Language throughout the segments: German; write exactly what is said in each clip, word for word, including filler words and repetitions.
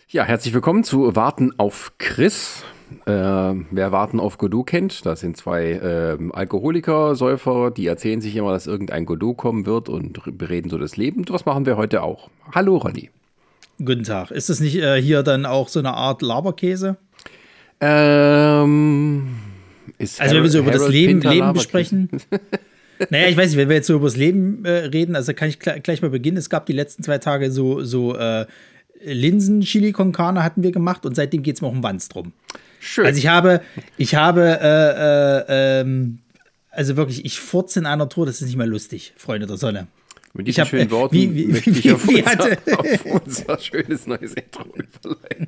Ja, herzlich willkommen zu Warten auf Chris. Äh, wer Warten auf Godot kennt, das sind zwei äh, Alkoholiker, Säufer, die erzählen sich immer, dass irgendein Godot kommen wird und bereden so das Leben. Und was machen wir heute auch. Hallo Ronny. Guten Tag. Ist das nicht äh, hier dann auch so eine Art Laberkäse? Ähm, ist also wenn wir so über Harold das Leben, Pinter Leben besprechen. Naja, ich weiß nicht, wenn wir jetzt so über das Leben äh, reden, also kann ich gl- gleich mal beginnen. Es gab die letzten zwei Tage so, so äh, Linsen, Chili con Carne hatten wir gemacht und seitdem geht es mir auch um Wanstrum. Schön. Also ich habe, ich habe, äh, äh, ähm, also wirklich, ich furze in einer Tour, das ist nicht mal lustig, Freunde der Sonne. Mit diesen ich hab, schönen Worten wie, wie, möchte ich wie, auf, wie unser, hatte, auf unser schönes neues Intro überleiten.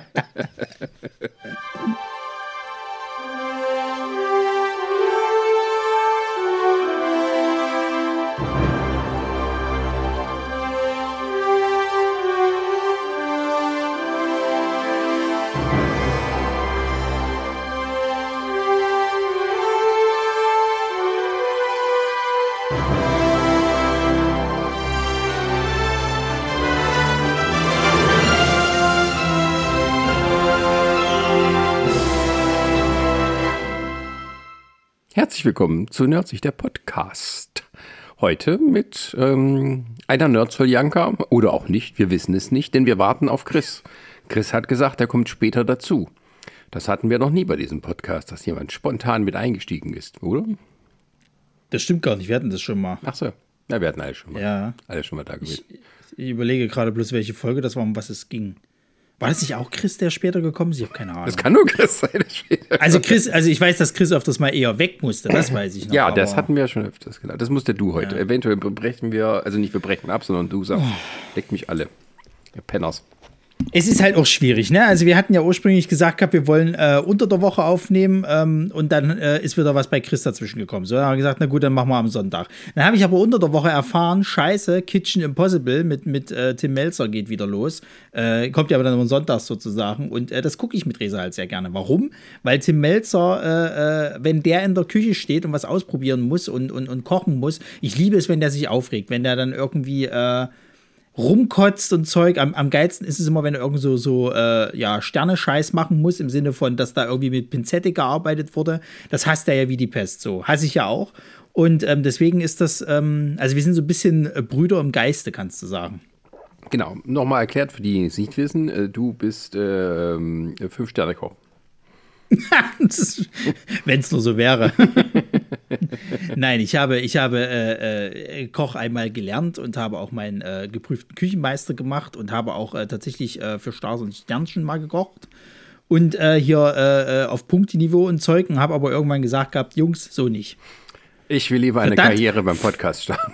Herzlich willkommen zu Nerdsich, der Podcast. Heute mit ähm, einer Nerdsoljanka oder auch nicht, wir wissen es nicht, denn wir warten auf Chris. Chris hat gesagt, er kommt später dazu. Das hatten wir noch nie bei diesem Podcast, dass jemand spontan mit eingestiegen ist, oder? Das stimmt gar nicht, wir hatten das schon mal. Ach so, ja, wir hatten alle schon mal, ja. alle schon mal da gewesen. Ich, ich überlege gerade bloß, welche Folge das war, um was es ging. War das nicht auch Chris, der später gekommen ist? Ich habe keine Ahnung. Das kann nur Chris sein, der später Also Chris, also ich weiß, dass Chris öfters mal eher weg musste, das weiß ich noch. Ja, das hatten wir schon öfters gedacht. Das musst ja du heute. Ja. Eventuell brechen wir, also nicht wir brechen ab, sondern du sagst, deckt mich alle. Ihr Penners. Es ist halt auch schwierig, ne? Also wir hatten ja ursprünglich gesagt gehabt, wir wollen äh, unter der Woche aufnehmen ähm, und dann äh, ist wieder was bei Chris dazwischen gekommen. So, dann haben wir gesagt, na gut, dann machen wir am Sonntag. Dann habe ich aber unter der Woche erfahren, scheiße, Kitchen Impossible mit, mit äh, Tim Melzer geht wieder los. Äh, kommt ja aber dann am Sonntag sozusagen und äh, das gucke ich mit Resa halt sehr gerne. Warum? Weil Tim Melzer, äh, äh, wenn der in der Küche steht und was ausprobieren muss und, und, und kochen muss, ich liebe es, wenn der sich aufregt, wenn der dann irgendwie äh, rumkotzt und Zeug. Am, am geilsten ist es immer, wenn er irgend so, so äh, ja, Sterne-Scheiß machen muss, im Sinne von, dass da irgendwie mit Pinzette gearbeitet wurde. Das hasst er ja wie die Pest, so. Hasse ich ja auch. Und ähm, deswegen ist das, ähm, also wir sind so ein bisschen äh, Brüder im Geiste, kannst du sagen. Genau, nochmal erklärt für die, die es nicht wissen, äh, du bist äh, Fünf-Sterne-Koch. Wenn es nur so wäre. Nein, ich habe, ich habe äh, äh, Koch einmal gelernt und habe auch meinen äh, geprüften Küchenmeister gemacht und habe auch äh, tatsächlich äh, für Stars und Sternchen mal gekocht. Und äh, hier äh, auf Punkteniveau und Zeug und habe aber irgendwann gesagt gehabt, Jungs, so nicht. Ich will lieber eine Verdammt. Karriere beim Podcast starten.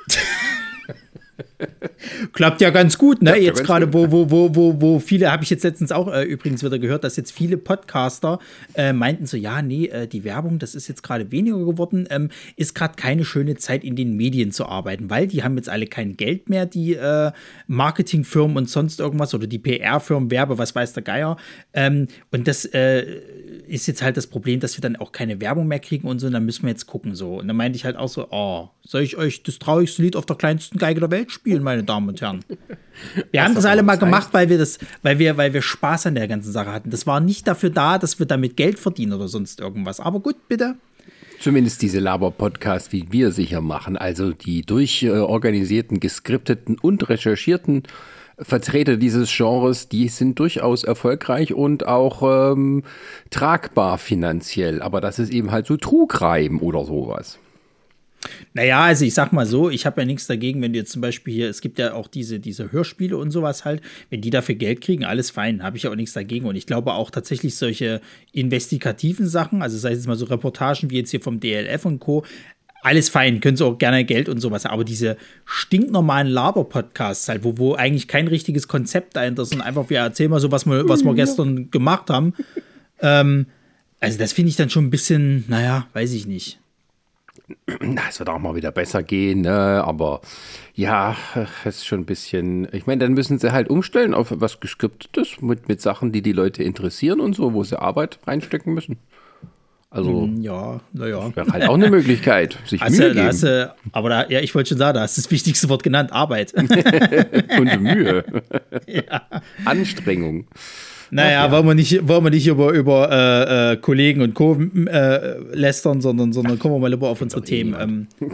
Klappt ja ganz gut, ne? Klappt ja Jetzt gerade, wo, wo, wo, wo, wo viele, habe ich jetzt letztens auch äh, übrigens wieder gehört, dass jetzt viele Podcaster äh, meinten so, ja, nee, äh, die Werbung, das ist jetzt gerade weniger geworden, ähm, ist gerade keine schöne Zeit, in den Medien zu arbeiten, weil die haben jetzt alle kein Geld mehr, die äh, Marketingfirmen und sonst irgendwas oder die P R-Firmen, Werbe, was weiß der Geier. Ähm, und das äh, ist jetzt halt das Problem, dass wir dann auch keine Werbung mehr kriegen und so, und dann müssen wir jetzt gucken so. Und dann meinte ich halt auch so, oh, soll ich euch das traurigste Lied auf der kleinsten Geige der Welt spielen, meine Damen und Herren? Wir Was haben das aber alle mal was gemacht, heißt? weil wir das, weil wir, weil wir Spaß an der ganzen Sache hatten. Das war nicht dafür da, dass wir damit Geld verdienen oder sonst irgendwas. Aber gut, bitte. Zumindest diese Laber-Podcasts, wie wir sicher machen, also die durchorganisierten, geskripteten und recherchierten Vertreter dieses Genres, die sind durchaus erfolgreich und auch ähm, tragbar finanziell. Aber das ist eben halt so Trugreiben oder sowas. Naja, also ich sag mal so, ich habe ja nichts dagegen, wenn du jetzt zum Beispiel hier, es gibt ja auch diese, diese Hörspiele und sowas halt, wenn die dafür Geld kriegen, alles fein, habe ich ja auch nichts dagegen. Und ich glaube auch tatsächlich solche investigativen Sachen, also sei es jetzt mal so Reportagen wie jetzt hier vom D L F und Co., alles fein, können sie auch gerne Geld und sowas, aber diese stinknormalen Laber-Podcasts halt, wo, wo eigentlich kein richtiges Konzept dahinter ist, sondern einfach, wir erzählen mal so, was wir, was wir gestern gemacht haben, ähm, also das finde ich dann schon ein bisschen, naja, weiß ich nicht. Es wird auch mal wieder besser gehen, ne? Aber ja, es ist schon ein bisschen, ich meine, dann müssen sie halt umstellen auf was Geskriptetes mit, mit Sachen, die die Leute interessieren und so, wo sie Arbeit reinstecken müssen. Also, ja, naja. wäre halt auch eine Möglichkeit, sich Also, Mühe da geben. hast du, aber da, ja, ich wollte schon sagen, da hast du das wichtigste Wort genannt, Arbeit. Und Mühe. Ja. Anstrengung. Naja, Ach ja. wollen wir nicht, wollen wir nicht über, über äh, äh, Kollegen und Co. Äh, lästern, sondern, sondern kommen wir mal lieber auf unsere doch eh Themen. Ähm,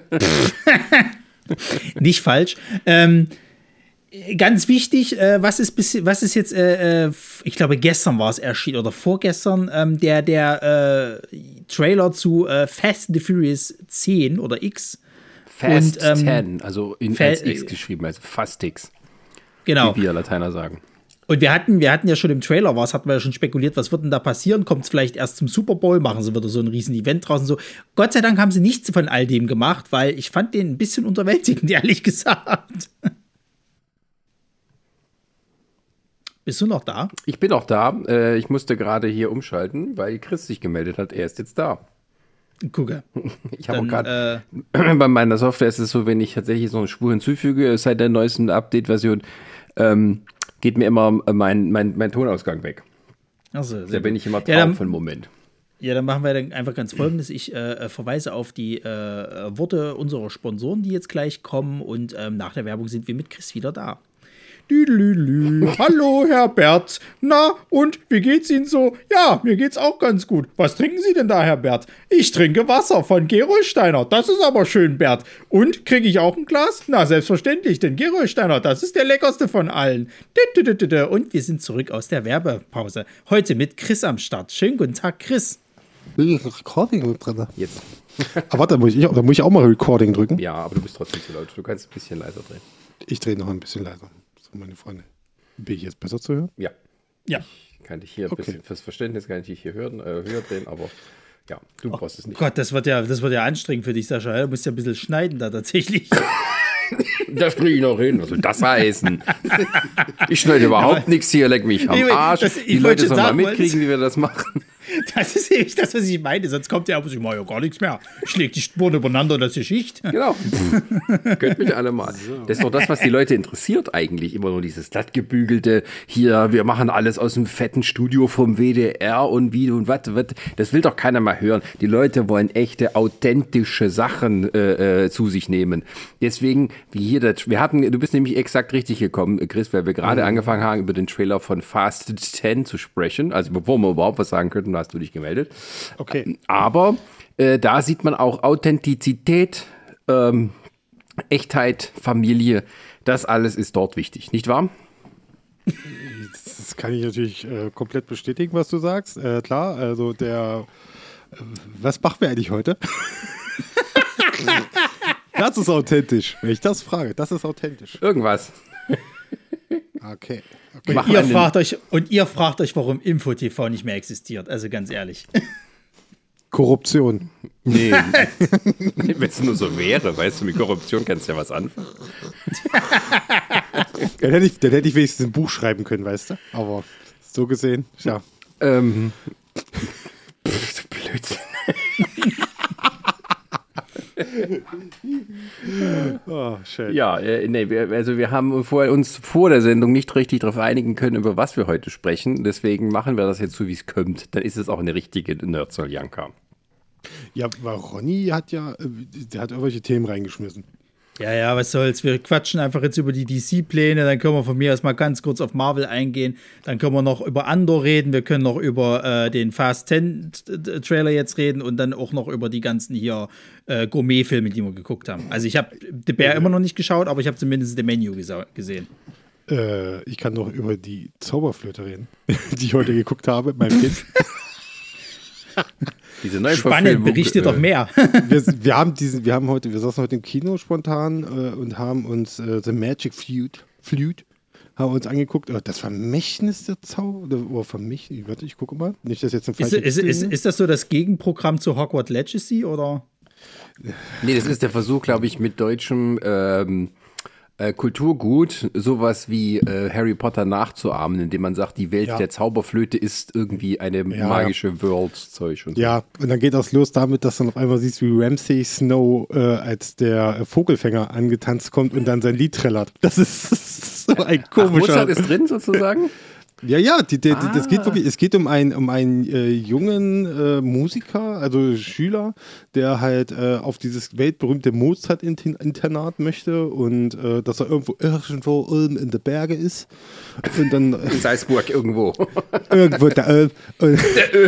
nicht falsch. Ähm, ganz wichtig, äh, was ist bis, was ist jetzt, äh, äh, ich glaube gestern war es erschienen oder vorgestern, ähm, der, der äh, Trailer zu äh, Fast and the Furious zehn oder X. Fast Und, ähm, zehn, also in Fa- als X geschrieben, also Fast X, Genau. wie wir Lateiner sagen. Und wir hatten, wir hatten ja schon im Trailer was, hatten wir ja schon spekuliert, was wird denn da passieren? Kommt es vielleicht erst zum Super Bowl? Machen sie wieder so ein riesen Event draußen so? Gott sei Dank haben sie nichts von all dem gemacht, weil ich fand den ein bisschen unterwältigend, ehrlich gesagt. Bist du noch da? Ich bin auch da. Äh, ich musste gerade hier umschalten, weil Chris sich gemeldet hat. Er ist jetzt da. Gucke. Ich habe auch Dann, gerade, äh, bei meiner Software ist es so, wenn ich tatsächlich so eine Spur hinzufüge, seit der neuesten Update-Version, ähm, geht mir immer mein, mein, mein Tonausgang weg. Also, Da bin ich immer taub ja, dann, für einen Moment. ja, dann machen wir dann einfach ganz Folgendes. Ich äh, verweise auf die äh, Worte unserer Sponsoren, die jetzt gleich kommen. Und ähm, nach der Werbung sind wir mit Chris wieder da. Düdelülü. Hallo, Herr Bert. Na, und wie geht's Ihnen so? Ja, mir geht's auch ganz gut. Was trinken Sie denn da, Herr Bert? Ich trinke Wasser von Gerolsteiner. Das ist aber schön, Bert. Und, kriege ich auch ein Glas? Na, selbstverständlich, denn Gerolsteiner, das ist der leckerste von allen. Und wir sind zurück aus der Werbepause. Heute mit Chris am Start. Schönen guten Tag, Chris. Bin ich Recording mit drin? Jetzt. Aber warte, da muss, ich, da muss ich auch mal Recording drücken. Ja, aber du bist trotzdem zu laut. Du kannst ein bisschen leiser drehen. Ich drehe noch ein bisschen leiser. So, meine Freunde. Bin ich jetzt besser zu hören? Ja. Ja. Ich kann dich hier ein Okay. bisschen, fürs Verständnis kann ich dich hier hören, äh, höher drehen, aber ja, du brauchst es Oh nicht. Gott, das wird ja, das wird ja anstrengend für dich, Sascha. Du musst ja ein bisschen schneiden da tatsächlich. Das kriege ich noch hin. Was soll das heißen? Ich schneide überhaupt nichts hier, leck mich am Nee, Arsch. das- ich Die wollte Leute sollen mal sagen, weil mitkriegen, wie wir das machen. Das ist nämlich das, was ich meine. Sonst kommt ja, ich mache ja gar nichts mehr. Ich lege die Spuren übereinander und das ist Schicht. Genau. Könnt mich alle mal. Das ist doch das, was die Leute interessiert eigentlich. Immer nur dieses glattgebügelte, hier, wir machen alles aus dem fetten Studio vom W D R und wie und was. Das will doch keiner mal hören. Die Leute wollen echte, authentische Sachen äh, äh, zu sich nehmen. Deswegen, wie hier, das, wir hatten, du bist nämlich exakt richtig gekommen, Chris, weil wir gerade mhm. angefangen haben, über den Trailer von Fast zehn zu sprechen. Also bevor wir überhaupt was sagen könnten, hast du dich gemeldet. Okay. Aber äh, da sieht man auch Authentizität, ähm, Echtheit, Familie. Das alles ist dort wichtig, nicht wahr? Das kann ich natürlich äh, komplett bestätigen, was du sagst. Äh, klar, also der. Äh, was machen wir eigentlich heute? Das ist authentisch. Wenn ich das frage, das ist authentisch. Irgendwas. Okay. Und Mach ihr, einen- fragt euch, und ihr fragt euch, warum InfoTV nicht mehr existiert. Also ganz ehrlich. Korruption. Nee. Wenn es nur so wäre, weißt du, mit Korruption kannst du ja was anfangen. Dann hätte ich, dann hätte ich wenigstens ein Buch schreiben können, weißt du? Aber so gesehen, ja. Ähm. Pff, Blödsinn. Oh, schön. Ja, äh, nee, wir, also wir haben vorher uns vor der Sendung nicht richtig darauf einigen können, über was wir heute sprechen. Deswegen machen wir das jetzt so, wie es kommt. Dann ist es auch eine richtige Nerdsoljanka. Ja, weil Ronny hat ja, äh, der hat irgendwelche Themen reingeschmissen. Ja, ja, was soll's. Wir quatschen einfach jetzt über die D C-Pläne. Dann können wir von mir aus mal ganz kurz auf Marvel eingehen. Dann können wir noch über Andor reden. Wir können noch über äh, den Fast zehn-Trailer jetzt reden und dann auch noch über die ganzen hier äh, Gourmet-Filme, die wir geguckt haben. Also ich habe The Bear immer noch nicht geschaut, aber ich habe zumindest The Menu gesa- gesehen. Äh, ich kann noch über die Zauberflöte reden, die ich heute geguckt habe mit meinem Kind. Diese neue Spannend, Verfilmung, berichte äh, doch mehr. wir, wir haben diesen, wir haben heute, wir saßen heute im Kino spontan äh, und haben uns äh, The Magic Flute, Flute haben uns angeguckt. Oh, das Vermächtnis der Zauber, oder Vermächtnis, warte, ich gucke mal. Nicht, dass jetzt ein Ist, falscher ist, ist, ist das so das Gegenprogramm zu Hogwarts Legacy oder? Nee, das ist der Versuch, glaube ich, mit deutschem ähm, äh, Kulturgut sowas wie äh, Harry Potter nachzuahmen, indem man sagt, die Welt Ja. der Zauberflöte ist irgendwie eine Ja. magische World-Zeug und so. Ja, und dann geht das los damit, dass du auf einmal siehst, wie Ramsay Snow äh, als der äh, Vogelfänger angetanzt kommt und dann sein Lied trällert. Das ist so ein Ach, komischer. Mozart ist drin sozusagen? Ja, ja, die, die, Ah. das geht wirklich, es geht um einen, um einen äh, jungen äh, Musiker, also Schüler, der halt äh, auf dieses weltberühmte Mozart-Internat möchte und äh, dass er irgendwo, irgendwo oben in den Berge ist. Und dann In Salzburg irgendwo. irgendwo da oben. Und,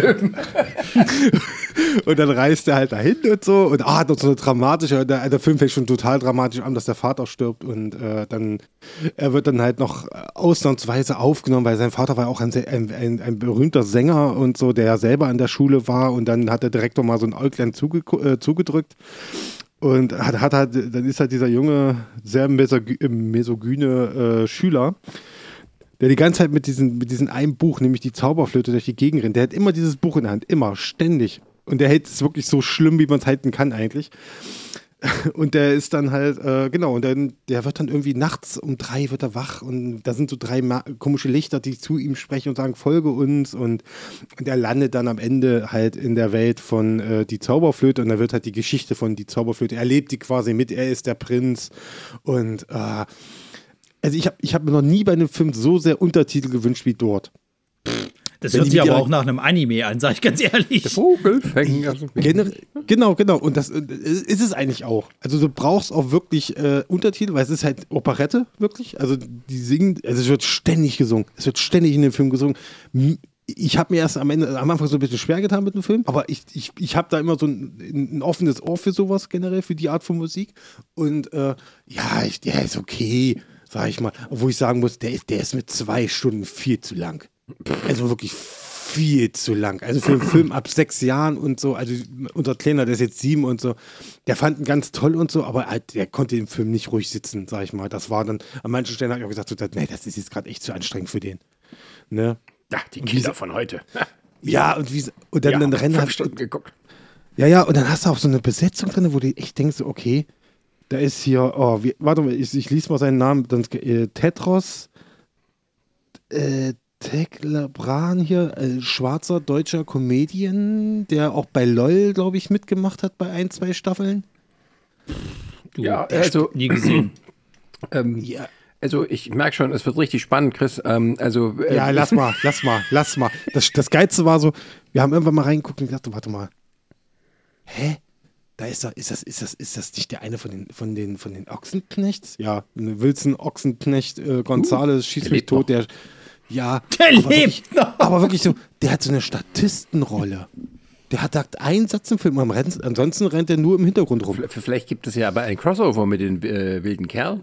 und dann reist er halt dahin und so und ah, hat noch so eine dramatische, der, der Film fängt schon total dramatisch an, dass der Vater stirbt und äh, dann, er wird dann halt noch ausnahmsweise aufgenommen, weil sein Vater war auch ein, ein, ein, ein berühmter Sänger und so, der ja selber an der Schule war und dann hat der Direktor mal so ein Äuglein zuge, äh, zugedrückt und hat, hat halt, dann ist halt dieser junge, sehr mesogy mesogyne äh, Schüler, der die ganze Zeit mit diesem mit diesen einem Buch, nämlich die Zauberflöte, durch die Gegend rennt. Der hat immer dieses Buch in der Hand, immer, ständig. Und der hält es wirklich so schlimm, wie man es halten kann eigentlich. Und der ist dann halt, äh, genau, und dann, der wird dann irgendwie nachts um drei wird er wach und da sind so drei ma komische Lichter, die zu ihm sprechen und sagen, folge uns und, und er landet dann am Ende halt in der Welt von äh, die Zauberflöte und da wird halt die Geschichte von die Zauberflöte, er lebt die quasi mit, er ist der Prinz und äh, also ich habe ich hab mir noch nie bei einem Film so sehr Untertitel gewünscht wie dort. Das Wenn hört die sich aber direkt- auch nach einem Anime an, sag ich ganz ehrlich. Vogelfänger. Gener genau, genau. Und das äh, ist es eigentlich auch. Also du brauchst auch wirklich äh, Untertitel, weil es ist halt Operette, wirklich. Also die singen, also es wird ständig gesungen. Es wird ständig in dem Film gesungen. M- Ich habe mir erst am Ende, am Anfang so ein bisschen schwer getan mit dem Film, aber ich, ich, ich habe da immer so ein, ein offenes Ohr für sowas generell, für die Art von Musik. Und äh, ja, ich, der ist okay, sag ich mal. Obwohl ich sagen muss, der ist, der ist mit zwei Stunden viel zu lang. Also wirklich viel zu lang. Also für einen Film ab sechs Jahren und so, also unser Kleiner, der ist jetzt sieben und so, der fand ihn ganz toll und so, aber halt, der konnte im Film nicht ruhig sitzen, sag ich mal. Das war dann, an manchen Stellen habe ich auch gesagt, so, nee, das ist jetzt gerade echt zu anstrengend für den. Ne? Ja, die Kinder von heute. Ja, und, wie, und dann, Ja, dann rennen fünf halt, Stunden geguckt. ja, ja, und dann hast du auch so eine Besetzung drin, wo du echt denkst, so, okay, da ist hier, oh, wie, warte mal, ich, ich lese mal seinen Namen, dann, äh, Tetros, äh, Tekla-Bran hier, äh, schwarzer deutscher Comedian, der auch bei LOL, glaube ich, mitgemacht hat bei ein, zwei Staffeln. Du, Ja, der also- Sp- nie gesehen. Ähm, Ja. Also ich merke schon, es wird richtig spannend, Chris. Ähm, also äh, Ja, lass mal, lass mal, lass mal. Das, das Geilste war so, wir haben irgendwann mal reingeguckt und gedacht, warte mal, hä? Da ist er, ist das, ist das, ist das nicht der eine von den, von den, von den Ochsenknechts? Ja, Wilson Ochsenknecht, äh, Gonzales, schießt der mich lebt tot, der, ja. Der aber wirklich, lebt noch. aber wirklich so, der hat so eine Statistenrolle. Der hat sagt einen Satz im Film, am Renn, ansonsten rennt er nur im Hintergrund rum. v- vielleicht gibt es ja aber ein Crossover mit den äh, wilden Kerl.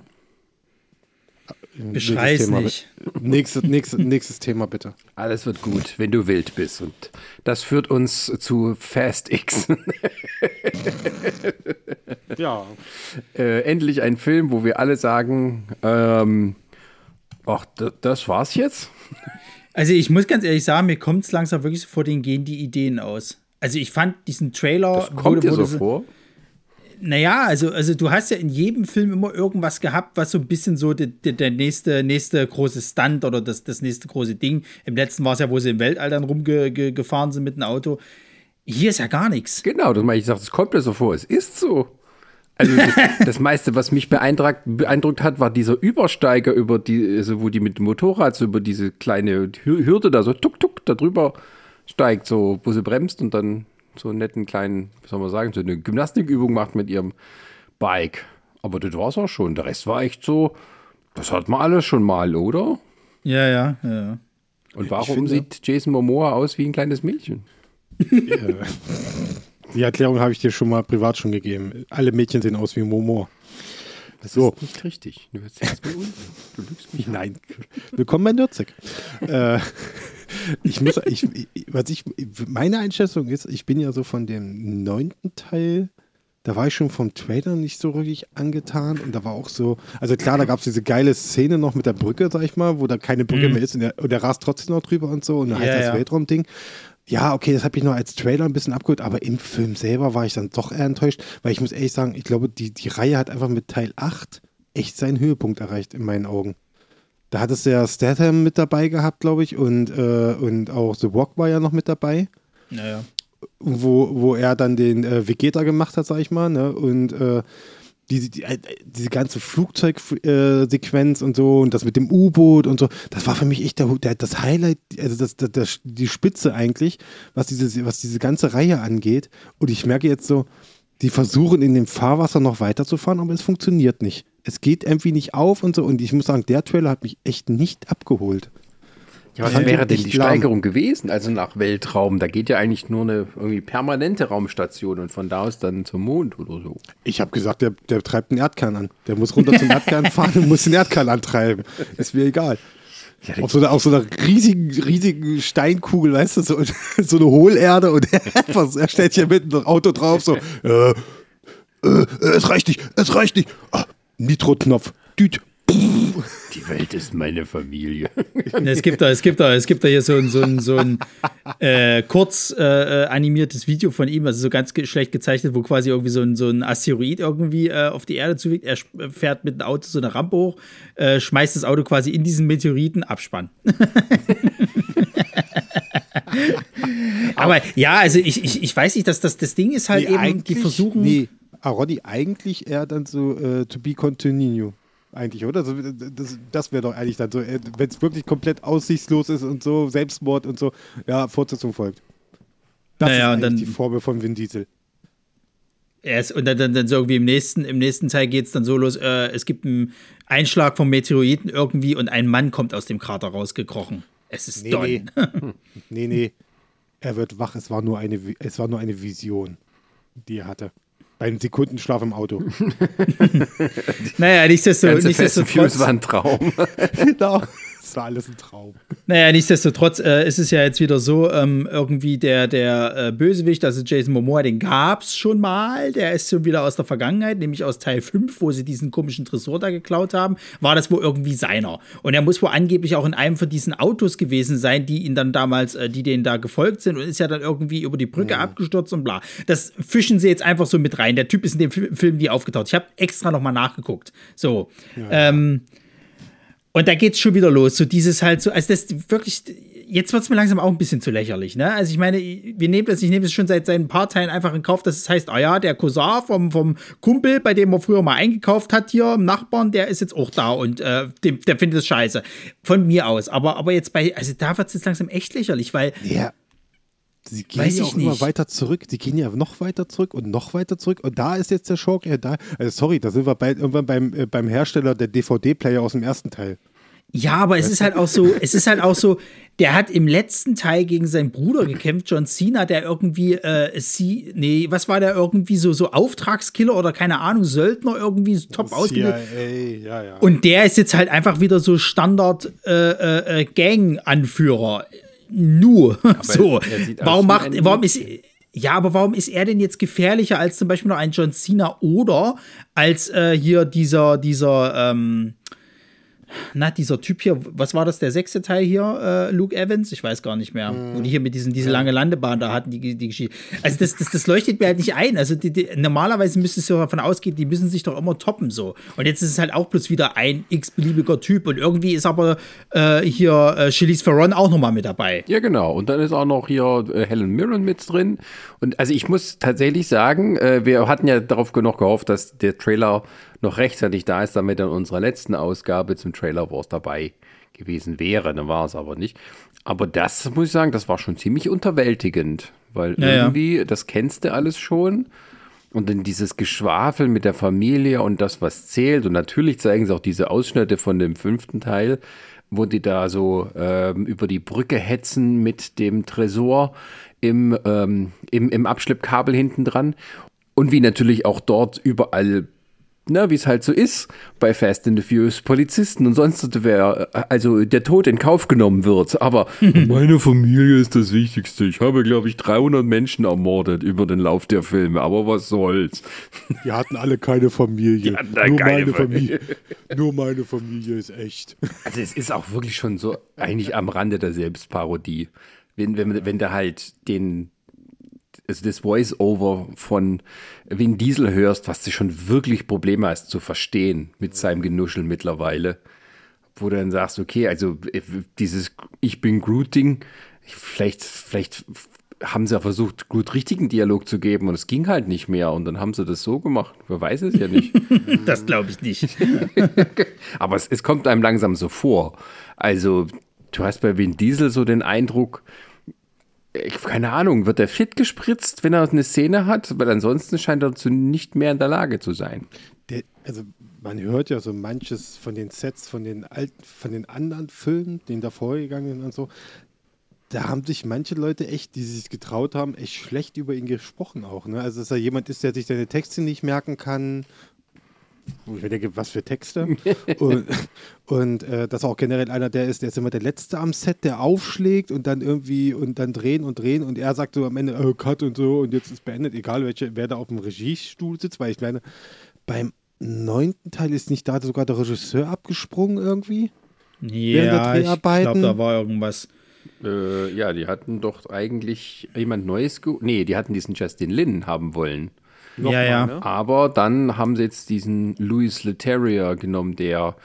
Beschrei's Nächstes Thema, nicht. Nächstes, nächstes, nächstes Thema bitte. Alles wird gut, wenn du wild bist. Und das führt uns zu Fast X. Ja. äh, endlich ein Film, wo wir alle sagen, ähm, ach, d- das war's jetzt? Also ich muss ganz ehrlich sagen, mir kommt es langsam wirklich so vor, denen gehen die Ideen aus. Also ich fand diesen Trailer... Das kommt dir so wurde vor? Naja, also, also du hast ja in jedem Film immer irgendwas gehabt, was so ein bisschen so der, der, der nächste, nächste große Stunt oder das, das nächste große Ding. Im letzten war es ja, wo sie im Weltall dann rumgefahren sind mit dem Auto. Hier ist ja gar nichts. Genau, das meine ich, sage, es kommt dir so vor. Es ist so. Also das, das meiste, was mich beeindruckt, beeindruckt hat, war dieser Übersteiger über die, also wo die mit dem Motorrad so über diese kleine Hür- Hürde da so tuk tuk da drüber steigt, so wo sie bremst und dann so einen netten kleinen, wie soll man sagen, so eine Gymnastikübung macht mit ihrem Bike. Aber das war's auch schon. Der Rest war echt so, das hat man alles schon mal, oder? Ja, ja, ja. Und warum finde- sieht Jason Momoa aus wie ein kleines Mädchen? Die Erklärung habe ich dir schon mal privat schon gegeben. Alle Mädchen sehen aus wie Momo. Das So. ist nicht richtig. Du erzählst mir Unsinn. Du lügst mich an. Nein. Willkommen bei Nürzig. äh, ich muss, ich, ich- was ich, meine Einschätzung ist, ich bin ja so von dem neunten Teil, da war ich schon vom Trailer nicht so richtig angetan und da war auch so, also klar, da gab es diese geile Szene noch mit der Brücke, sag ich mal, wo da keine Brücke mehr ist und der, und der rast trotzdem noch drüber und so und dann Ja, heißt das ja. Weltraumding. Ja, okay, das habe ich nur als Trailer ein bisschen abgeholt, aber im Film selber war ich dann doch eher enttäuscht, weil ich muss ehrlich sagen, ich glaube, die, die Reihe hat einfach mit Teil acht echt seinen Höhepunkt erreicht, in meinen Augen. Da hat es ja Statham mit dabei gehabt, glaube ich, und, äh, und auch The Rock war ja noch mit dabei, Naja. wo, wo er dann den äh, Vegeta gemacht hat, sag ich mal, ne? Und äh, diese, die, diese ganze Flugzeugsequenz und so und das mit dem U-Boot und so, das war für mich echt der, der, das Highlight, also das, das, das, die Spitze eigentlich, was diese, was diese ganze Reihe angeht. Und ich merke jetzt so, die versuchen in dem Fahrwasser noch weiterzufahren, aber es funktioniert nicht. Es geht irgendwie nicht auf und so. Und ich muss sagen, der Trailer hat mich echt nicht abgeholt. Ja, was wäre denn die Steigerung gewesen? Also nach Weltraum, da geht ja eigentlich nur eine irgendwie permanente Raumstation und von da aus dann zum Mond oder so. Ich habe gesagt, der, der treibt den Erdkern an. Der muss runter zum Erdkern fahren und muss den Erdkern antreiben. Ist mir egal. Ja, auf, so einer, auf so einer riesigen, riesigen Steinkugel, weißt du, so, so eine Hohlerde und er, er stellt hier mitten das Auto drauf, so, äh, äh, es reicht nicht, es reicht nicht. Ah, Nitro-Knopf, düt. Die Welt ist meine Familie. Es gibt da, es gibt da, es gibt da hier so ein, so ein, so ein äh, kurz äh, animiertes Video von ihm, also so ganz ge- schlecht gezeichnet, wo quasi irgendwie so ein, so ein Asteroid irgendwie äh, auf die Erde zuwiegt. Er fährt mit dem Auto so eine Rampe hoch, äh, schmeißt das Auto quasi in diesen Meteoriten, Abspann. Aber ja, also ich, ich, ich weiß nicht, dass das, das Ding ist halt nee, eben, die versuchen. Nee, Arodi, eigentlich eher dann so äh, to be continue. Eigentlich, oder? Also, das das wäre doch eigentlich dann so, wenn es wirklich komplett aussichtslos ist und so, Selbstmord und so, ja, Fortsetzung folgt. Das naja, ist eigentlich und dann, die Formel von Vin Diesel. Erst, und dann, dann, dann so irgendwie im nächsten, im nächsten Teil geht es dann so los, äh, es gibt einen Einschlag vom Meteoriten irgendwie und ein Mann kommt aus dem Krater rausgekrochen. Es ist nee, Don. Nee. nee, nee. Er wird wach, es war nur eine, es war nur eine Vision, die er hatte. Beim Sekundenschlaf im Auto. Naja, nichtsdestotrotz. nichtsdestotrotz war ein Traum. Genau. Das war alles ein Traum. Naja, nichtsdestotrotz äh, ist es ja jetzt wieder so, ähm, irgendwie der, der äh, Bösewicht, also Jason Momoa, den gab's schon mal. Der ist schon wieder aus der Vergangenheit, nämlich aus Teil fünf, wo sie diesen komischen Tresor da geklaut haben, war das wohl irgendwie seiner. Und er muss wohl angeblich auch in einem von diesen Autos gewesen sein, die ihn dann damals, äh, die denen da gefolgt sind und ist ja dann irgendwie über die Brücke mhm. abgestürzt und bla. Das fischen sie jetzt einfach so mit rein. Der Typ ist in dem F- Film nie aufgetaucht. Ich habe extra nochmal nachgeguckt. So, ja, ähm, ja. Und da geht's schon wieder los. So dieses halt so, also das wirklich, jetzt wird's mir langsam auch ein bisschen zu lächerlich, ne? Also ich meine, wir nehmen das, ich nehme das schon seit, seit ein paar Teilen einfach in Kauf, dass es heißt, ah ja, der Cousin vom, vom Kumpel, bei dem er früher mal eingekauft hat hier im Nachbarn, der ist jetzt auch da und äh, dem, der findet es scheiße. Von mir aus. Aber, aber jetzt bei, also da wird's jetzt langsam echt lächerlich, weil. Ja. Sie gehen ja auch immer weiter zurück. Sie gehen ja noch weiter zurück und noch weiter zurück. Und da ist jetzt der Schock. Ja, da, also sorry, da sind wir bei, irgendwann beim, äh, beim Hersteller der D V D-Player aus dem ersten Teil. Ja, aber es ist halt auch so, es ist halt auch so, der hat im letzten Teil gegen seinen Bruder gekämpft, John Cena, der irgendwie, äh, sie, nee, was war der irgendwie so, so Auftragskiller oder keine Ahnung, Söldner irgendwie so top ausgebildet. Ja, ja. Und der ist jetzt halt einfach wieder so Standard äh, äh, Gang-Anführer. Nur. So. Warum macht, warum ist, ja, aber warum ist er denn jetzt gefährlicher als zum Beispiel noch ein John Cena oder als äh, hier dieser, dieser, ähm, na, dieser Typ hier, was war das, der sechste Teil hier, äh, Luke Evans? Ich weiß gar nicht mehr. Mhm. Wo die hier mit diesen, diese lange Landebahn da hatten, die, die Geschichte. Also das, das, das leuchtet mir halt nicht ein. Also die, die, normalerweise müsste es ja davon ausgehen, die müssen sich doch immer toppen so. Und jetzt ist es halt auch bloß wieder ein x-beliebiger Typ. Und irgendwie ist aber äh, hier äh, Charlize Theron auch nochmal mit dabei. Ja, genau. Und dann ist auch noch hier äh, Helen Mirren mit drin. Und also ich muss tatsächlich sagen, äh, wir hatten ja darauf noch gehofft, dass der Trailer noch rechtzeitig da ist, damit er in unserer letzten Ausgabe zum Trailer Wars dabei gewesen wäre. Dann war es aber nicht. Aber das, muss ich sagen, das war schon ziemlich unterwältigend, weil ja, irgendwie, ja. das kennst du alles schon. Und dann dieses Geschwafel mit der Familie und das, was zählt. Und natürlich zeigen sie auch diese Ausschnitte von dem fünften Teil, wo die da so ähm, über die Brücke hetzen mit dem Tresor im, ähm, im, im Abschleppkabel hinten dran. Und wie natürlich auch dort überall, na, wie es halt so ist, bei Fast and the Furious Polizisten und sonst wer, also der Tod in Kauf genommen wird. Aber meine Familie ist das Wichtigste. Ich habe, glaube ich, dreihundert Menschen ermordet über den Lauf der Filme. Aber was soll's? Wir hatten alle keine Familie. Die hatten da Nur keine meine Familie. Familie. Nur meine Familie ist echt. Also es ist auch wirklich schon so eigentlich am Rande der Selbstparodie. Wenn, wenn, wenn du halt den also das Voice-Over von Vin Diesel hörst, was du schon wirklich Probleme hast zu verstehen mit seinem Genuschel mittlerweile, wo du dann sagst, okay, also dieses Ich bin Groot-Ding, vielleicht, vielleicht haben sie ja versucht, gut richtigen Dialog zu geben und es ging halt nicht mehr und dann haben sie das so gemacht. Wer weiß es ja nicht. Das glaube ich nicht. Aber es, es kommt einem langsam so vor. Also, du hast bei Vin Diesel so den Eindruck, ich, keine Ahnung, wird er fit gespritzt, wenn er eine Szene hat? Weil ansonsten scheint er dazu nicht mehr in der Lage zu sein. Der, also man hört ja so manches von den Sets, von den alten, von den anderen Filmen, den davor gegangen und so. Da haben sich manche Leute echt, die sich getraut haben, echt schlecht über ihn gesprochen auch. Ne? Also dass er jemand ist, der sich seine Texte nicht merken kann. Wo ich mir denke, was für Texte. und und äh, dass er auch generell einer der ist, der ist immer der Letzte am Set, der aufschlägt und dann irgendwie und dann drehen und drehen und er sagt so am Ende, oh, Cut und so und jetzt ist beendet, egal welche, wer da auf dem Regiestuhl sitzt, weil ich meine, beim neunten Teil ist nicht da sogar der Regisseur abgesprungen irgendwie? Ja, ich glaube, da war irgendwas. Äh, ja, die hatten doch eigentlich jemand Neues, ge- nee, die hatten diesen Justin Lin haben wollen. Ja, mal, ja. Ne? Aber dann haben sie jetzt diesen Louis Leterrier genommen, der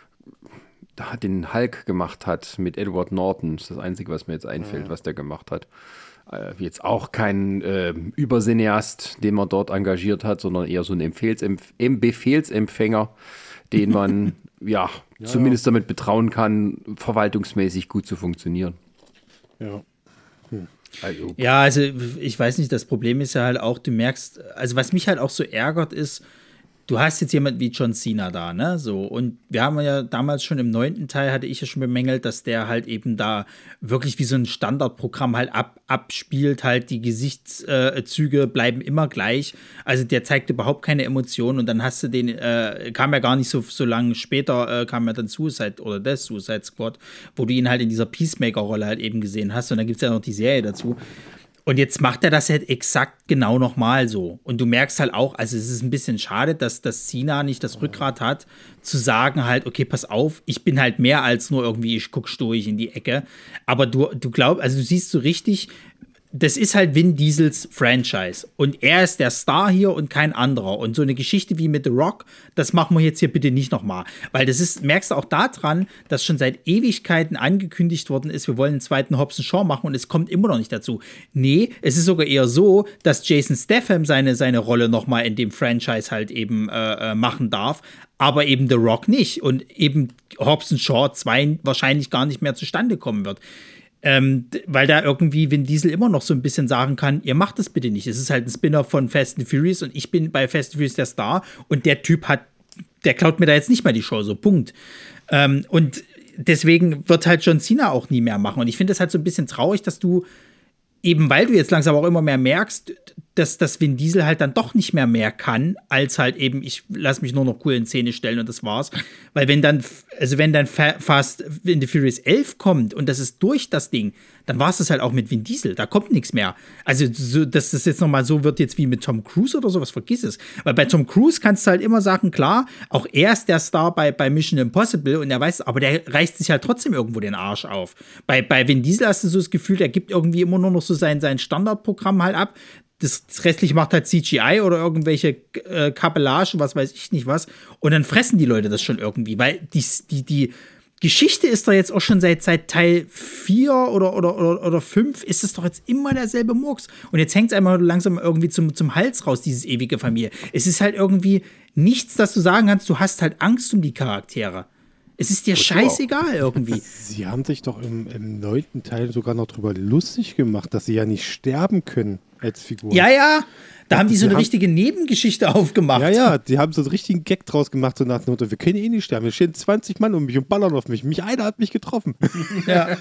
da den Hulk gemacht hat mit Edward Norton. Das ist das Einzige, was mir jetzt einfällt, ja. was der gemacht hat. Äh, jetzt auch kein äh, Übercineast, den man dort engagiert hat, sondern eher so ein Empfehlsempf- Befehlsempfänger, den man ja, ja zumindest ja. damit betrauen kann, verwaltungsmäßig gut zu funktionieren. Ja. Hm. Also. Ja, also ich weiß nicht, das Problem ist ja halt auch, du merkst, also was mich halt auch so ärgert ist, du hast jetzt jemanden wie John Cena da, ne, so, und wir haben ja damals schon im neunten Teil, hatte ich ja schon bemängelt, dass der halt eben da wirklich wie so ein Standardprogramm halt ab, abspielt, halt die Gesichtszüge äh, bleiben immer gleich, also der zeigt überhaupt keine Emotionen und dann hast du den, äh, kam ja gar nicht so, so lange später, äh, kam ja dann Suicide oder der Suicide Squad, wo du ihn halt in dieser Peacemaker-Rolle halt eben gesehen hast und dann gibt es ja noch die Serie dazu. Und jetzt macht er das halt exakt genau nochmal so. Und du merkst halt auch, also es ist ein bisschen schade, dass das Cena nicht das Rückgrat hat, zu sagen halt, okay, pass auf, ich bin halt mehr als nur irgendwie, ich guck stoisch in die Ecke. Aber du, du glaubst, also du siehst so richtig, das ist halt Vin Diesels Franchise. Und er ist der Star hier und kein anderer. Und so eine Geschichte wie mit The Rock, das machen wir jetzt hier bitte nicht nochmal. Weil das ist, merkst du auch daran, dass schon seit Ewigkeiten angekündigt worden ist, wir wollen einen zweiten Hobbs and Shaw machen und es kommt immer noch nicht dazu. Nee, es ist sogar eher so, dass Jason Statham seine, seine Rolle nochmal in dem Franchise halt eben äh, machen darf. Aber eben The Rock nicht. Und eben Hobbs and Shaw zwei wahrscheinlich gar nicht mehr zustande kommen wird. Ähm, weil da irgendwie Vin Diesel immer noch so ein bisschen sagen kann, ihr macht das bitte nicht. Es ist halt ein Spin-off von Fast and Furious und ich bin bei Fast and Furious der Star und der Typ hat, der klaut mir da jetzt nicht mal die Show, so Punkt. Ähm, und deswegen wird halt John Cena auch nie mehr machen. Und ich finde das halt so ein bisschen traurig, dass du eben, weil du jetzt langsam auch immer mehr merkst, dass das Vin Diesel halt dann doch nicht mehr mehr kann, als halt eben, ich lass mich nur noch cool in Szene stellen und das war's. Weil wenn dann, also wenn dann Fast in the Furious elf kommt und das ist durch das Ding, dann war es das halt auch mit Vin Diesel, da kommt nichts mehr. Also, so, dass das jetzt nochmal so wird jetzt wie mit Tom Cruise oder sowas, vergiss es. Weil bei Tom Cruise kannst du halt immer sagen, klar, auch er ist der Star bei, bei Mission Impossible und er weiß, aber der reißt sich halt trotzdem irgendwo den Arsch auf. Bei, bei Vin Diesel hast du so das Gefühl, der gibt irgendwie immer nur noch so sein, sein Standardprogramm halt ab. Das, das restliche macht halt C G I oder irgendwelche äh, Kapellagen, was weiß ich nicht was. Und dann fressen die Leute das schon irgendwie, weil die, die, die Geschichte ist doch jetzt auch schon seit, seit Teil vier oder, oder, oder, oder fünf ist es doch jetzt immer derselbe Murks. Und jetzt hängt es einmal langsam irgendwie zum, zum Hals raus, dieses ewige Familie. Es ist halt irgendwie nichts, dass du sagen kannst, du hast halt Angst um die Charaktere. Es ist dir scheißegal irgendwie. Sie haben sich doch im, im neunten Teil sogar noch drüber lustig gemacht, dass sie ja nicht sterben können als Figur. Ja, ja. Da haben die so Sie eine haben, richtige Nebengeschichte aufgemacht. Ja, ja, die haben so einen richtigen Gag draus gemacht, so nach dem Motto, wir können eh nicht sterben, wir stehen zwanzig Mann um mich und ballern auf mich. Mich einer hat mich getroffen. Ja.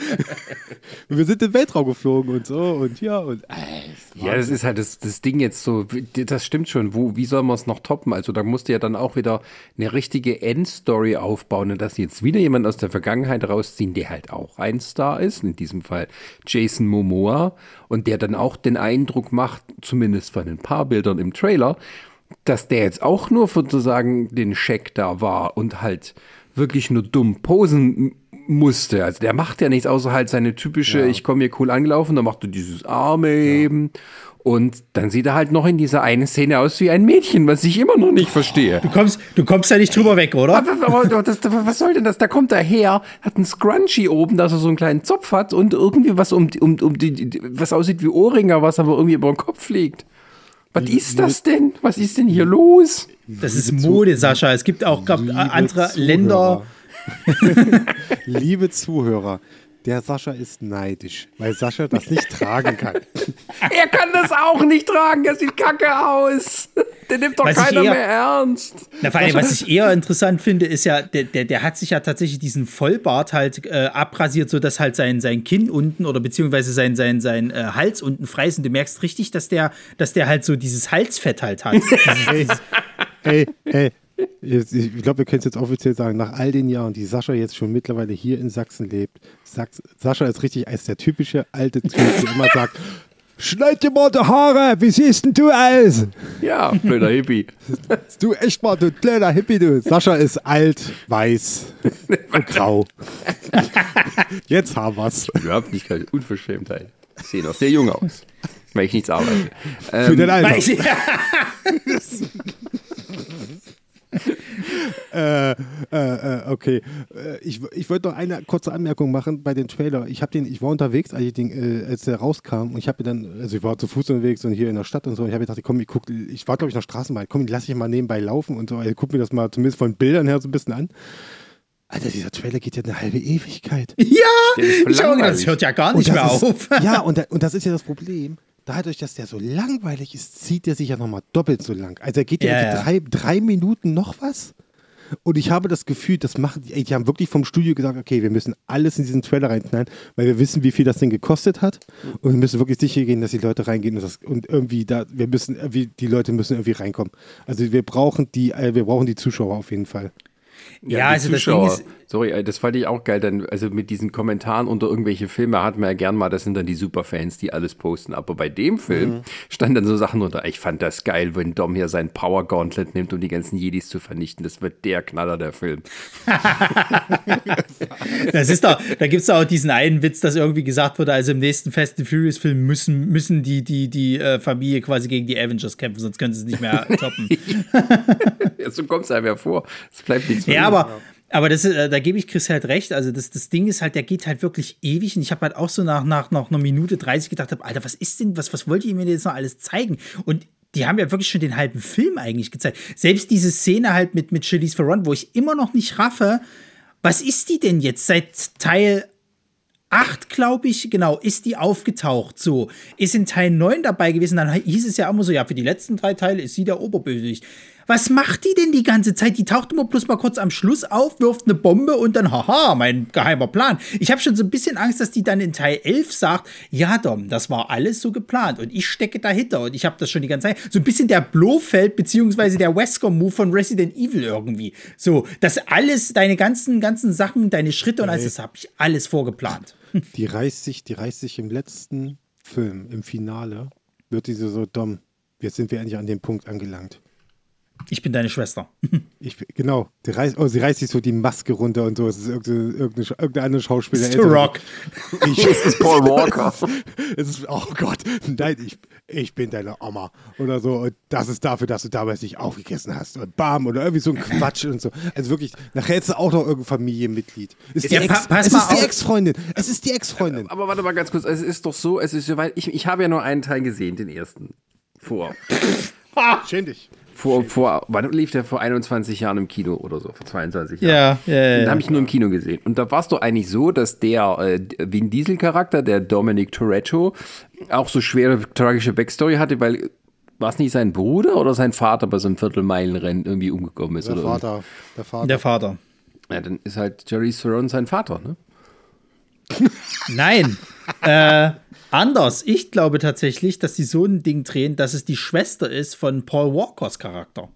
Und wir sind in den Weltraum geflogen und so und ja und äh, ja, das ist halt das, das Ding jetzt so, das stimmt schon, wo, wie soll man es noch toppen? Also da musst du ja dann auch wieder eine richtige Endstory aufbauen und dass jetzt wieder jemand aus der Vergangenheit rausziehen, der halt auch ein Star ist, in diesem Fall Jason Momoa, und der dann auch den Eindruck macht, zumindest von ein paar Bildern im Trailer, dass der jetzt auch nur sozusagen den Scheck da war und halt wirklich nur dumm posen musste. Also der macht ja nichts, außer halt seine typische, ja. ich komme hier cool angelaufen, dann macht er dieses Arme heben Und dann sieht er halt noch in dieser einen Szene aus wie ein Mädchen, was ich immer noch nicht verstehe. Du kommst, du kommst da nicht drüber weg, oder? Aber, aber das, was soll denn das? Da kommt er her, hat einen Scrunchie oben, dass er so einen kleinen Zopf hat und irgendwie was um, um, um die, was aussieht wie Ohrringe, was aber irgendwie über den Kopf liegt. Was ist das denn? Was ist denn hier los? Das ist Mode, Sascha. Es gibt auch glaub, andere Zuhörer. Länder. Liebe Zuhörer, der Sascha ist neidisch, weil Sascha das nicht tragen kann. Er kann das auch nicht tragen, er sieht kacke aus. Den nimmt doch Was ich keiner eher- mehr ernst. Na, vor allem, was ich eher interessant finde, ist ja, der, der, der hat sich ja tatsächlich diesen Vollbart halt äh, abrasiert, sodass halt sein, sein Kinn unten oder beziehungsweise sein, sein, sein äh, Hals unten frei ist. Und du merkst richtig, dass der, dass der halt so dieses Halsfett halt hat. Ey, ey, ey. Jetzt, ich glaube, wir können es jetzt offiziell sagen, nach all den Jahren, die Sascha jetzt schon mittlerweile hier in Sachsen lebt, Sachs, Sascha ist richtig als der typische alte Typ, der immer sagt, schneid dir mal die Haare, wie siehst denn du aus? Ja, blöder Hippie. Du echt mal, du kleiner Hippie, du. Sascha ist alt, weiß und grau. Jetzt haben wir's. Überhaupt nicht keine Unverschämtheit. Ich sehe noch sehr jung aus, weil ich nichts arbeite. Für Ähm, den Alter. Weiß ich- Äh, äh, äh, okay. Äh, ich ich wollte noch eine kurze Anmerkung machen bei den Trailer. Ich habe den, ich war unterwegs, als, ich den, äh, als der rauskam und ich habe dann, also ich war zu Fuß unterwegs und hier in der Stadt und so und ich habe gedacht, komm, ich guck, ich war glaube ich noch Straßenbahn, komm, lass ich mal nebenbei laufen und so, also, guck mir das mal zumindest von Bildern her so ein bisschen an. Alter, dieser Trailer geht ja eine halbe Ewigkeit. Ja, Der ist voll ich auch, langweilig. das hört ja gar Und nicht mehr das auf. ist, ja, und, da, und das ist ja das Problem. Dadurch, dass der so langweilig ist, zieht der sich ja nochmal doppelt so lang. Also er geht ja, Ja, irgendwie ja. Drei, drei Minuten noch was. Und ich habe das Gefühl, das machen die, ey, die haben wirklich vom Studio gesagt, okay, wir müssen alles in diesen Trailer reinknallen, weil wir wissen, wie viel das Ding gekostet hat. Und wir müssen wirklich sicher gehen, dass die Leute reingehen und, das, und irgendwie da, wir müssen, irgendwie, die Leute müssen irgendwie reinkommen. Also wir brauchen die, äh, wir brauchen die Zuschauer auf jeden Fall. Ja, Ja, die also das Zuschauer, Ding ist- sorry, äh, das fand ich auch geil, dann, also mit diesen Kommentaren unter irgendwelche Filme hat man ja gern mal, das sind dann die Superfans, die alles posten, aber bei dem Film Mhm. stand dann so Sachen unter, ich fand das geil, wenn Dom hier sein Power Gauntlet nimmt, um die ganzen Jedis zu vernichten, das wird der Knaller, der Film. Das ist doch, da gibt es auch diesen einen Witz, dass irgendwie gesagt wurde, also im nächsten Fast and Furious Film müssen, müssen die, die, die äh, Familie quasi gegen die Avengers kämpfen, sonst können sie es nicht mehr toppen. Ja, so kommt es einem ja vor, es bleibt nichts Ja, von ihm. aber, aber das, ist, äh, da gebe ich Chris halt recht. Also das, das Ding ist halt, der geht halt wirklich ewig. Und ich habe halt auch so nach, nach, nach einer Minute dreißig gedacht, hab, Alter, was ist denn, was, was wollt ihr mir jetzt noch alles zeigen? Und die haben ja wirklich schon den halben Film eigentlich gezeigt. Selbst diese Szene halt mit, mit Charlize Theron, wo ich immer noch nicht raffe, was ist die denn jetzt seit Teil acht, glaube ich, genau, ist die aufgetaucht. So, ist in Teil neun dabei gewesen. Dann hieß es ja immer so, ja, für die letzten drei Teile ist sie der Oberbösewicht. Was macht die denn die ganze Zeit? Die taucht immer bloß mal kurz am Schluss auf, wirft eine Bombe und dann, haha, mein geheimer Plan. Ich habe schon so ein bisschen Angst, dass die dann in Teil elf sagt, ja, Dom, das war alles so geplant und ich stecke dahinter und ich habe das schon die ganze Zeit. So ein bisschen der Blofeld beziehungsweise der Wesker-Move von Resident Evil irgendwie. So, das alles, deine ganzen, ganzen Sachen, deine Schritte und alles, das habe ich alles vorgeplant. Die reißt sich, die reißt sich im letzten Film, im Finale, wird diese so dumm. Jetzt sind wir endlich an dem Punkt angelangt. Ich bin deine Schwester. Ich, genau, die reißt, oh, sie reißt sich so die Maske runter und so. Es ist irgendeine, irgendeine, irgendeine andere Schauspieler. The Rock. Ich, Es ist Paul Walker. es ist, oh Gott, nein, ich, ich bin deine Oma oder so. Und das ist dafür, dass du damals nicht aufgegessen hast. Und bam, oder irgendwie so ein Quatsch und so. Also wirklich, nachher ist auch noch irgendein Familienmitglied. Ist die Ja, Ex, pa- pass es mal ist die auf. Ex-Freundin. Es ist die Ex-Freundin. Aber warte mal ganz kurz, es ist doch so, es ist soweit, ich, ich habe ja nur einen Teil gesehen, den ersten. Vor. Schäm dich. Vor, vor, wann lief der vor einundzwanzig Jahren im Kino oder so? Vor zweiundzwanzig Jahren. Ja, ja, ja. Den habe ich nur im Kino gesehen. Und da war es doch eigentlich so, dass der äh, Vin Diesel-Charakter, der Dominic Toretto, auch so schwere tragische Backstory hatte, weil war es nicht sein Bruder oder sein Vater bei so einem Viertelmeilenrennen irgendwie umgekommen ist? Der oder Vater. Der Vater. Der Vater. Ja, dann ist halt Charlize Theron sein Vater, ne? Nein. äh, anders. Ich glaube tatsächlich, dass die so ein Ding drehen, dass es die Schwester ist von Paul Walkers Charakter.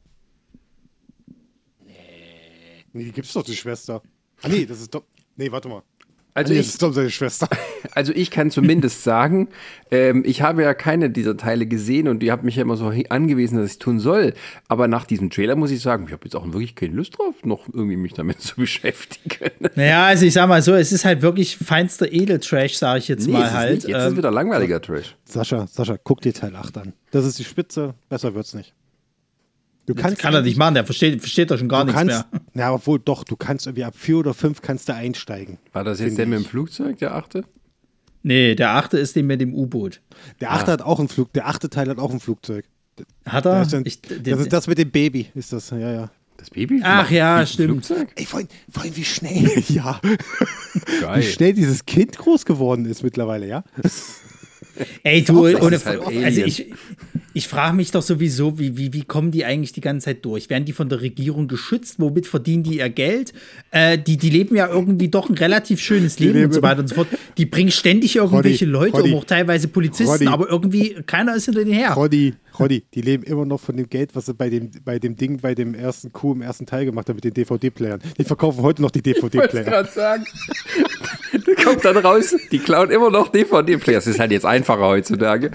Nee, die gibt's doch, die Schwester. Ah, nee, das ist doch. Nee, warte mal. Also nee, ich, das ist doch seine Schwester. Also ich kann zumindest sagen, ähm, ich habe ja keine dieser Teile gesehen und ihr habt mich ja immer so angewiesen, dass ich es tun soll. Aber nach diesem Trailer muss ich sagen, ich habe jetzt auch wirklich keine Lust drauf, noch irgendwie mich damit zu beschäftigen. Naja, also ich sag mal so, es ist halt wirklich feinster Edeltrash, sage ich jetzt Nee, mal ist es halt. nicht. Jetzt ist Ähm, es wieder langweiliger Trash. Sascha, Sascha, guck dir Teil acht an. Das ist die Spitze, besser wird's nicht. Du das kannst kann er nicht machen, der versteht, versteht doch schon gar du nichts kannst, mehr. Ja, obwohl doch, du kannst irgendwie ab vier oder fünf kannst du einsteigen. War das jetzt Finde der mit dem ich. Flugzeug, der achte? Nee, der achte ist den mit dem U-Boot. Der achte hat auch ein Flug, der achte Teil hat auch ein Flugzeug. Hat Da er? ist dann, Ich, den, das ist das mit dem Baby, ist das, ja, ja. Das Baby? Ach Macht- ja, fliegt ein stimmt. Flugzeug? Ey, vorhin, vorhin wie schnell, ja, Geil. wie schnell dieses Kind groß geworden ist mittlerweile, ja. Ey, du, Das ohne, ist halt also Alien. ich, ich frage mich doch sowieso, wie, wie, wie kommen die eigentlich die ganze Zeit durch? Werden die von der Regierung geschützt? Womit verdienen die ihr Geld? Äh, die, die leben ja irgendwie doch ein relativ schönes Leben leben und so weiter und so fort. Die bringen ständig irgendwelche Roddy, Leute Roddy, um, auch teilweise Polizisten, Roddy. aber irgendwie keiner ist hinter denen her. Roddy, Roddy, die leben immer noch von dem Geld, was sie bei dem, bei dem Ding, bei dem ersten Coup im ersten Teil gemacht haben mit den D V D-Playern. Die verkaufen heute noch die Ich wollte D V D-Player. gerade sagen. Da kommt dann raus, die klauen immer noch D V D-Player. Das ist halt jetzt einfacher heutzutage.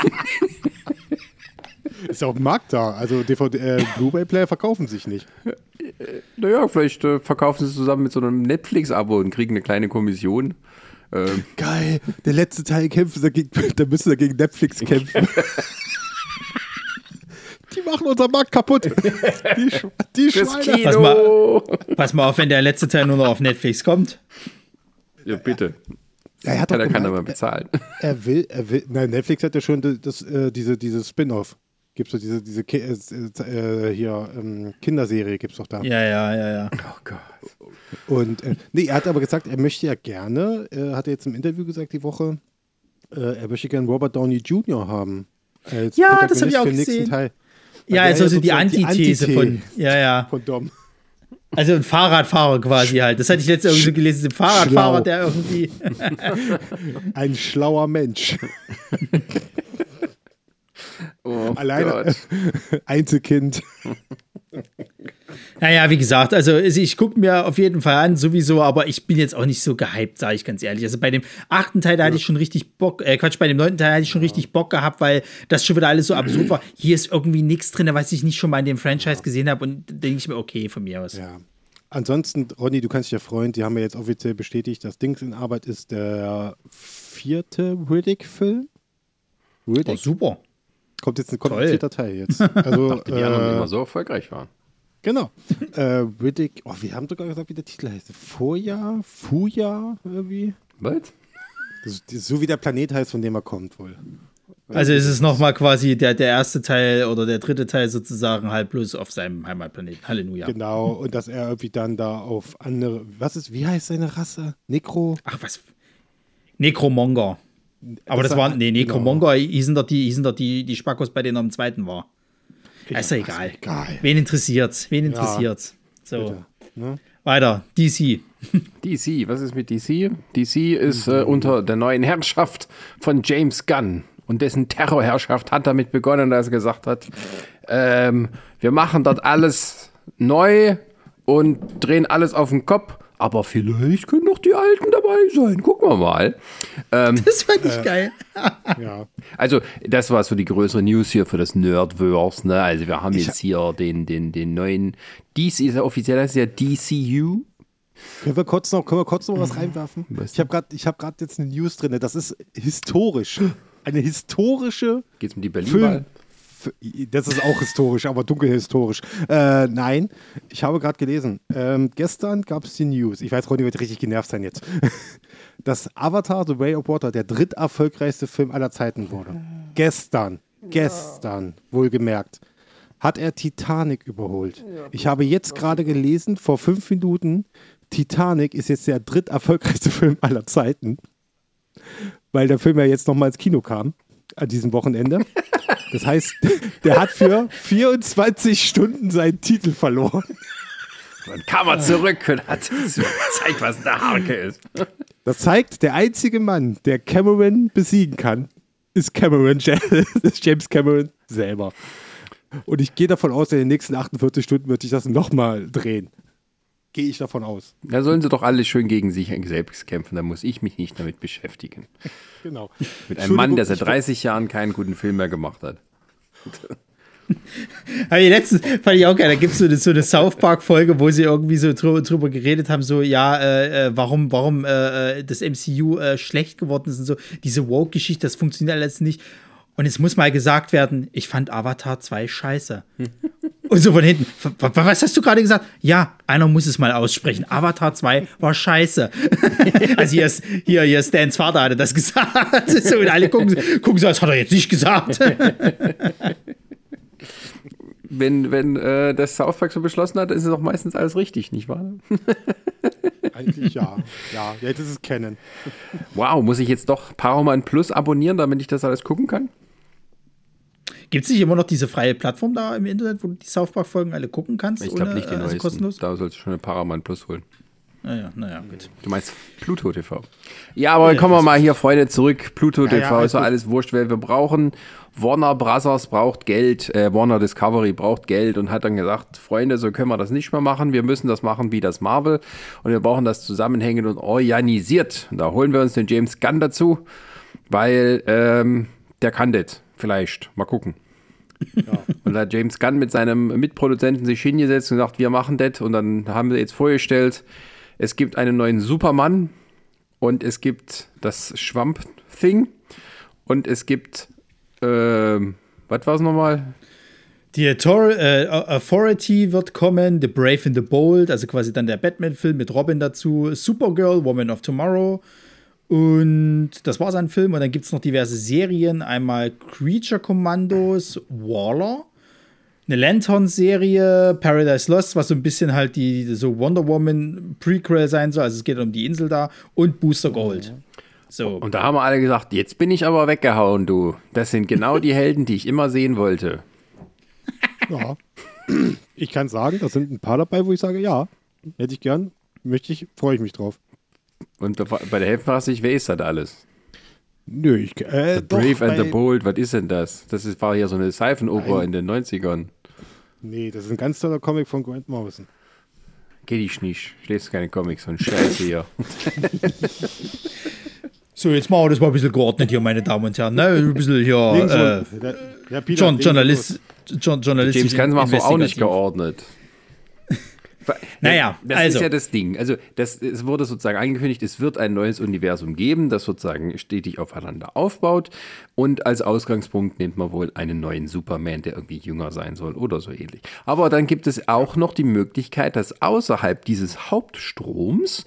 Ist ja auch ein Markt da. Also D V D, äh, Blu-ray-Player verkaufen sich nicht. Naja, vielleicht äh, verkaufen sie es zusammen mit so einem Netflix-Abo und kriegen eine kleine Kommission. Ähm, Geil, der letzte Teil kämpfen dagegen, da müssen wir gegen Netflix kämpfen. Die machen unser Markt kaputt. Die, Sch die fürs Schweine. Pass Kino. Pass mal auf, wenn der letzte Teil nur noch auf Netflix kommt. Ja, bitte. Ja, er hat Kann doch er keiner mal gemeint, bezahlen. Er will, er will. Nein, Netflix hat ja schon das, das, äh, diese, diese Spin-off. Gibt's doch diese, diese Ki äh, hier, ähm, Kinderserie gibt's doch da. Ja, ja, ja, ja. Oh Gott. Und äh, nee, er hat aber gesagt, er möchte ja gerne, äh, hat er jetzt im Interview gesagt die Woche, äh, er möchte gerne Robert Downey Junior haben. Als Ja, das hab ich Protagonist auch für den nächsten gesehen. Teil. Ja, Weil also der so die sozusagen Antithese Antithese von, ja, ja. von Dom. Also ein Fahrradfahrer quasi halt. Das hatte ich letztens irgendwie so gelesen. Ein Fahrradfahrer, Schlau. der irgendwie. Ein schlauer Mensch. Oh Alleine Gott. Einzelkind. Naja, wie gesagt, also ich gucke mir auf jeden Fall an, sowieso, aber ich bin jetzt auch nicht so gehypt, sage ich ganz ehrlich. Also bei dem achten Teil, da hatte ich schon richtig Bock, äh, Quatsch, bei dem neunten Teil hatte ich schon richtig Bock gehabt, weil das schon wieder alles so absurd war. Hier ist irgendwie nichts drin, was ich nicht schon mal in dem Franchise gesehen habe und denke ich mir, okay, von mir aus. Ja. Ansonsten, Ronny, du kannst dich ja freuen, die haben ja jetzt offiziell bestätigt, dass Dings in Arbeit ist der vierte Riddick-Film. Riddick? Oh, super. Kommt jetzt ein, kommt ein Toll. vierter Teil jetzt. Also, Die anderen äh, immer so erfolgreich waren. genau. äh, Riddick, oh, wir haben sogar gesagt, wie der Titel heißt. Vorjahr? Fuja irgendwie? Was? Das ist, das ist so wie der Planet heißt, von dem er kommt wohl. Also ist es nochmal quasi der, der erste Teil oder der dritte Teil sozusagen halt bloß auf seinem Heimatplaneten. Halleluja. Genau, und dass er irgendwie dann da auf andere, was ist, wie heißt seine Rasse? Necro? Ach was. Necromonger. Aber das, Das waren, war- nee, genau. Necromonger hießen doch die, hießen doch die, die Spackos, bei denen er im zweiten war. Ist ja Ach, egal. egal. Wen interessiert's? Wen interessiert's? So, Bitte, ne? weiter. D C. D C, was ist mit D C? D C ist äh, unter der neuen Herrschaft von James Gunn. Und dessen Terrorherrschaft hat damit begonnen, dass er gesagt hat, ähm, wir machen dort alles neu und drehen alles auf den Kopf. Aber vielleicht können doch die Alten dabei sein. Gucken wir mal. Ähm, Das fand ich geil. Ja. also, das war so die größere News hier für das Nerdverse. Ne? Also, wir haben jetzt hier den, den, den neuen D C, ist ja offiziell, heißt ja D C U. Können wir kurz noch, können wir kurz noch was reinwerfen? Was Ich habe gerade hab grad jetzt eine News drin. Das ist historisch. Eine historische Geht's um die Film. Berlin-Wahl? F- Das ist auch historisch, aber dunkelhistorisch. Äh, nein, ich habe gerade gelesen. Ähm, gestern gab es die News. Ich weiß, Ronny wird richtig genervt sein jetzt. Dass Avatar The Way of Water der dritterfolgreichste Film aller Zeiten wurde. Gestern, gestern, wohlgemerkt, hat er Titanic überholt. Ich habe jetzt gerade gelesen, vor fünf Minuten, Titanic ist jetzt der dritterfolgreichste Film aller Zeiten. Weil der Film ja jetzt nochmal ins Kino kam, an diesem Wochenende. Das heißt, der hat für vierundzwanzig Stunden seinen Titel verloren. Dann kam er zurück und hat gezeigt, was der Harke ist. Das zeigt, der einzige Mann, der Cameron besiegen kann, ist Cameron, ist James Cameron selber. Und ich gehe davon aus, in den nächsten achtundvierzig Stunden wird sich das nochmal drehen. Gehe ich davon aus. Da sollen sie doch alle schön gegen sich selbst kämpfen, da muss ich mich nicht damit beschäftigen. Genau. Mit einem Mann, der seit dreißig Jahren keinen guten Film mehr gemacht hat. Aber die letzten fand ich auch geil. Da gibt es so eine, so eine South Park-Folge, wo sie irgendwie so drüber, drüber geredet haben, so, ja, äh, warum, warum äh, das M C U äh, schlecht geworden ist und so. Diese Woke-Geschichte, das funktioniert alles nicht. Und es muss mal gesagt werden, ich fand Avatar zwei scheiße. Und so von hinten, was hast du gerade gesagt? Ja, einer muss es mal aussprechen. Avatar zwei war scheiße. Also hier, ist, hier, hier Stans Vater hatte das gesagt. So, und alle gucken, gucken so, das hat er jetzt nicht gesagt. Wenn, wenn äh, das South Park so beschlossen hat, ist es doch meistens alles richtig, nicht wahr? Eigentlich ja. Ja, jetzt ist es kennen. Wow, muss ich jetzt doch Paramount Plus abonnieren, damit ich das alles gucken kann? Gibt es nicht immer noch diese freie Plattform da im Internet, wo du die South Park-Folgen alle gucken kannst? Ich glaube nicht die äh, neuesten. Kostenlos? Da sollst du schon eine Paramount Plus holen. Naja, naja, gut. Du meinst Pluto T V. Ja, aber Ja, kommen wir das mal hier, Freunde, zurück. Pluto T V ja, ist doch also- alles wurscht, weil wir brauchen. Warner Brothers braucht Geld, äh, Warner Discovery braucht Geld und hat dann gesagt, Freunde, so können wir das nicht mehr machen. Wir müssen das machen wie das Marvel und wir brauchen das zusammenhängend und organisiert. Und da holen wir uns den James Gunn dazu, weil ähm, der kann das vielleicht. Mal gucken. Ja. Und da hat James Gunn mit seinem Mitproduzenten sich hingesetzt und gesagt, wir machen das. Und dann haben wir jetzt vorgestellt, es gibt einen neuen Superman und es gibt das Schwamp-Thing und es gibt, äh, was war es nochmal? Die Author äh, Authority wird kommen, The Brave and the Bold, also quasi dann der Batman-Film mit Robin dazu, Supergirl, Woman of Tomorrow. Und das war sein Film. Und dann gibt es noch diverse Serien. Einmal Creature Commandos, Waller, eine Lantern-Serie, Paradise Lost, was so ein bisschen halt die so Wonder Woman Prequel sein soll. Also es geht um die Insel da. Und Booster Gold. So. Und da haben wir alle gesagt, jetzt bin ich aber weggehauen, du. Das sind genau die Helden, die ich immer sehen wollte. Ja. Ich kann sagen, da sind ein paar dabei, wo ich sage, ja, hätte ich gern, möchte ich, freue ich mich drauf. Und bei der Hälfte fragst du dich, wer ist das alles? Nö, ich äh, The doch, Brave and bei- the Bold, was ist denn das? Das ist, war hier so eine Seifenoper in den neunzigern. Nee, das ist ein ganz toller Comic von Grant Morrison. Geh dich nicht, ich lese keine Comics, so ein Scheiße hier. So, jetzt machen wir das mal ein bisschen geordnet hier, meine Damen und Herren. Ne? Ein bisschen hier. Links Äh, unten. Der, der Peter, John, links Journalist, John, Journalistisch. James Gunn macht auch nicht investigativ. geordnet. Naja, das also. ist ja das Ding. Also, das, es wurde sozusagen angekündigt, es wird ein neues Universum geben, das sozusagen stetig aufeinander aufbaut. Und als Ausgangspunkt nimmt man wohl einen neuen Superman, der irgendwie jünger sein soll oder so ähnlich. Aber dann gibt es auch noch die Möglichkeit, dass außerhalb dieses Hauptstroms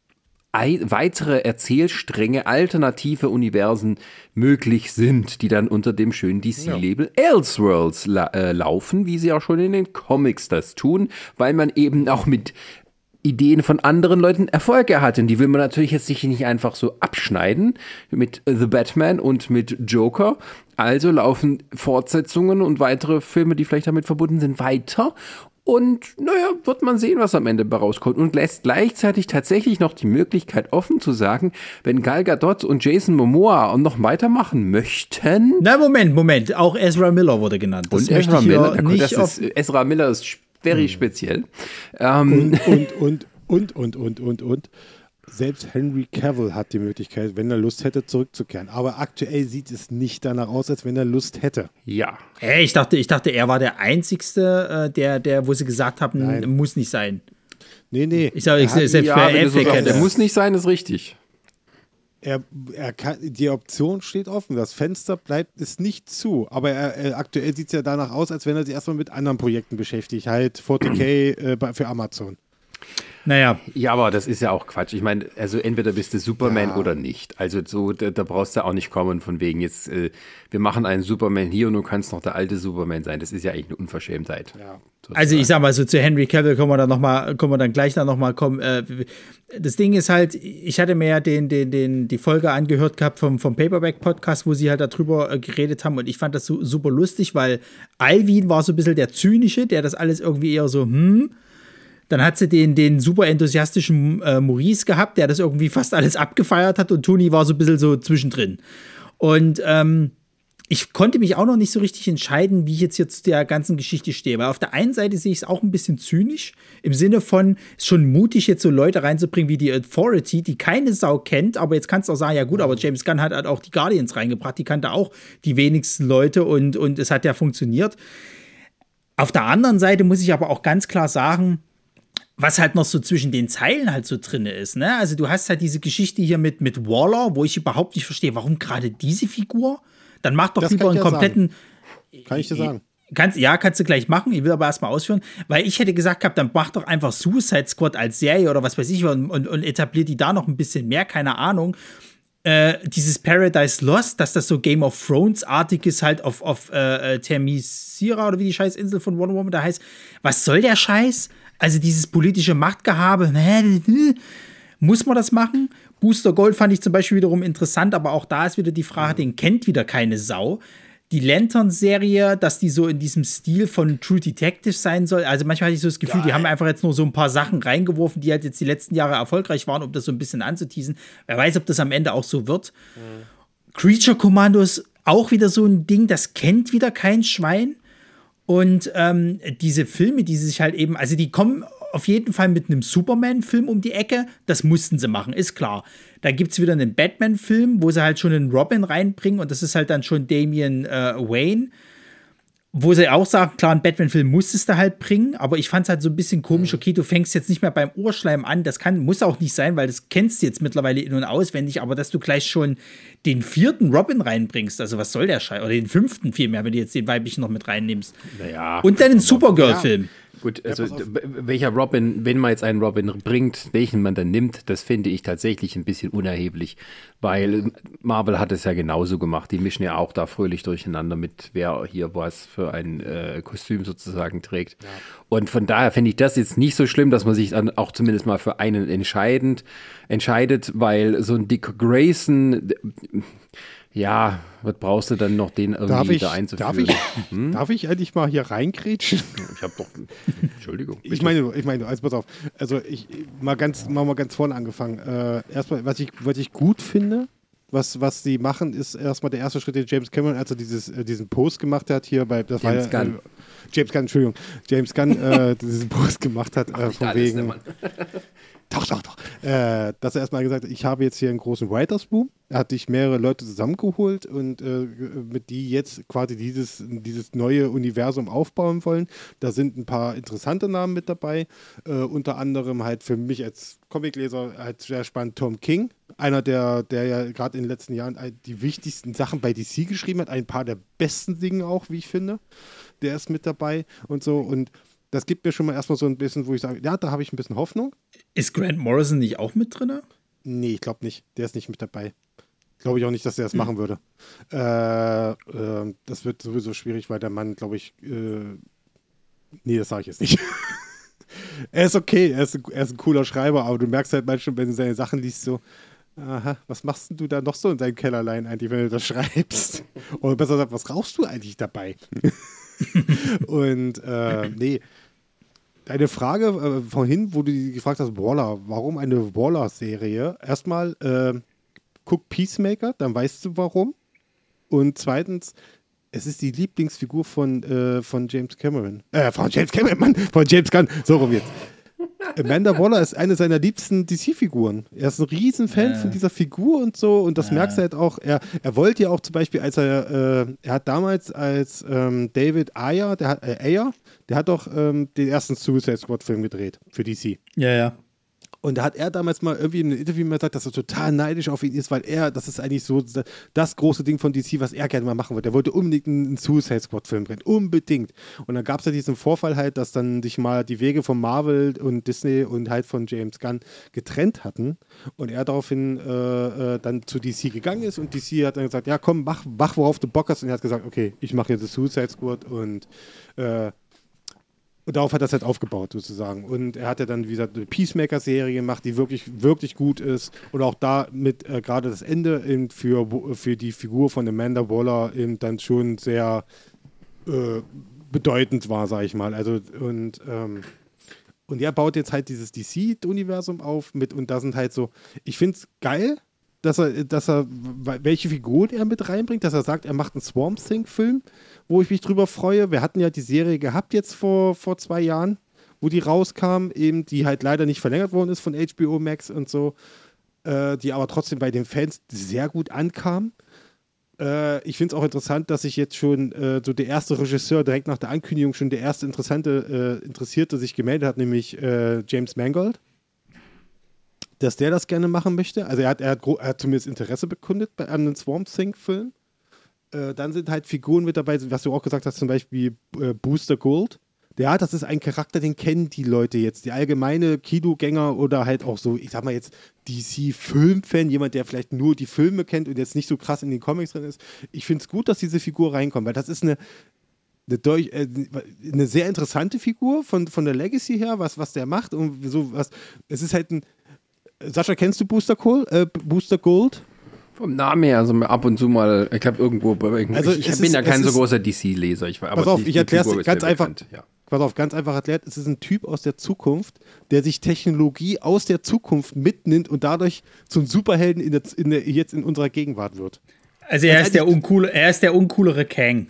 ei- weitere Erzählstränge, alternative Universen möglich sind, die dann unter dem schönen D C-Label Elseworlds la äh, laufen, wie sie auch schon in den Comics das tun, weil man eben auch mit Ideen von anderen Leuten Erfolge hat. Und die will man natürlich jetzt sich nicht einfach so abschneiden mit The Batman und mit Joker. Also laufen Fortsetzungen und weitere Filme, die vielleicht damit verbunden sind, weiter. Und naja, wird man sehen, was am Ende bei rauskommt. Und lässt gleichzeitig tatsächlich noch die Möglichkeit offen zu sagen, wenn Gal Gadot und Jason Momoa noch weitermachen möchten. Na, Moment, Moment. Auch Ezra Miller wurde genannt. Das Und möchte Ezra ich hier Miller, na gut, nicht das auf- ist, Ezra Miller ist very speziell. Ähm, Und, und, und, und, und, und, und, und. Selbst Henry Cavill hat die Möglichkeit, wenn er Lust hätte, zurückzukehren. Aber aktuell sieht es nicht danach aus, als wenn er Lust hätte. ja. Hey, ich dachte, ich dachte, er war der Einzigste, äh, der, der, wo sie gesagt haben, Nein. muss nicht sein. Nee, nee. Ich sage, Er ich, hat- selbst Ja, bei wenn du so Affleck sagst, hätte der er- muss nicht sein, ist richtig. Er, er kann, die Option steht offen. Das Fenster bleibt es nicht zu. Aber er, er, aktuell sieht es ja danach aus, als wenn er sich erstmal mit anderen Projekten beschäftigt. Halt vierzig K äh, bei- für Amazon. Naja, Ja, aber das ist ja auch Quatsch. Ich meine, also entweder bist du Superman Ja. oder nicht. Also so, da, da brauchst du auch nicht kommen von wegen jetzt, äh, wir machen einen Superman hier und du kannst noch der alte Superman sein. Das ist ja eigentlich eine Unverschämtheit. Ja. also ich sag mal so, zu Henry Cavill kommen wir dann noch mal, kommen wir dann gleich dann noch mal kommen. Äh, das Ding ist halt, ich hatte mir ja den, den, den, die Folge angehört gehabt vom, vom Paperback-Podcast, wo sie halt darüber äh, geredet haben und ich fand das so, super lustig, weil Alvin war so ein bisschen der Zynische, der das alles irgendwie eher so, hm. Dann hat sie den, den super enthusiastischen äh, Maurice gehabt, der das irgendwie fast alles abgefeiert hat und Toni war so ein bisschen so zwischendrin. Und ähm, ich konnte mich auch noch nicht so richtig entscheiden, wie ich jetzt, jetzt zu der ganzen Geschichte stehe. Weil auf der einen Seite sehe ich es auch ein bisschen zynisch, im Sinne von, es ist schon mutig, jetzt so Leute reinzubringen wie die Authority, die keine Sau kennt, aber jetzt kannst du auch sagen, ja gut, aber James Gunn hat halt auch die Guardians reingebracht, die kannte auch die wenigsten Leute und, und es hat ja funktioniert. Auf der anderen Seite muss ich aber auch ganz klar sagen, was halt noch so zwischen den Zeilen halt so drin ist, ne? Also du hast halt diese Geschichte hier mit, mit Waller, wo ich überhaupt nicht verstehe, warum gerade diese Figur? Dann mach doch Das lieber kann einen ich ja kompletten. sagen. Kann ich dir sagen. Kannst, ja, kannst du gleich machen. Ich will aber erstmal ausführen, weil ich hätte gesagt gehabt, dann mach doch einfach Suicide Squad als Serie oder was weiß ich und, und, und etabliert die da noch ein bisschen mehr, keine Ahnung. Äh, dieses Paradise Lost, dass das so Game of Thrones-artiges halt auf, auf äh, Themyscira oder wie die Scheißinsel von Wonder Woman da heißt. Was soll der Scheiß? Also dieses politische Machtgehabe, muss man das machen? Booster Gold fand ich zum Beispiel wiederum interessant, aber auch da ist wieder die Frage, den kennt wieder keine Sau. Die Lantern-Serie, dass die so in diesem Stil von True Detective sein soll. Also manchmal hatte ich so das Gefühl, Geil. Die haben einfach jetzt nur so ein paar Sachen reingeworfen, die halt jetzt die letzten Jahre erfolgreich waren, um das so ein bisschen anzuteasen. Wer weiß, ob das am Ende auch so wird. Mhm. Creature Commandos, auch wieder so ein Ding, das kennt wieder kein Schwein. Und ähm, diese Filme, die sich halt eben, also die kommen auf jeden Fall mit einem Superman-Film um die Ecke. Das mussten sie machen, ist klar. Da gibt es wieder einen Batman-Film, wo sie halt schon einen Robin reinbringen und das ist halt dann schon Damian äh, Wayne. Wo sie auch sagen, klar, einen Batman-Film musstest du halt bringen, aber ich fand es halt so ein bisschen komisch, okay, du fängst jetzt nicht mehr beim Ohrschleim an, das kann, muss auch nicht sein, weil das kennst du jetzt mittlerweile in- und auswendig, aber dass du gleich schon den vierten Robin reinbringst, also was soll der Scheiß, oder den fünften vielmehr, wenn du jetzt den weiblichen noch mit reinnimmst. Naja, und dann den Supergirl-Film. Ja. Gut, also ja, welcher Robin, wenn man jetzt einen Robin bringt, welchen man dann nimmt, das finde ich tatsächlich ein bisschen unerheblich, weil Marvel hat es ja genauso gemacht. Die mischen ja auch da fröhlich durcheinander mit, wer hier was für ein äh, Kostüm sozusagen trägt. Ja. Und von daher finde ich das jetzt nicht so schlimm, dass man sich dann auch zumindest mal für einen entscheidend entscheidet, weil so ein Dick Grayson, ja, was brauchst du dann noch, den irgendwie darf ich, da einzuführen? Darf ich, hm? darf ich eigentlich mal hier reingrätschen? Ich habe doch, Entschuldigung. Bitte. Ich meine, ich meine, also pass auf, also ich, mal ganz, mal, mal ganz vorne angefangen. Äh, erstmal, was ich, was ich gut finde, was, was sie machen, ist erstmal der erste Schritt, den James Cameron, als er dieses, äh, diesen Post gemacht hat hier bei, das James war Gunn. Äh, James Gunn, Entschuldigung, James Gunn äh, diesen Post gemacht hat, äh, von wegen. Doch, doch, doch. Äh, dass er erstmal gesagt hat, ich habe jetzt hier einen großen Writers Boom. Er hat sich mehrere Leute zusammengeholt und äh, mit die jetzt quasi dieses, dieses neue Universum aufbauen wollen. Da sind ein paar interessante Namen mit dabei. Äh, unter anderem halt für mich als Comicleser halt sehr spannend Tom King. Einer, der, der ja gerade in den letzten Jahren die wichtigsten Sachen bei D C geschrieben hat. Ein paar der besten Dinge auch, wie ich finde. Der ist mit dabei und so. Und das gibt mir schon mal erstmal so ein bisschen, wo ich sage, ja, da habe ich ein bisschen Hoffnung. Ist Grant Morrison nicht auch mit drin? Nee, ich glaube nicht. Der ist nicht mit dabei. Glaube ich auch nicht, dass der das hm. machen würde. Äh, äh, das wird sowieso schwierig, weil der Mann, glaube ich, äh, nee, das sage ich jetzt nicht. Er ist okay, er ist, ein, er ist ein cooler Schreiber, aber du merkst halt manchmal, wenn du seine Sachen liest, so, aha, was machst denn du da noch so in deinem Kellerlein eigentlich, wenn du das schreibst? Oder besser gesagt, was rauchst du eigentlich dabei? Und äh, nee, deine Frage äh, vorhin, wo du gefragt hast, Waller, warum eine Waller-Serie? Erstmal, äh, guck Peacemaker, dann weißt du warum. Und zweitens, es ist die Lieblingsfigur von, äh, von James Cameron. Äh, von James Cameron, Mann, von James Gunn. So rum jetzt. Amanda Waller ist eine seiner liebsten D C-Figuren. Er ist ein Riesenfan äh. von dieser Figur und so. Und das äh. merkst du halt auch. Er, er wollte ja auch zum Beispiel, als er, äh, er hat damals als ähm, David Ayer, der hat, äh, Ayer, der hat doch ähm, den ersten Suicide Squad-Film gedreht für D C. Ja, ja. Und da hat er damals mal irgendwie in einem Interview mal gesagt, dass er total neidisch auf ihn ist, weil er, das ist eigentlich so das große Ding von D C, was er gerne mal machen wollte. Er wollte unbedingt einen Suicide Squad-Film drehen. Unbedingt. Und dann gab es ja diesen Vorfall halt, dass dann sich mal die Wege von Marvel und Disney und halt von James Gunn getrennt hatten. Und er daraufhin äh, äh, dann zu D C gegangen ist und D C hat dann gesagt, ja komm, mach, mach worauf du Bock hast. Und er hat gesagt, okay, ich mache jetzt das Suicide Squad und äh, Und darauf hat er es halt aufgebaut, sozusagen. Und er hat ja dann, wie gesagt, eine Peacemaker-Serie gemacht, die wirklich, wirklich gut ist. Und auch da mit äh, gerade das Ende eben für, für die Figur von Amanda Waller eben dann schon sehr äh, bedeutend war, sag ich mal. Also, und, ähm, und er baut jetzt halt dieses D C-Universum auf mit, und da sind halt so, ich finde es geil, dass er, dass er, welche Figuren er mit reinbringt, dass er sagt, er macht einen Swamp Thing-Film, wo ich mich drüber freue. Wir hatten ja die Serie gehabt jetzt vor, vor zwei Jahren, wo die rauskam, eben, die halt leider nicht verlängert worden ist von H B O Max und so, äh, die aber trotzdem bei den Fans sehr gut ankam. Äh, ich finde es auch interessant, dass sich jetzt schon äh, so der erste Regisseur direkt nach der Ankündigung schon der erste interessante, äh, Interessierte sich gemeldet hat, nämlich äh, James Mangold, dass der das gerne machen möchte. Also er hat, er hat, er hat zumindest Interesse bekundet bei einem Swamp Thing-Film. Äh, dann sind halt Figuren mit dabei, was du auch gesagt hast, zum Beispiel äh, Booster Gold. Ja, das ist ein Charakter, den kennen die Leute jetzt. Die allgemeine Kinogänger oder halt auch so, ich sag mal jetzt D C-Filmfan, jemand, der vielleicht nur die Filme kennt und jetzt nicht so krass in den Comics drin ist. Ich finde es gut, dass diese Figur reinkommt, weil das ist eine, eine, durch, äh, eine sehr interessante Figur von, von der Legacy her, was, was der macht und so was. Es ist halt ein. Sascha, kennst du Booster Gold? Äh, Booster Gold? Vom Namen her, also ab und zu mal, ich glaube irgendwo, also ich, ich bin ist, ja kein so ist, großer D C-Leser. Ich, pass auf, ich erkläre es ganz einfach. Bekannt, ja. Pass auf, ganz einfach erklärt, es ist ein Typ aus der Zukunft, der sich Technologie aus der Zukunft mitnimmt und dadurch zum Superhelden in der, in der, jetzt in unserer Gegenwart wird. Also er ist, der uncoole, er ist der uncoolere Kang.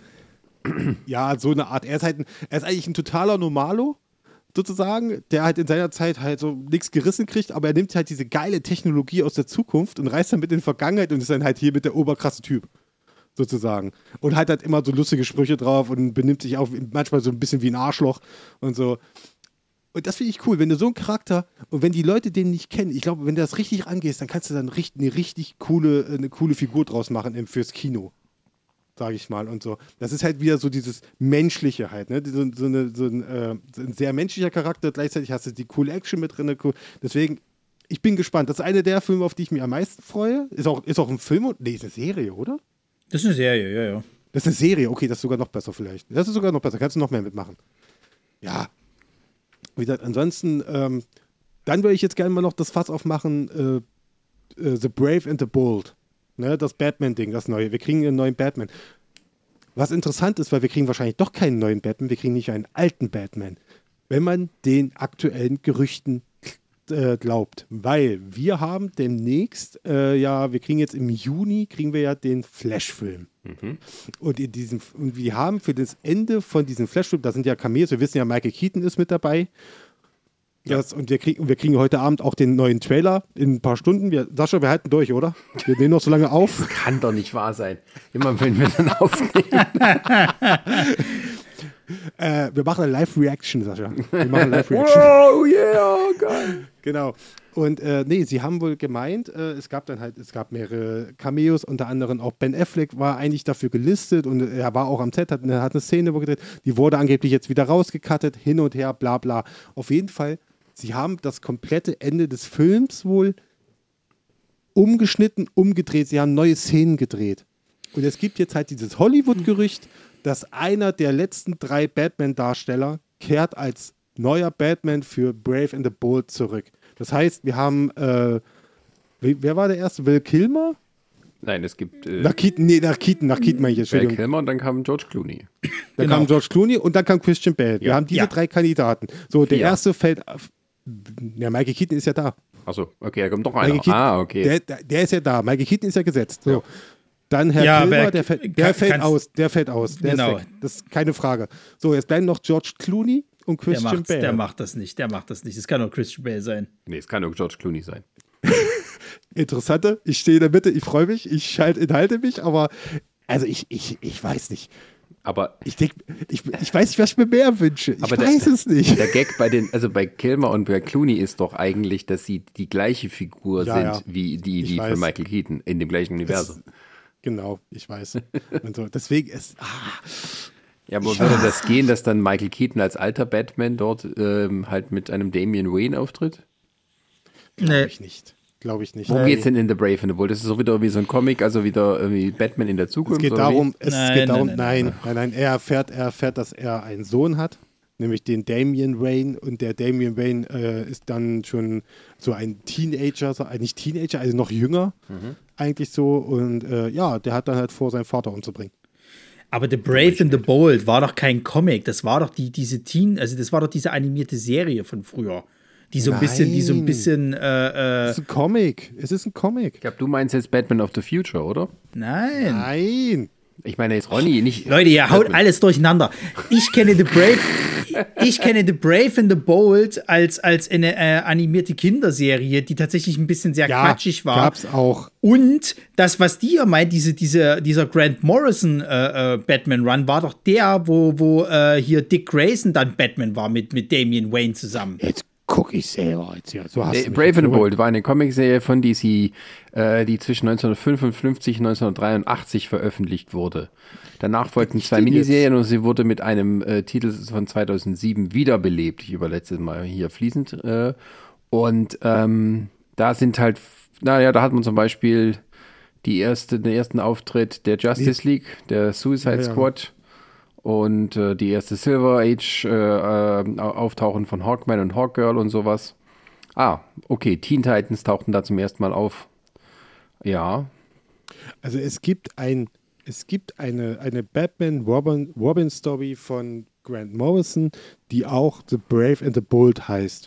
Ja, so eine Art. Er ist halt ein, er ist eigentlich ein totaler Normalo, sozusagen, der halt in seiner Zeit halt so nichts gerissen kriegt, aber er nimmt halt diese geile Technologie aus der Zukunft und reist dann mit in die Vergangenheit und ist dann halt hier mit der oberkrasse Typ. Sozusagen. Und hat halt immer so lustige Sprüche drauf und benimmt sich auch manchmal so ein bisschen wie ein Arschloch und so. Und das finde ich cool, wenn du so einen Charakter und wenn die Leute den nicht kennen, ich glaube, wenn du das richtig angehst, dann kannst du dann richtig, eine richtig coole, eine coole Figur draus machen fürs Kino. Sage ich mal und so. Das ist halt wieder so dieses Menschliche halt, ne? So, so, eine, so, ein, äh, so ein sehr menschlicher Charakter, gleichzeitig hast du die coole Action mit drin. Cool. Deswegen, ich bin gespannt. Das ist einer der Filme, auf die ich mich am meisten freue. Ist auch, ist auch ein Film und, nee, ist eine Serie, oder? Das ist eine Serie, ja, ja. Das ist eine Serie, okay, das ist sogar noch besser vielleicht. Das ist sogar noch besser, kannst du noch mehr mitmachen. Ja. Wie gesagt, ansonsten, ähm, dann würde ich jetzt gerne mal noch das Fass aufmachen, äh, äh, The Brave and the Bold. Ne, das Batman-Ding, das neue. Wir kriegen einen neuen Batman. Was interessant ist, weil wir kriegen wahrscheinlich doch keinen neuen Batman, wir kriegen nicht einen alten Batman. Wenn man den aktuellen Gerüchten äh, glaubt. Weil wir haben demnächst, äh, ja, wir kriegen jetzt im Juni, kriegen wir ja den Flash-Film. Mhm. Und in diesem, und wir haben für das Ende von diesem Flash-Film, da sind ja Cameos, wir wissen ja, Michael Keaton ist mit dabei. Das, ja. Und wir kriegen, wir kriegen heute Abend auch den neuen Trailer in ein paar Stunden. Wir, Sascha, wir halten durch, oder? Wir nehmen noch so lange auf. Das kann doch nicht wahr sein. Immer wenn wir dann aufnehmen. äh, wir machen eine Live-Reaction, Sascha. Wir machen eine Live-Reaction. Oh yeah, geil. Genau. Und äh, nee, sie haben wohl gemeint, äh, es gab dann halt, es gab mehrere Cameos, unter anderem auch Ben Affleck war eigentlich dafür gelistet und er war auch am Set, hat, hat eine Szene gedreht, die wurde angeblich jetzt wieder rausgecuttet, hin und her, bla bla. Auf jeden Fall, sie haben das komplette Ende des Films wohl umgeschnitten, umgedreht, sie haben neue Szenen gedreht. Und es gibt jetzt halt dieses Hollywood-Gerücht, dass einer der letzten drei Batman-Darsteller kehrt als neuer Batman für Brave and the Bold zurück. Das heißt, wir haben, äh, wer war der erste? Will Kilmer? Nein, es gibt... Äh, nach Keaton, nee, nach Keaton, nach Keaton meine ich jetzt. Will Kilmer und dann kam George Clooney. Dann genau. kam George Clooney und dann kam Christian Bale. Wir ja. haben diese ja. drei Kandidaten. So, der ja. erste fällt auf, ja, Michael Keaton ist ja da. Achso, okay, da kommt doch einer. Keaton, ah, okay. Der, der, der ist ja da. Michael Keaton ist ja gesetzt. So. Ja. Dann Herr ja, Kilmer, wer, der, fällt, der fällt aus. Der fällt aus. Der genau. ist weg. Das ist keine Frage. So, jetzt bleiben noch George Clooney und Christian der Bale. Der macht das nicht, der macht das nicht. Es kann nur Christian Bale sein. Nee, es kann nur George Clooney sein. Interessante, ich stehe in der Mitte, ich freue mich, ich schalte, enthalte mich, aber also ich, ich, ich weiß nicht. Aber ich, denk, ich, ich weiß nicht, was ich mir mehr wünsche. Ich aber weiß der, es nicht. Der Gag bei den, also bei Kilmer und bei Clooney ist doch eigentlich, dass sie die gleiche Figur ja, sind ja. wie die, die für Michael Keaton in dem gleichen Universum. Es, genau, ich weiß. Und so, deswegen ist. Ah, ja, aber würde das gehen, dass dann Michael Keaton als alter Batman dort ähm, halt mit einem Damian Wayne auftritt? Glaube nee. ich nicht. Glaube ich nicht. Worum geht es denn in The Brave and the Bold? Das ist so wieder wie so ein Comic, also wieder irgendwie Batman in der Zukunft? Es geht darum, es nein, geht darum, nein, nein, nein, nein, nein, er erfährt, er erfährt, dass er einen Sohn hat, nämlich den Damian Wayne und der Damian Wayne äh, ist dann schon so ein Teenager, so, nicht Teenager, also noch jünger mhm. eigentlich so und äh, ja, der hat dann halt vor, seinen Vater umzubringen. Aber The Brave and the Bold war doch kein Comic, das war doch die, diese Teen, also das war doch diese animierte Serie von früher. die so ein bisschen, die so ein bisschen. Äh, äh, es ist ein Comic. Es ist ein Comic. Ich glaube, du meinst jetzt Batman of the Future, oder? nein. Nein. Ich meine jetzt Ronny, nicht. Leute, ihr haut alles durcheinander. Ich kenne The Brave, ich kenne The Brave and the Bold als, als eine äh, animierte Kinderserie, die tatsächlich ein bisschen sehr Ja, quatschig war. gab's auch. Und das, was die ihr meint, diese, diese, dieser Grant Morrison äh, äh, Batman Run, war doch der, wo, wo äh, hier Dick Grayson dann Batman war mit, mit Damian Wayne zusammen. Jetzt guck ich selber jetzt hier. So hast Nee, du mich Brave and the jetzt Bold war eine Comicserie von D C, äh, die zwischen neunzehnhundertfünfundfünfzig und neunzehnhundertdreiundachtzig veröffentlicht wurde. Danach folgten zwei Stimmt Miniserien und sie wurde mit einem äh, Titel von zweitausendsieben wiederbelebt. Ich überletze mal hier fließend. Äh, und ähm, da sind halt, naja, da hat man zum Beispiel die erste, den ersten Auftritt der Justice League, der Suicide Ja, ja. Squad. Und äh, die erste Silver Age äh, äh, Auftauchen von Hawkman und Hawkgirl und sowas. Ah, okay, Teen Titans tauchten da zum ersten Mal auf. Ja. Also es gibt ein, es gibt eine, eine Batman Robin, Robin Story von Grant Morrison, die auch The Brave and the Bold heißt.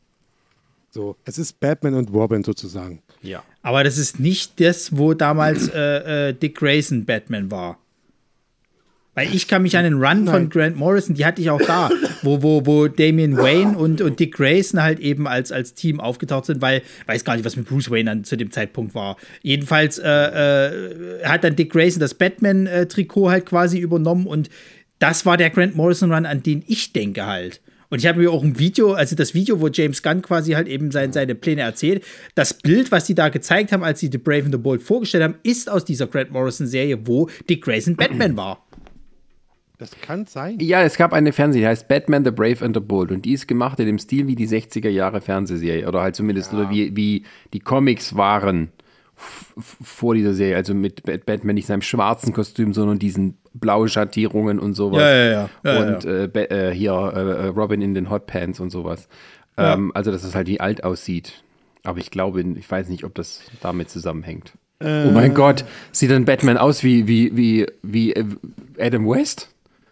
So, es ist Batman und Robin sozusagen. Ja. Aber das ist nicht das, wo damals äh, äh, Dick Grayson Batman war. Weil ich kann mich an den Run von Grant Morrison, die hatte ich auch da, wo, wo, wo Damian Wayne und, und Dick Grayson halt eben als, als Team aufgetaucht sind, weil, weiß gar nicht, was mit Bruce Wayne dann zu dem Zeitpunkt war. Jedenfalls äh, äh, hat dann Dick Grayson das Batman-Trikot halt quasi übernommen und das war der Grant Morrison Run, an den ich denke halt. Und ich habe mir auch ein Video, also das Video, wo James Gunn quasi halt eben sein, seine Pläne erzählt, das Bild, was die da gezeigt haben, als sie The Brave and the Bold vorgestellt haben, ist aus dieser Grant Morrison-Serie, wo Dick Grayson Batman war. Das kann sein. Ja, es gab eine Fernsehserie, die heißt Batman the Brave and the Bold und die ist gemacht in dem Stil wie die sechziger Jahre Fernsehserie oder halt zumindest Ja. oder wie, wie die Comics waren f- f- vor dieser Serie, also mit Bat- Batman nicht seinem schwarzen Kostüm, sondern diesen blauen Schattierungen und sowas. Ja, ja, ja. Ja, und Äh, Ba- äh, hier äh, Robin in den Hotpants und sowas. Ja. Ähm, also, dass es halt wie alt aussieht. Aber ich glaube, ich weiß nicht, ob das damit zusammenhängt. Äh, Oh mein Gott, sieht dann Batman aus wie, wie, wie, wie äh, Adam West?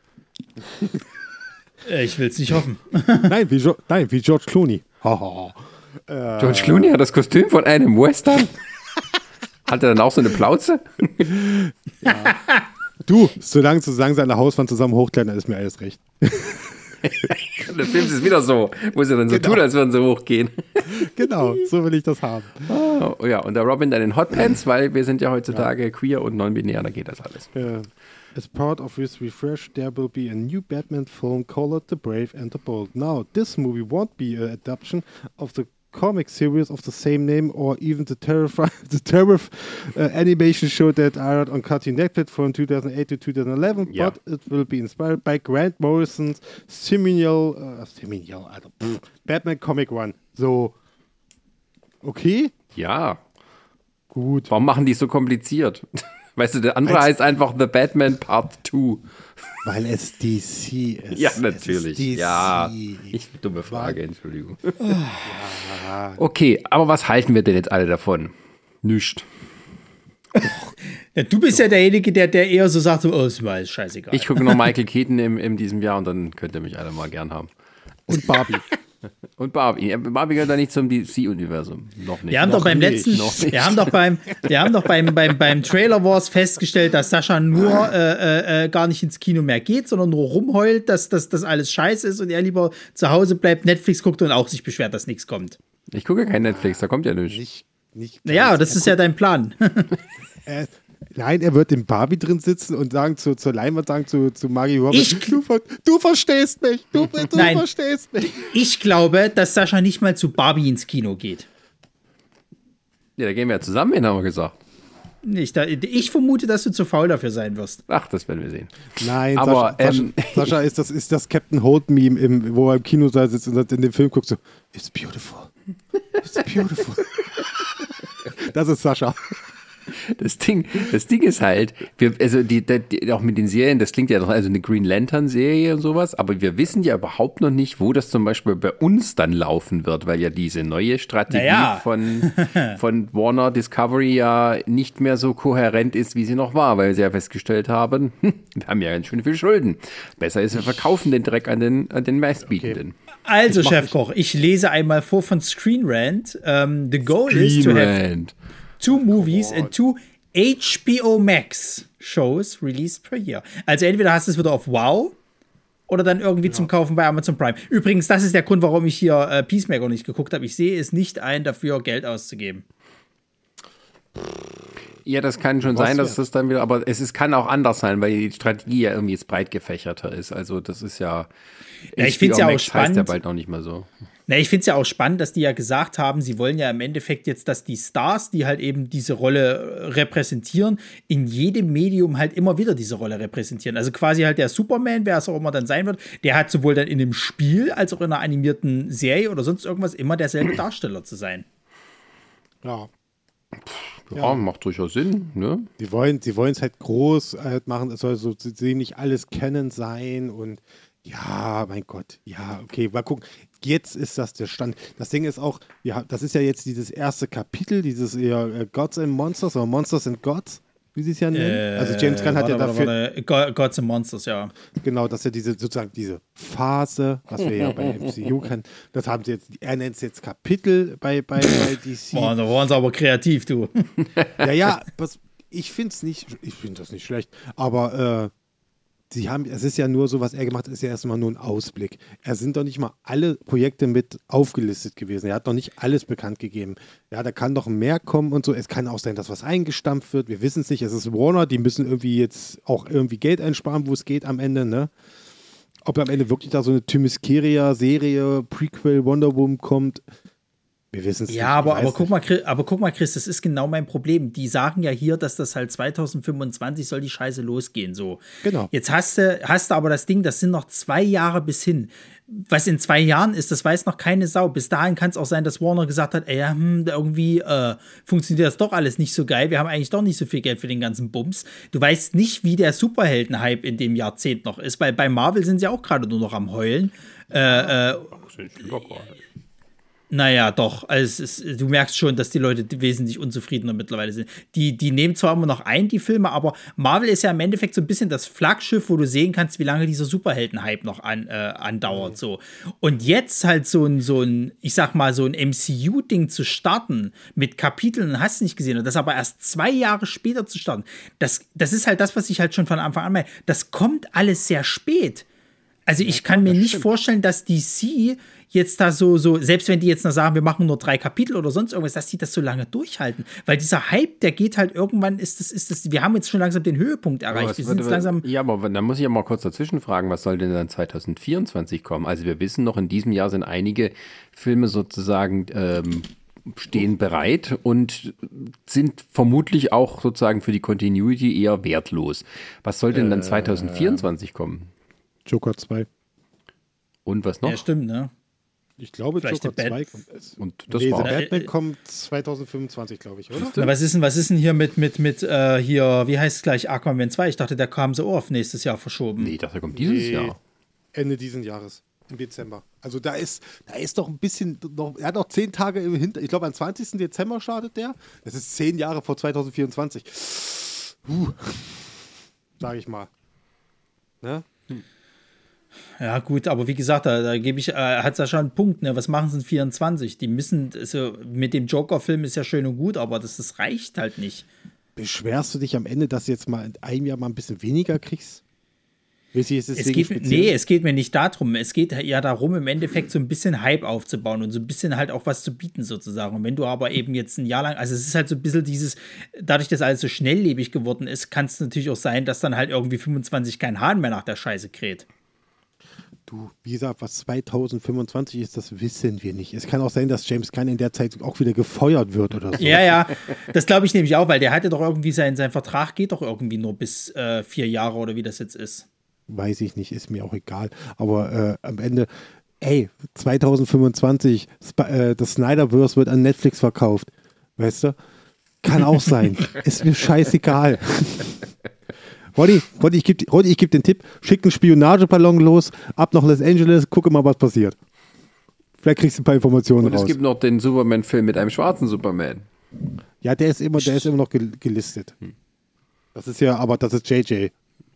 Äh, Ich will es nicht hoffen. Nein, wie, jo nein, wie George Clooney. Haha. George Clooney hat das Kostüm von Adam West an. Hat er dann auch so eine Plauze? Du, solange solange seine Hauswand zusammen hochklettern, ist mir alles recht. Der Film ist wieder so. Muss er dann so Genau. tun, als würden sie hochgehen. Genau, so will ich das haben. Oh, ja, und der Robin dann in Hotpants, weil wir sind ja heutzutage queer und non-binär, da geht das alles. Uh, as part of this refresh, there will be a new Batman film called The Brave and the Bold. Now, this movie won't be an adaptation of the comic series of the same name or even the terrifying the terrif uh, animation show that aired on Cartoon Network from two thousand eight to two thousand eleven, Ja. but it will be inspired by Grant Morrison's seminal, uh, seminal, Alter, pff, Batman Comic Run. So, okay, Ja, gut. warum machen die es so kompliziert? Weißt du, der andere Als- heißt einfach The Batman Part zwei. Weil es D C ist. Ja, Es ist natürlich. D C. Ja, ich, dumme Frage, Entschuldigung. Okay, aber was halten wir denn jetzt alle davon? Nüscht. Ja, du bist ja derjenige, der, der eher so sagt, so, oh, ist mir alles scheißegal. Ich gucke noch Michael Keaton im, in diesem Jahr und dann könnt ihr mich alle mal gern haben. Und Barbie. Und Barbie. Ja, Barbie gehört da nicht zum D C-Universum. Noch nicht. Wir haben noch doch beim nicht, letzten, noch nicht. wir haben doch beim, wir haben doch beim, beim, beim Trailer Wars festgestellt, dass Sascha nur äh, äh, gar nicht ins Kino mehr geht, sondern nur rumheult, dass das dass alles scheiße ist und er lieber zu Hause bleibt, Netflix guckt und auch sich beschwert, dass nichts kommt. Ich gucke kein Netflix, da kommt ja nichts. Nicht, nicht Naja, ganz. das ist ja dein Plan. Er, nein, er wird im Barbie drin sitzen und sagen zu, zur Leinwand sagen zu, zu Margie Robbins, Ich- du, ver- du verstehst mich, du, du Nein. verstehst mich. Ich glaube, dass Sascha nicht mal zu Barbie ins Kino geht. Ja, da gehen wir ja zusammen hin, haben wir gesagt. Ich, da, ich vermute, dass du zu faul dafür sein wirst. Ach, das werden wir sehen. Nein, Aber, Sascha, ähm, Sascha, Sascha ist, das, ist das Captain Holt-Meme, im- wo er im Kinosaal sitzt und sagt, in dem Film guckt so, it's beautiful, it's beautiful. Das ist Sascha. Das Ding, das Ding ist halt, wir, also die, die, auch mit den Serien, das klingt ja doch, also eine Green Lantern-Serie und sowas, aber wir wissen ja überhaupt noch nicht, wo das zum Beispiel bei uns dann laufen wird, weil ja diese neue Strategie naja. von, von Warner Discovery ja nicht mehr so kohärent ist, wie sie noch war, weil sie ja festgestellt haben, hm, wir haben ja ganz schön viel Schulden. Besser ist, wir verkaufen den Dreck an den, an den Meistbietenden. Okay. Also, Chefkoch, ich lese einmal vor von Screen Rant. Um, the goal Screen is to have two movies and two H B O Max shows released per year. Also entweder hast du es wieder auf Wow oder dann irgendwie ja. zum Kaufen bei Amazon Prime. Übrigens, das ist der Grund, warum ich hier äh, Peacemaker nicht geguckt habe. Ich sehe es nicht ein, dafür Geld auszugeben. Ja, das kann schon Was sein, dass das dann wieder, aber es ist, kann auch anders sein, weil die Strategie ja irgendwie jetzt breit gefächerter ist. Also das ist ja, ja ich finde es ja auch spannend. Heißt ja bald noch nicht mehr so. Na, ich finde es ja auch spannend, dass die ja gesagt haben, sie wollen ja im Endeffekt jetzt, dass die Stars, die halt eben diese Rolle repräsentieren, in jedem Medium halt immer wieder diese Rolle repräsentieren. Also quasi halt der Superman, wer es auch immer dann sein wird, der hat sowohl dann in dem Spiel als auch in einer animierten Serie oder sonst irgendwas immer derselbe Darsteller zu sein. Ja. Ja, ja, macht durchaus Sinn, ne? Sie wollen sie wollen es halt groß halt machen, es soll so nicht alles kennen sein und ja, mein Gott, ja, okay, mal gucken. Jetzt ist das der Stand. Das Ding ist auch, ja, das ist ja jetzt dieses erste Kapitel, dieses eher äh, Gods and Monsters oder Monsters and Gods, wie sie es ja nennen. Äh, also James Gunn hat warte, ja dafür... Warte, warte. Gods and Monsters, ja. Genau, dass ja diese, sozusagen diese Phase, was wir ja bei M C U kennen, das haben sie jetzt, er nennt es jetzt Kapitel bei, bei, bei D C. Boah, da waren sie aber kreativ, du. Ja, ja, was, ich finde es nicht, ich finde das nicht schlecht, aber äh, sie haben, es ist ja nur so, was er gemacht hat, ist ja erstmal nur ein Ausblick. Er sind doch nicht mal alle Projekte mit aufgelistet gewesen. Er hat noch nicht alles bekannt gegeben. Ja, da kann doch mehr kommen und so. Es kann auch sein, dass was eingestampft wird. Wir wissen es nicht. Es ist Warner, die müssen irgendwie jetzt auch irgendwie Geld einsparen, wo es geht am Ende, ne? Ob am Ende wirklich da so eine Themyscira-Serie, Prequel, Wonder Woman kommt, wir wissen es ja, nicht. Aber, aber, guck mal, aber guck mal, Chris, das ist genau mein Problem. Die sagen ja hier, dass das halt zwanzig fünfundzwanzig soll die Scheiße losgehen. So. Genau. Jetzt hast du, hast du aber das Ding, das sind noch zwei Jahre bis hin. Was in zwei Jahren ist, das weiß noch keine Sau. Bis dahin kann es auch sein, dass Warner gesagt hat, ey, ja, hm, irgendwie äh, funktioniert das doch alles nicht so geil. Wir haben eigentlich doch nicht so viel Geld für den ganzen Bums. Du weißt nicht, wie der Superhelden-Hype in dem Jahrzehnt noch ist. Weil bei Marvel sind sie auch gerade nur noch am Heulen. Äh, äh, Naja, doch. Also es ist, du merkst schon, dass die Leute wesentlich unzufriedener mittlerweile sind. Die, die nehmen zwar immer noch ein, die Filme, aber Marvel ist ja im Endeffekt so ein bisschen das Flaggschiff, wo du sehen kannst, wie lange dieser Superhelden-Hype noch an, äh, andauert. Mhm. So. Und jetzt halt so ein, so ein, ich sag mal, so ein M C U-Ding zu starten mit Kapiteln, hast du nicht gesehen, und das aber erst zwei Jahre später zu starten, das, das ist halt das, was ich halt schon von Anfang an meine. Das kommt alles sehr spät. Also ich kann mir nicht vorstellen, dass D C jetzt da so, so, selbst wenn die jetzt noch sagen, wir machen nur drei Kapitel oder sonst irgendwas, dass die das so lange durchhalten. Weil dieser Hype, der geht halt irgendwann, ist das, ist das, wir haben jetzt schon langsam den Höhepunkt erreicht. Wir sind jetzt langsam. Ja, aber dann muss ich ja mal kurz dazwischen fragen, was soll denn dann zwanzig vierundzwanzig kommen? Also wir wissen noch, in diesem Jahr sind einige Filme sozusagen ähm, stehen bereit und sind vermutlich auch sozusagen für die Continuity eher wertlos. Was soll denn dann zwanzig vierundzwanzig kommen? Joker zwei. Und was noch? Ja, stimmt, ne? Ich glaube, Vielleicht Joker zwei kommt. Und das nee, war Batman kommt zwanzig fünfundzwanzig, glaube ich, oder? Na, was ist denn, was ist denn hier mit, mit, mit äh, hier, wie heißt es gleich, Aquaman zwei? Ich dachte, der kam so auf nächstes Jahr verschoben. Nee, ich dachte, der kommt dieses nee, Jahr. Ende diesen Jahres, im Dezember. Also da ist, da ist doch ein bisschen, noch, er hat noch zehn Tage im Hinter, ich glaube, am zwanzigsten Dezember startet der. Das ist zehn Jahre vor zwanzig vierundzwanzig. Uh, sag ich mal. Ne? Hm. Ja, gut, aber wie gesagt, da, da gebe ich, äh, hat es ja schon einen Punkt, ne? Was machen sie in vierundzwanzig? Die müssen, also mit dem Joker-Film ist ja schön und gut, aber das, das reicht halt nicht. Beschwerst du dich am Ende, dass du jetzt mal in einem Jahr mal ein bisschen weniger kriegst? Es geht, nee, es geht mir nicht darum. Es geht ja darum, im Endeffekt so ein bisschen Hype aufzubauen und so ein bisschen halt auch was zu bieten sozusagen. Und wenn du aber eben jetzt ein Jahr lang, also es ist halt so ein bisschen dieses, dadurch, dass alles so schnelllebig geworden ist, kann es natürlich auch sein, dass dann halt irgendwie fünfundzwanzig kein Hahn mehr nach der Scheiße kräht. Du, wie gesagt, was zwanzig fünfundzwanzig ist, das wissen wir nicht. Es kann auch sein, dass James Gunn in der Zeit auch wieder gefeuert wird oder so. Ja, ja, das glaube ich nämlich auch, weil der hatte doch irgendwie sein, sein Vertrag geht doch irgendwie nur bis äh, vier Jahre oder wie das jetzt ist. Weiß ich nicht, ist mir auch egal. Aber äh, am Ende, ey, zwanzig fünfundzwanzig, Sp- äh, das Snyderverse wird an Netflix verkauft. Weißt du? Kann auch sein. Ist mir scheißegal. Roddy, Roddy, ich gebe Roddy, ich geb den Tipp, schick einen Spionageballon los, ab nach Los Angeles, gucke mal, was passiert. Vielleicht kriegst du ein paar Informationen Und raus. es gibt noch den Superman-Film mit einem schwarzen Superman. Ja, der ist immer, der ist immer noch gel- gelistet. Das ist ja, aber das ist J J.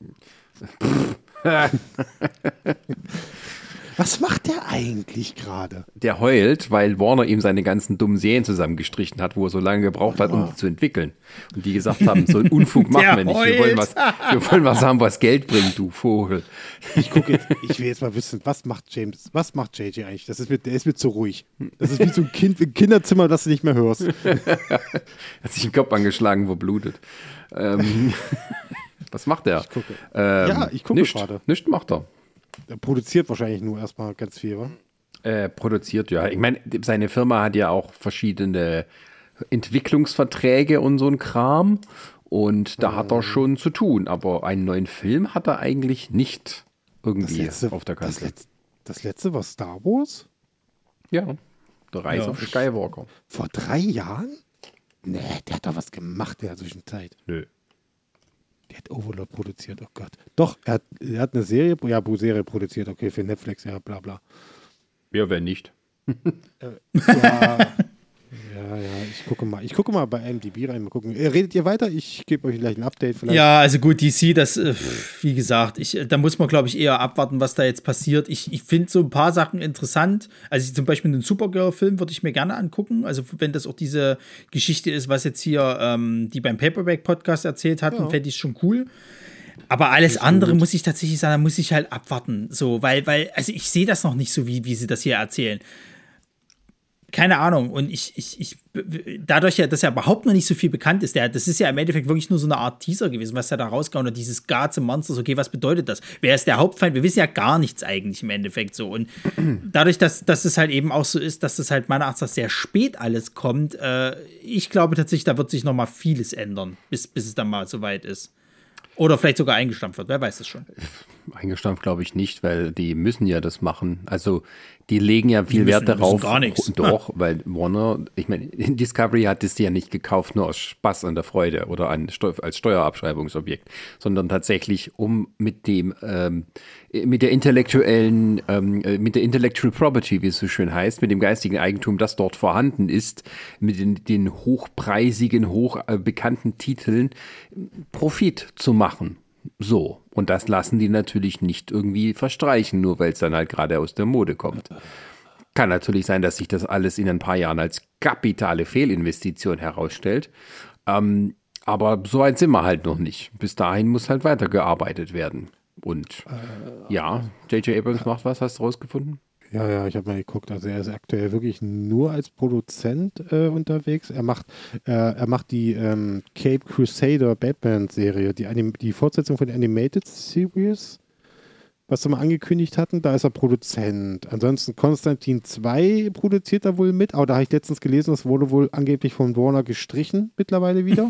Was macht der eigentlich gerade? Der heult, weil Warner ihm seine ganzen dummen Serien zusammengestrichen hat, wo er so lange gebraucht hat, um die zu entwickeln. Und die gesagt haben, so einen Unfug machen Der wir nicht. Wir heult. wollen, was, wir wollen was haben, was Geld bringt, du Vogel. Ich gucke jetzt, ich will jetzt mal wissen, was macht James, was macht J J eigentlich? Das ist mir, der ist mir zu ruhig. Das ist wie so ein Kind im Kinderzimmer, das du nicht mehr hörst. Hat sich den Kopf angeschlagen, wo blutet. Ähm, was macht der? Ich gucke. Ähm, Ja, ich gucke nicht, gerade. Nicht macht er. Der produziert wahrscheinlich nur erstmal ganz viel, wa? Äh, produziert, ja. Ich meine, seine Firma hat ja auch verschiedene Entwicklungsverträge und so ein Kram. Und da hat er schon zu tun. Aber einen neuen Film hat er eigentlich nicht irgendwie auf der das, Kante. letzte, das letzte war Star Wars? Ja, der Rise Ja. of Skywalker. Vor drei Jahren? Nee, der hat doch was gemacht in der Zwischenzeit. Nö. Der hat Overlord produziert, oh Gott. Doch, er hat, er hat eine Serie, ja, Serie produziert, okay, für Netflix, ja, bla bla. Ja, wenn nicht. Ja, ja, ja, ich gucke mal. Ich gucke mal bei I M D B rein, mal gucken. Äh, Redet ihr weiter? Ich gebe euch gleich ein Update vielleicht. Ja, also gut, D C, das, äh, wie gesagt, ich, da muss man, glaube ich, eher abwarten, was da jetzt passiert. Ich, ich finde so ein paar Sachen interessant. Also ich, zum Beispiel den Supergirl-Film würde ich mir gerne angucken. Also wenn das auch diese Geschichte ist, was jetzt hier ähm, die beim Paperback-Podcast erzählt hatten, Ja. fände ich schon cool. Aber alles andere muss ich tatsächlich sagen, da muss ich halt abwarten. So, weil, weil, also ich sehe das noch nicht so, wie, wie sie das hier erzählen. Keine Ahnung. Und ich, ich, ich, dadurch ja, dass ja überhaupt noch nicht so viel bekannt ist, der, das ist ja im Endeffekt wirklich nur so eine Art Teaser gewesen, was da da rausgehauen hat, dieses Guards and Monsters, okay, was bedeutet das? Wer ist der Hauptfeind? Wir wissen ja gar nichts eigentlich im Endeffekt so. Und dadurch, dass, dass es halt eben auch so ist, dass es halt meiner Ansicht nach sehr spät alles kommt, äh, ich glaube tatsächlich, da wird sich noch mal vieles ändern, bis, bis es dann mal soweit ist. Oder vielleicht sogar eingestampft wird, wer weiß es schon. Eingestampft glaube ich nicht, weil die müssen ja das machen. Also die legen ja viel Die Wert müssen- die müssen darauf. gar nichts. Doch, weil Warner, ich meine, Discovery hat das ja nicht gekauft, nur aus Spaß an der Freude oder an Steu- als Steuerabschreibungsobjekt, sondern tatsächlich, um mit dem, ähm, mit der intellektuellen, ähm, äh, mit der Intellectual Property, wie es so schön heißt, mit dem geistigen Eigentum, das dort vorhanden ist, mit den, den hochpreisigen, hochbekannten Titeln Profit zu machen. So. Und das lassen die natürlich nicht irgendwie verstreichen, nur weil es dann halt gerade aus der Mode kommt. Kann natürlich sein, dass sich das alles in ein paar Jahren als kapitale Fehlinvestition herausstellt. Ähm, aber so weit sind wir halt noch nicht. Bis dahin muss halt weitergearbeitet werden. Und äh, ja, J J Abrams macht was, hast du rausgefunden? Ja, ja, ich habe mal geguckt. Also er ist aktuell wirklich nur als Produzent äh, unterwegs. Er macht, äh, er macht die ähm, Cape Crusader Batman-Serie, die, Anim die Fortsetzung von der Animated Series, was wir mal angekündigt hatten. Da ist er Produzent. Ansonsten Konstantin zwei produziert er wohl mit, aber da habe ich letztens gelesen, das wurde wohl angeblich von Warner gestrichen mittlerweile wieder.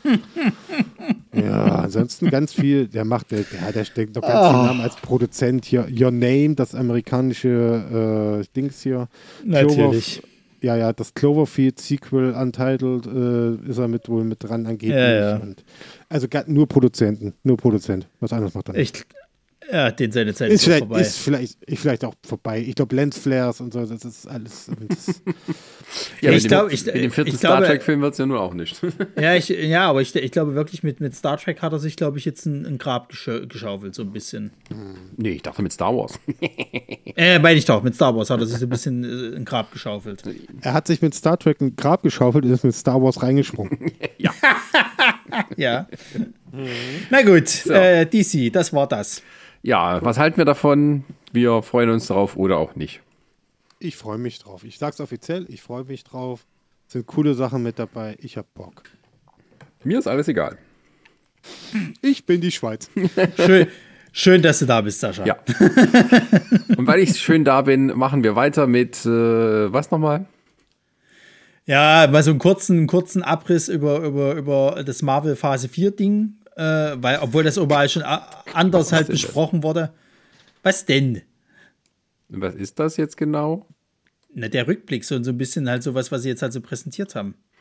Ja, ansonsten ganz viel, der macht, der, der, der steckt noch ganz Oh. viel Namen als Produzent hier. Your Name, das amerikanische äh, Dings hier. Natürlich. Clover, ja, ja, das Cloverfield-Sequel Untitled äh, ist er mit wohl mit dran angeblich. Ja, ja. Und, also ga- nur Produzenten, nur Produzent. Was anderes macht er nicht. Echt, ja, den seine Zeit Ist ist, vielleicht, vorbei. ist vielleicht, ist vielleicht auch vorbei. Ich glaube, Lensflares und so, das ist alles. Das, Ja, Ich mit, glaub, dem, ich- mit dem vierten ich Star glaube- Trek-Film wird es ja nun auch nicht. Ja, ich, ja, aber ich, ich glaube wirklich, mit, mit Star Trek hat er sich, glaube ich, jetzt ein, ein Grab geschau- geschaufelt, so ein bisschen. Nee, ich dachte mit Star Wars. Äh, meine ich doch, mit Star Wars hat er sich so ein bisschen äh, ein Grab geschaufelt. er hat sich mit Star Trek ein Grab geschaufelt und ist mit Star Wars reingesprungen. Ja. Na gut, äh, D C, das war das. Ja, was halten wir davon? Wir freuen uns darauf oder auch nicht. Ich freue mich drauf. Ich sag's offiziell, ich freue mich drauf. Sind coole Sachen mit dabei. Ich hab Bock. Mir ist alles egal. Ich bin die Schweiz. Schön, schön, dass du da bist, Sascha. Ja. Und weil ich schön da bin, machen wir weiter mit, äh, was nochmal? Ja, mal so einen kurzen, kurzen Abriss über, über, über das Marvel Phase vier Ding, äh, weil, obwohl das überall schon a- anders halt ist das? besprochen wurde. Was denn? Was ist das jetzt genau? Na, der Rückblick, so, so ein bisschen halt sowas, was sie jetzt halt so präsentiert haben.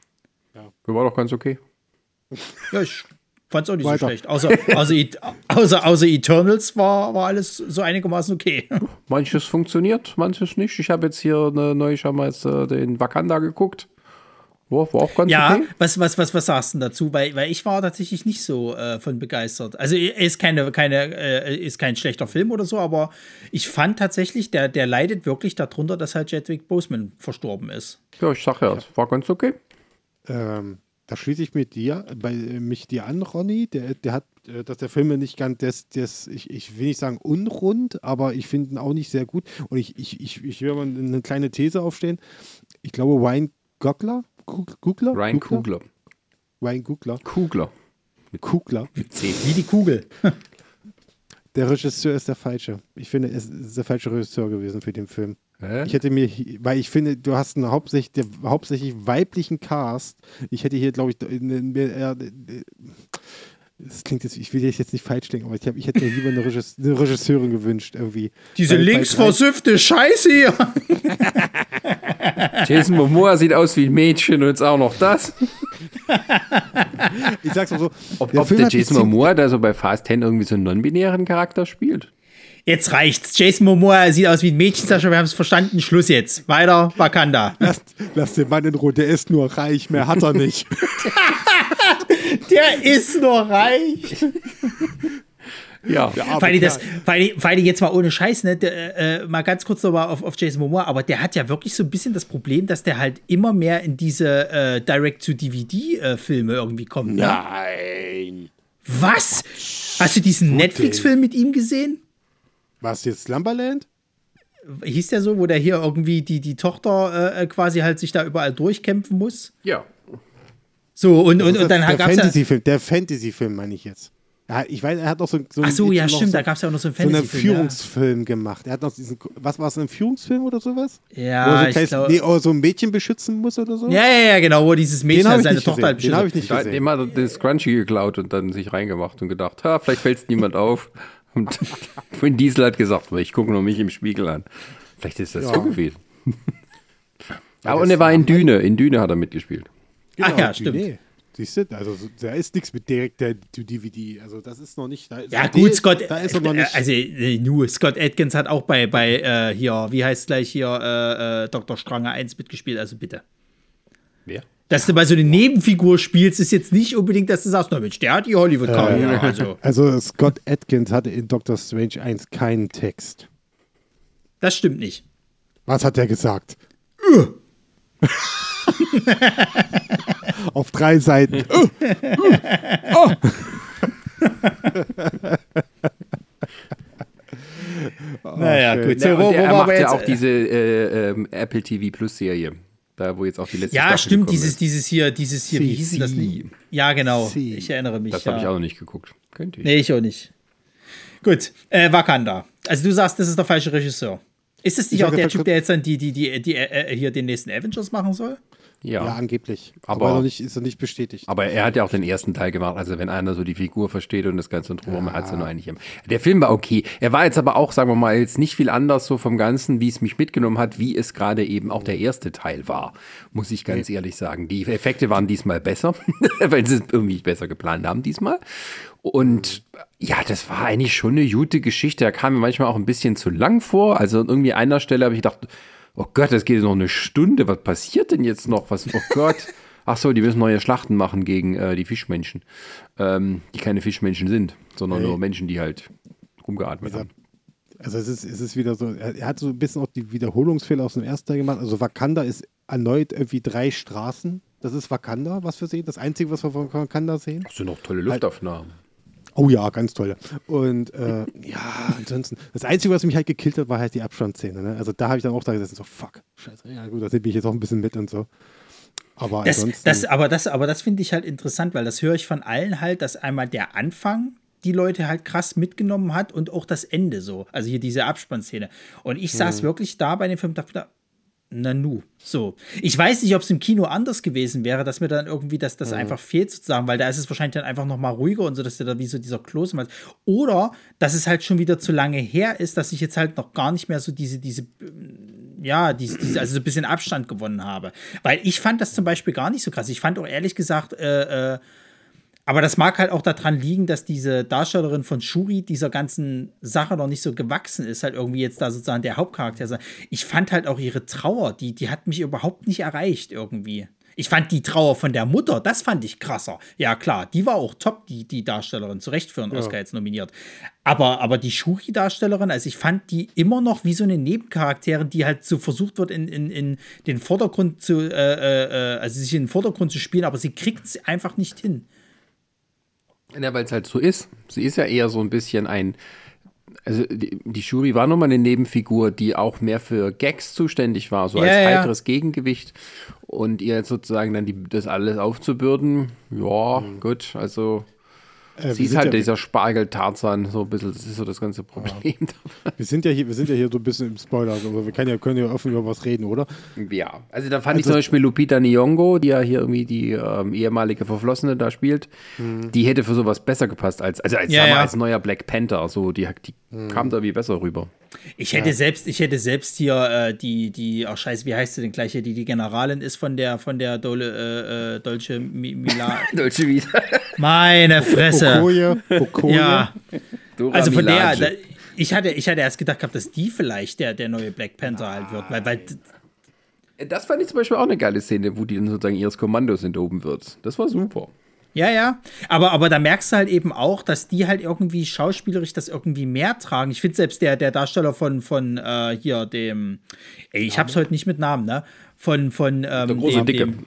Ja. War doch ganz okay. Ja, ich fand's auch nicht Weiter. so schlecht. Außer, außer, außer, außer Eternals war, war alles so einigermaßen okay. Manches funktioniert, manches nicht. Ich habe jetzt hier eine neue schon mal jetzt, äh, den Wakanda geguckt. War, war auch ganz Ja, okay. was, was, was, was sagst du denn dazu? Weil, weil ich war tatsächlich nicht so äh, von begeistert. Also er ist keine, keine, äh, ist kein schlechter Film oder so, aber ich fand tatsächlich, der, der leidet wirklich darunter, dass halt Chadwick Boseman verstorben ist. Ja, ich sag ja, es war ganz okay. Ähm, da schließe ich mit dir, bei äh, mich dir an, Ronny. Der, der hat, äh, dass der Film nicht ganz, das, das, ich, ich will nicht sagen unrund, aber ich finde ihn auch nicht sehr gut. Und ich, ich, ich, ich will mal eine kleine These aufstellen. Ich glaube, Ryan Coogler, Coogler? Ryan Coogler. Ryan Coogler. Coogler. Coogler. Mit C. Wie die Kugel. Der Regisseur ist der falsche. Ich finde, es ist der falsche Regisseur gewesen für den Film. Hä? Ich hätte mir, weil ich finde, du hast einen hauptsächlich, der, hauptsächlich weiblichen Cast. Ich hätte hier, glaube ich, mehr, das klingt jetzt, ich will jetzt nicht falsch denken, aber ich, hab, ich hätte mir lieber eine, Regisse, eine Regisseurin gewünscht, irgendwie. Diese Weil- linksversiffte Scheiße hier. Jason Momoa sieht aus wie ein Mädchen und jetzt auch noch das. Ich sag's mal so. Ob der, ob der Jason Momoa da so bei Fast Ten irgendwie so einen non-binären Charakter spielt? Jetzt reicht's. Jason Momoa sieht aus wie ein Mädchen, Sascha, wir haben es verstanden. Schluss jetzt. Weiter, Wakanda. Lass, lass den Mann in Ruhe, der ist nur reich, mehr hat er nicht. Der ist nur reich. Ja. Ja, Vor allem, das, vor allem, vor allem jetzt mal ohne Scheiß, ne, der, äh, mal ganz kurz nochmal auf, auf Jason Momoa, aber der hat ja wirklich so ein bisschen das Problem, dass der halt immer mehr in diese äh, Direct-to-D V D-Filme irgendwie kommt. Ne? Nein. Was? Hast du diesen Netflix-Film mit ihm gesehen? Was jetzt, Slumberland? Hieß der so, wo der hier irgendwie die, die Tochter äh, quasi halt sich da überall durchkämpfen muss? Ja. So, und, und, Das und ist dann der gab's ja. Fantasy-Film, der Fantasy-Film meine ich jetzt. Ja, ich weiß, er hat auch so, so Ach so, ja, noch stimmt, so, da gab es ja auch noch so einen so einen Fantasy-Film. Führungsfilm gemacht. Er hat noch diesen, was war es, ein Führungsfilm oder sowas? Ja, Wo er so, ja ein ich kleines, glaube. nee, oder so ein Mädchen beschützen muss oder so? Ja, ja, ja, genau, wo dieses Mädchen Den habe ich seine nicht Tochter halt gesehen. Den habe beschützt. ich nicht Da hat gesehen. jemand den Scrunchie geklaut und dann sich reingemacht und gedacht, ha, vielleicht fällt es niemand auf. Und Vin Diesel hat gesagt, ich gucke nur mich im Spiegel an. Vielleicht ist das Ja. so gewesen. Aber und er war in Düne. In Düne hat er mitgespielt. Ach ja, die- stimmt. Nee. Siehst du, also so- da ist nichts mit direkter D V D. Also das ist noch nicht. Da, Ja, so gut, D- Scott. Da ist er noch äh, nicht. Also, äh, nur Scott Adkins hat auch bei, bei äh, hier, wie heißt gleich hier, äh, äh, Doktor Strange eins mitgespielt, also bitte. Wer? Dass du bei so eine Nebenfigur spielst, ist jetzt nicht unbedingt, dass du sagst, na Mensch, der hat die Hollywood-Karriere. Also, Also Scott Adkins hatte in Doctor Strange eins keinen Text. das stimmt nicht. Was hat er gesagt? Auf drei Seiten. Oh. Naja, schön. gut. So, Ja, wo, und wo er waren macht wir ja jetzt? auch diese äh, ähm, Apple T V Plus Serie. Da, wo jetzt auch die letzte Ja, Staffel stimmt, gekommen dieses, ist. dieses hier, dieses hier, wie Sie, hieß denn das Sie. nicht? Ja, genau. Sie. Ich erinnere mich. Das ja. habe ich auch noch nicht geguckt. Könnte ich. Nee, ich auch nicht. Gut, äh, Wakanda. Also du sagst, das ist der falsche Regisseur. Ist das nicht Ich auch hab der gesagt, Typ, der jetzt dann die, die, die, die äh, hier den nächsten Avengers machen soll? Ja. Ja, angeblich. Aber- Aber, noch nicht, ist noch nicht bestätigt. Aber er hat ja auch den ersten Teil gemacht. Also wenn einer so die Figur versteht und das Ganze drumherum, hat es ja nur eigentlich im. Der Film war okay. Er war jetzt aber auch, sagen wir mal, jetzt nicht viel anders so vom Ganzen, wie es mich mitgenommen hat, wie es gerade eben auch der erste Teil war. Muss ich ganz ehrlich sagen. Die Effekte waren diesmal besser, weil sie es irgendwie besser geplant haben diesmal. Und ja, das war eigentlich schon eine gute Geschichte. Da kam mir manchmal auch ein bisschen zu lang vor. Also an irgendwie einer Stelle habe ich gedacht, oh Gott, das geht jetzt noch eine Stunde. Was passiert denn jetzt noch? Was, oh Gott. Ach so, die müssen neue Schlachten machen gegen äh, die Fischmenschen. Ähm, die keine Fischmenschen sind, sondern Nee. nur Menschen, die halt rumgeatmet Dieser- haben. Also es ist, es ist wieder so, er, er hat so ein bisschen auch die Wiederholungsfehler aus dem ersten Teil gemacht. Also Wakanda ist erneut irgendwie drei Straßen. Das ist Wakanda, was wir sehen. Das Einzige, was wir von Wakanda sehen. Das sind noch tolle Luftaufnahmen. Oh ja, ganz toll. Und äh, ja, ansonsten, das Einzige, was mich halt gekillt hat, war halt die Abstandsszene. Ne? Also da habe ich dann auch da gesessen, so fuck, scheiße, ja gut, da nehme ich jetzt auch ein bisschen mit und so. Aber Das, ansonsten, das, aber das, aber das finde ich halt interessant, weil das höre ich von allen halt, dass einmal der Anfang die Leute halt krass mitgenommen hat und auch das Ende so. Also hier diese Abspannszene. Und ich saß wirklich da bei dem Film und dachte, Nanu. So. Ich weiß nicht, ob es im Kino anders gewesen wäre, dass mir dann irgendwie das, das einfach fehlt sozusagen, weil da ist es wahrscheinlich dann einfach noch mal ruhiger und so, dass der da wie so dieser Kloß macht. Oder, dass es halt schon wieder zu lange her ist, dass ich jetzt halt noch gar nicht mehr so diese, diese, ja, die, die, also so ein bisschen Abstand gewonnen habe. Weil ich fand das zum Beispiel gar nicht so krass. Ich fand auch ehrlich gesagt, äh, äh, aber das mag halt auch daran liegen, dass diese Darstellerin von Shuri dieser ganzen Sache noch nicht so gewachsen ist, halt irgendwie jetzt da sozusagen der Hauptcharakter sein. Ich fand halt auch ihre Trauer, die, die hat mich überhaupt nicht erreicht irgendwie. Ich fand die Trauer von der Mutter, das fand ich krasser. Ja, klar, die war auch top, die, die Darstellerin, zu Recht für einen Oscar ja. jetzt nominiert. Aber, aber die Shuri-Darstellerin, also ich fand die immer noch wie so eine Nebencharakterin, die halt so versucht wird, in, in, in den Vordergrund zu, äh, äh, also sich in den Vordergrund zu spielen, aber sie kriegt es einfach nicht hin. Ja, weil es halt so ist. Sie ist ja eher so ein bisschen ein, also die, die Shuri war nochmal eine Nebenfigur, die auch mehr für Gags zuständig war, so ja, als ja. heiteres Gegengewicht. Und ihr jetzt sozusagen dann die, das alles aufzubürden, ja, mhm. gut, also äh, sie ist halt ja dieser Spargel-Tarzan, so ein bisschen, das ist so das ganze Problem. Ja. Wir sind ja hier, wir sind ja hier so ein bisschen im Spoiler, also wir können ja, können ja offen über was reden, oder? Ja, also da fand also ich zum Beispiel Lupita Nyong'o, die ja hier irgendwie die ähm, ehemalige Verflossene da spielt, mhm. die hätte für sowas besser gepasst als, also als, ja, sagen wir, ja. als neuer Black Panther, so, die, die mhm. kam da wie besser rüber. Ich hätte ja. selbst, ich hätte selbst hier äh, die, die, ach scheiße, wie heißt sie denn gleich hier, die die Generalin ist von der, von der Dole, äh, Dolce Mila. Dolce Vita. Meine Fresse. Okoye, Okoye. Ja. Dora also von Milaje. der, da, ich hatte, ich hatte erst gedacht gehabt, dass die vielleicht der, der neue Black Panther halt wird, weil, weil das fand ich zum Beispiel auch eine geile Szene, wo die dann sozusagen ihres Kommandos enthoben wird. Das war super. Ja, ja, aber, aber da merkst du halt eben auch, dass die halt irgendwie schauspielerisch das irgendwie mehr tragen. Ich finde selbst der, der Darsteller von, von äh, hier dem, ey, ich hab's heute nicht mit Namen, ne? Von, von, ähm, der große dem, Dicke. Dem,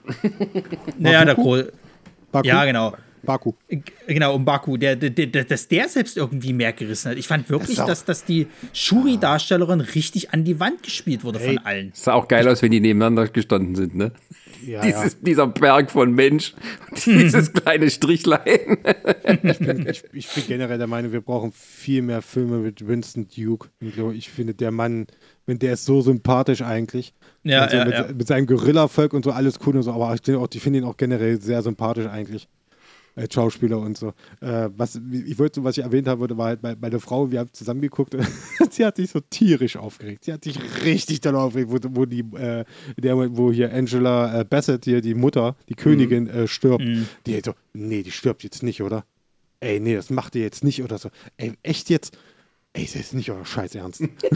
naja, der große. Ja, genau. Baku. Genau, um Baku, der, der, der, dass der selbst irgendwie mehr gerissen hat. Ich fand wirklich, das dass, dass die Shuri-Darstellerin richtig an die Wand gespielt wurde hey. von allen. Sah auch geil aus, wenn die nebeneinander gestanden sind, ne? Ja, Dieses, ja. Dieser Berg von Mensch, dieses kleine Strichlein. Ich bin, ich, ich bin generell der Meinung, wir brauchen viel mehr Filme mit Winston Duke. Ich finde, der Mann, wenn der ist so sympathisch eigentlich. Ja, also ja, mit, ja. mit seinem Gorilla-Volk und so, alles cool und so, aber ich, auch, ich finde ihn auch generell sehr sympathisch eigentlich. Als Schauspieler und so. Äh, was, ich wollte, was ich erwähnt habe, war halt bei, bei der Frau, wir haben zusammen geguckt, sie hat sich so tierisch aufgeregt. Sie hat sich richtig dann aufgeregt, wo, wo die, äh, der, wo hier Angela äh, Bassett, hier die Mutter, die Königin, äh, stirbt. Mhm. Die hat so, nee, die stirbt jetzt nicht, oder? Ey, nee, das macht ihr jetzt nicht oder so. Ey, echt jetzt? Ey, ist jetzt nicht euer Scheiß Ernst.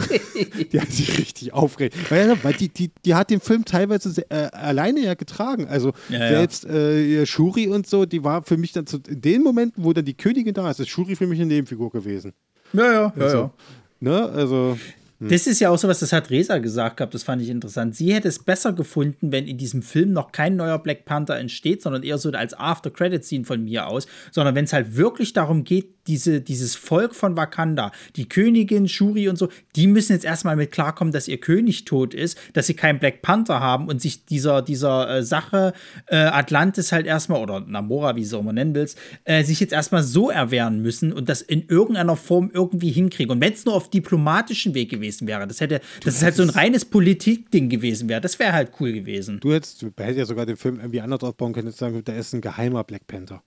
Die hat sich richtig aufgeregt. Weil, weil die, die, die hat den Film teilweise sehr, äh, alleine ja getragen. Also ja, selbst ja. Äh, Shuri und so, die war für mich dann zu, in den Momenten, wo dann die Königin da ist, ist Shuri für mich eine Nebenfigur gewesen. Ja, ja, ja, also, ja. Ne, also... Das ist ja auch sowas, das hat Reza gesagt gehabt, das fand ich interessant. Sie hätte es besser gefunden, wenn in diesem Film noch kein neuer Black Panther entsteht, sondern eher so als After-Credit-Scene von mir aus, sondern wenn es halt wirklich darum geht, diese, dieses Volk von Wakanda, die Königin, Shuri und so, die müssen jetzt erstmal mit klarkommen, dass ihr König tot ist, dass sie keinen Black Panther haben und sich dieser, dieser äh, Sache äh, Atlantis halt erstmal, oder Namora, wie du es auch immer nennen willst, äh, sich jetzt erstmal so erwehren müssen und das in irgendeiner Form irgendwie hinkriegen. Und wenn es nur auf diplomatischen Weg gewesen wäre, das hätte, das ist halt so ein reines Politikding gewesen wäre, das wäre halt cool gewesen. Du hättest, du hättest ja sogar den Film irgendwie anders aufbauen können, jetzt sagen, da ist ein geheimer Black Panther.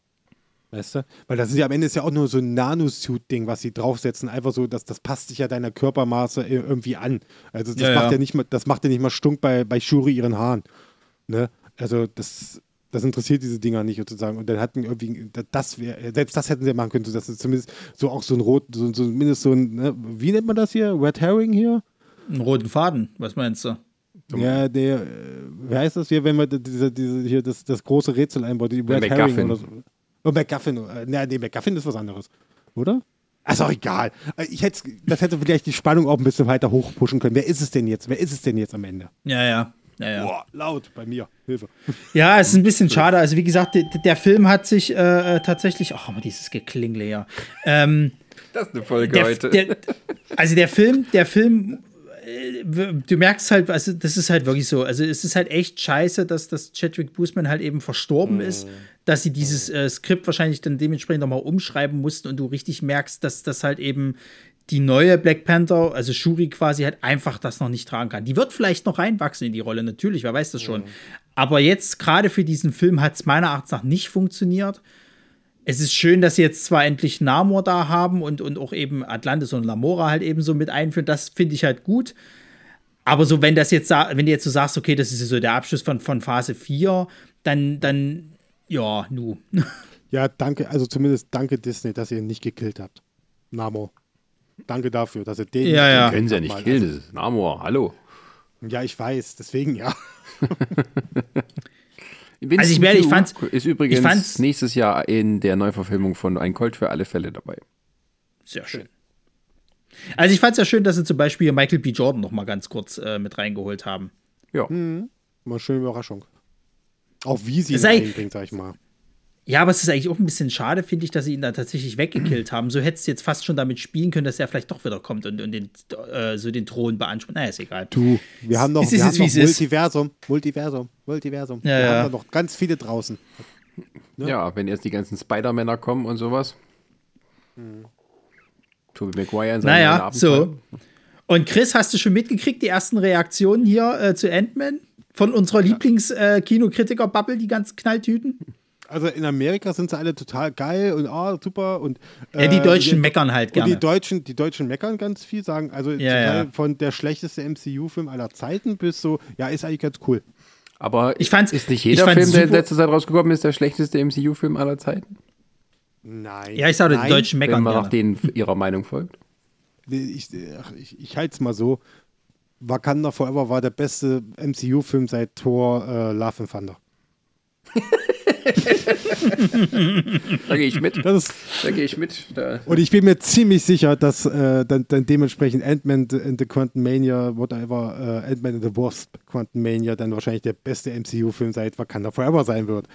Weißt du? Weil das ist ja am Ende ist ja auch nur so ein Nanosuit-Ding, was sie draufsetzen. Einfach so, dass das passt sich ja deiner Körpermaße irgendwie an. Also das ja, macht ja. ja nicht mal, das macht ja nicht mal stunk bei, bei Shuri ihren Haaren. Ne? Also das, das interessiert diese Dinger nicht sozusagen. Und dann hatten irgendwie, das wäre, selbst das hätten sie machen können, dass es zumindest so auch so ein rot, so, so zumindest so ein, ne? Wie nennt man das hier? Red Herring hier? Einen roten Faden, was meinst du? Ja, der, äh, wie heißt das hier, wenn man diese, diese, hier das, das große Rätsel einbaut, die Red Herring oder so. Oh, MacGuffin. Äh, nee, MacGuffin ist was anderes. Oder? Ist auch egal. Ich hätte, das hätte vielleicht die Spannung auch ein bisschen weiter hochpushen können. Wer ist es denn jetzt? Wer ist es denn jetzt am Ende? Ja, ja. ja, ja. Boah, laut bei mir. Hilfe. Ja, es ist ein bisschen schade. Also, wie gesagt, der, der Film hat sich äh, tatsächlich. Ach, oh, dieses Geklingle, ja. Ähm, das ist eine Folge der, heute. Der, also, der Film, der Film. Du merkst halt, also das ist halt wirklich so, also es ist halt echt scheiße, dass das Chadwick Boseman halt eben verstorben mm. ist, dass sie dieses äh, Skript wahrscheinlich dann dementsprechend nochmal umschreiben mussten und du richtig merkst, dass das halt eben die neue Black Panther, also Shuri quasi halt einfach das noch nicht tragen kann. Die wird vielleicht noch reinwachsen in die Rolle, natürlich, wer weiß das schon. Mm. Aber jetzt gerade für diesen Film hat es meiner Art nach nicht funktioniert. Es ist schön, dass sie jetzt zwar endlich Namor da haben und, und auch eben Atlantis und Namora halt eben so mit einführen. Das finde ich halt gut. Aber so, wenn das jetzt, wenn du jetzt so sagst, okay, das ist so der Abschluss von, von Phase vier, dann, dann, ja, nu. Ja, danke, also zumindest danke Disney, dass ihr ihn nicht gekillt habt. Namor. Danke dafür, dass ihr den Ja, ja. Können sie ja nicht killen, das ist Namor, hallo. Ja, ich weiß, deswegen ja. Also ich, werde, ich fand's, ist übrigens ich fand's, nächstes Jahr in der Neuverfilmung von Ein Colt für alle Fälle dabei. Sehr schön. Also ich fand es ja schön, dass sie zum Beispiel Michael B. Jordan noch mal ganz kurz äh, mit reingeholt haben. Ja. Mhm. Mal schöne Überraschung. Auch wie sie ihn sei, reinbringt, sag ich mal. Ja, aber es ist eigentlich auch ein bisschen schade, finde ich, dass sie ihn da tatsächlich weggekillt haben. So hättest du jetzt fast schon damit spielen können, dass er vielleicht doch wieder kommt und, und den, äh, so den Thron beansprucht. Naja, ist egal. Du, wir haben noch, es wir ist, haben noch Multiversum, ist. Multiversum, Multiversum. Ja, wir ja. haben da noch ganz viele draußen. Ja, ja wenn jetzt die ganzen Spider-Männer kommen und sowas. Hm. Tobey Maguire in seinem Naja, so. Und Chris, hast du schon mitgekriegt, die ersten Reaktionen hier äh, zu Ant-Man? Von unserer ja. Lieblings-Kinokritiker-Bubble, die ganzen Knalltüten? Also in Amerika sind sie alle total geil und oh, super. Und, äh, ja, die Deutschen die, meckern halt gerne. Und die Deutschen, die Deutschen meckern ganz viel, sagen also ja, ja. von der schlechteste M C U-Film aller Zeiten bis so, ja, ist eigentlich ganz cool. Aber ich fand's, ist nicht jeder Film, der in letzter Zeit rausgekommen ist, der schlechteste M C U-Film aller Zeiten? Nein. Ja, ich sage, die Deutschen meckern wenn man gerne. nach denen ihrer Meinung folgt. Ich, ich, ich halte es mal so, Wakanda Forever war der beste M C U-Film seit Thor äh, Love and Thunder. Da gehe ich mit. Das ist, da gehe ich mit. Da. Und ich bin mir ziemlich sicher, dass äh, dann, dann dementsprechend Ant-Man and the Quantumania, whatever, äh, Ant-Man and the Wasp Quantumania dann wahrscheinlich der beste M C U-Film seit Wakanda Forever sein wird.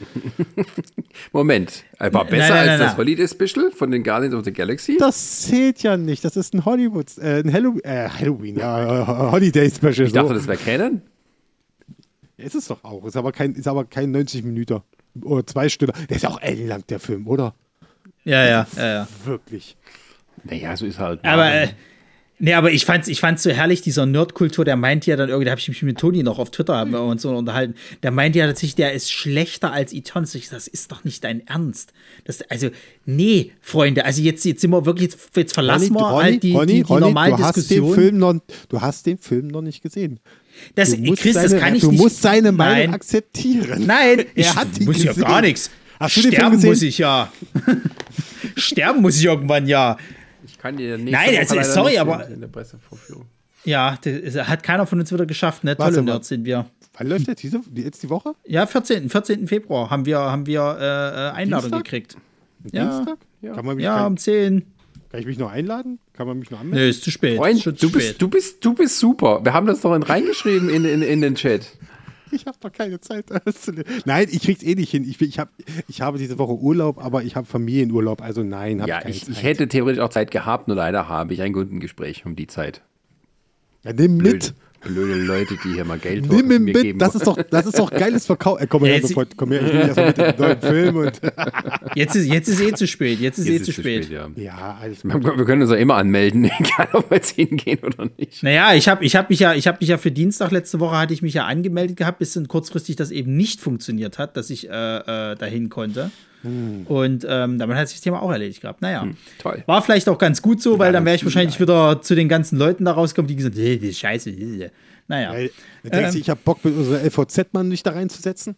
Moment, er war besser nein, nein, als nein, das Holiday Special von den Guardians of the Galaxy? Das zählt ja nicht. Das ist ein Hollywood, äh, ein Halloween, äh, Halloween, ja, äh, Holiday Special. Ich dachte, so. das wäre Canon. Ist es doch auch. Ist aber kein, ist aber kein neunzig Minuten oder zwei Stunden. Der ist auch ellenlang, der Film, oder? Ja, ja, ja, ja. Wirklich. Naja, so ist halt. Aber, äh, nee, aber ich fand's, ich fand's so herrlich, dieser Nerdkultur, der meint ja dann irgendwie, da habe ich mich mit Toni noch auf Twitter haben wir uns so unterhalten, der meint ja tatsächlich, der ist schlechter als Eternals. Ich sag, das ist doch nicht dein Ernst. Das, also, nee, Freunde, also jetzt, jetzt sind wir wirklich, jetzt, jetzt verlassen wir Ronny, halt die, Ronny, die, die Ronny, normalen du hast Diskussionen. Den Film noch, du hast den Film noch nicht gesehen. Das, Chris, seine, das kann ich du nicht. Du musst seine Meinung Nein. akzeptieren. Nein, er ich hat muss gesehen. ja gar nichts. Hast du den Film Sterben gesehen? muss ich ja. Sterben muss ich irgendwann ja. Ich kann dir nicht. Nein, also, sorry, nicht aber. In der Pressevorführung. Ja, das hat keiner von uns wieder geschafft, ne? Warte Tolle mal. Nerds sind wir. Wann läuft der? Diese, jetzt die Woche? Ja, vierzehnten Februar haben wir, haben wir äh, Einladung Dienstag? gekriegt. Ja. Dienstag? Ja. Kann, man mich, Ja, kann, um zehn. kann ich mich noch einladen? Kann man mich noch anmelden? Nö, ist zu spät. Freund, ist schon zu du, bist, spät. du, bist, du bist super. Wir haben das doch reingeschrieben in, in, in den Chat. Ich habe doch keine Zeit. Nein, ich krieg's eh nicht hin. Ich, ich, hab, ich habe diese Woche Urlaub, aber ich habe Familienurlaub. Also nein, habe Ja, ich keine ich, Zeit. ich hätte theoretisch auch Zeit gehabt, nur leider habe ich ein Kundengespräch um die Zeit. Ja, nimm Blöde, mit. blöde Leute, die hier mal Geld Nimm ihn mir mit. geben. Das ist doch, das ist doch geiles Verkauf. Äh, komm mal Ja, her, jetzt- sofort. Komm her, ich nehme erstmal mit dem neuen Film. Und Jetzt ist, jetzt ist eh zu spät. Jetzt ist Jetzt eh ist zu es spät. ja. ja, alles Wir wir können uns ja immer anmelden, egal ob wir jetzt hingehen oder nicht. Naja, ich habe ich hab mich, ja, ich hab mich ja für Dienstag letzte Woche hatte ich mich ja angemeldet gehabt, bis dann kurzfristig das eben nicht funktioniert hat, dass ich äh, äh, dahin konnte. Und ähm, damit hat sich das Thema auch erledigt gehabt. Naja. Toll. War vielleicht auch ganz gut so, weil dann wäre ich das- wahrscheinlich wieder zu den ganzen Leuten da rausgekommen, die gesagt haben, hey, das ist scheiße. Naja. Weil, du denkst, Ähm. ich habe Bock, mit unserer L V Z-Mann nicht da reinzusetzen?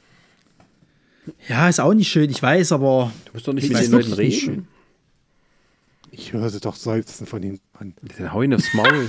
Ja, ist auch nicht schön, ich weiß, aber Du musst doch nicht Ich mit weiß den doch, Leuten ist nicht reden. Ich höre sie doch seufzen von den Mann. Den hauen aufs Maul.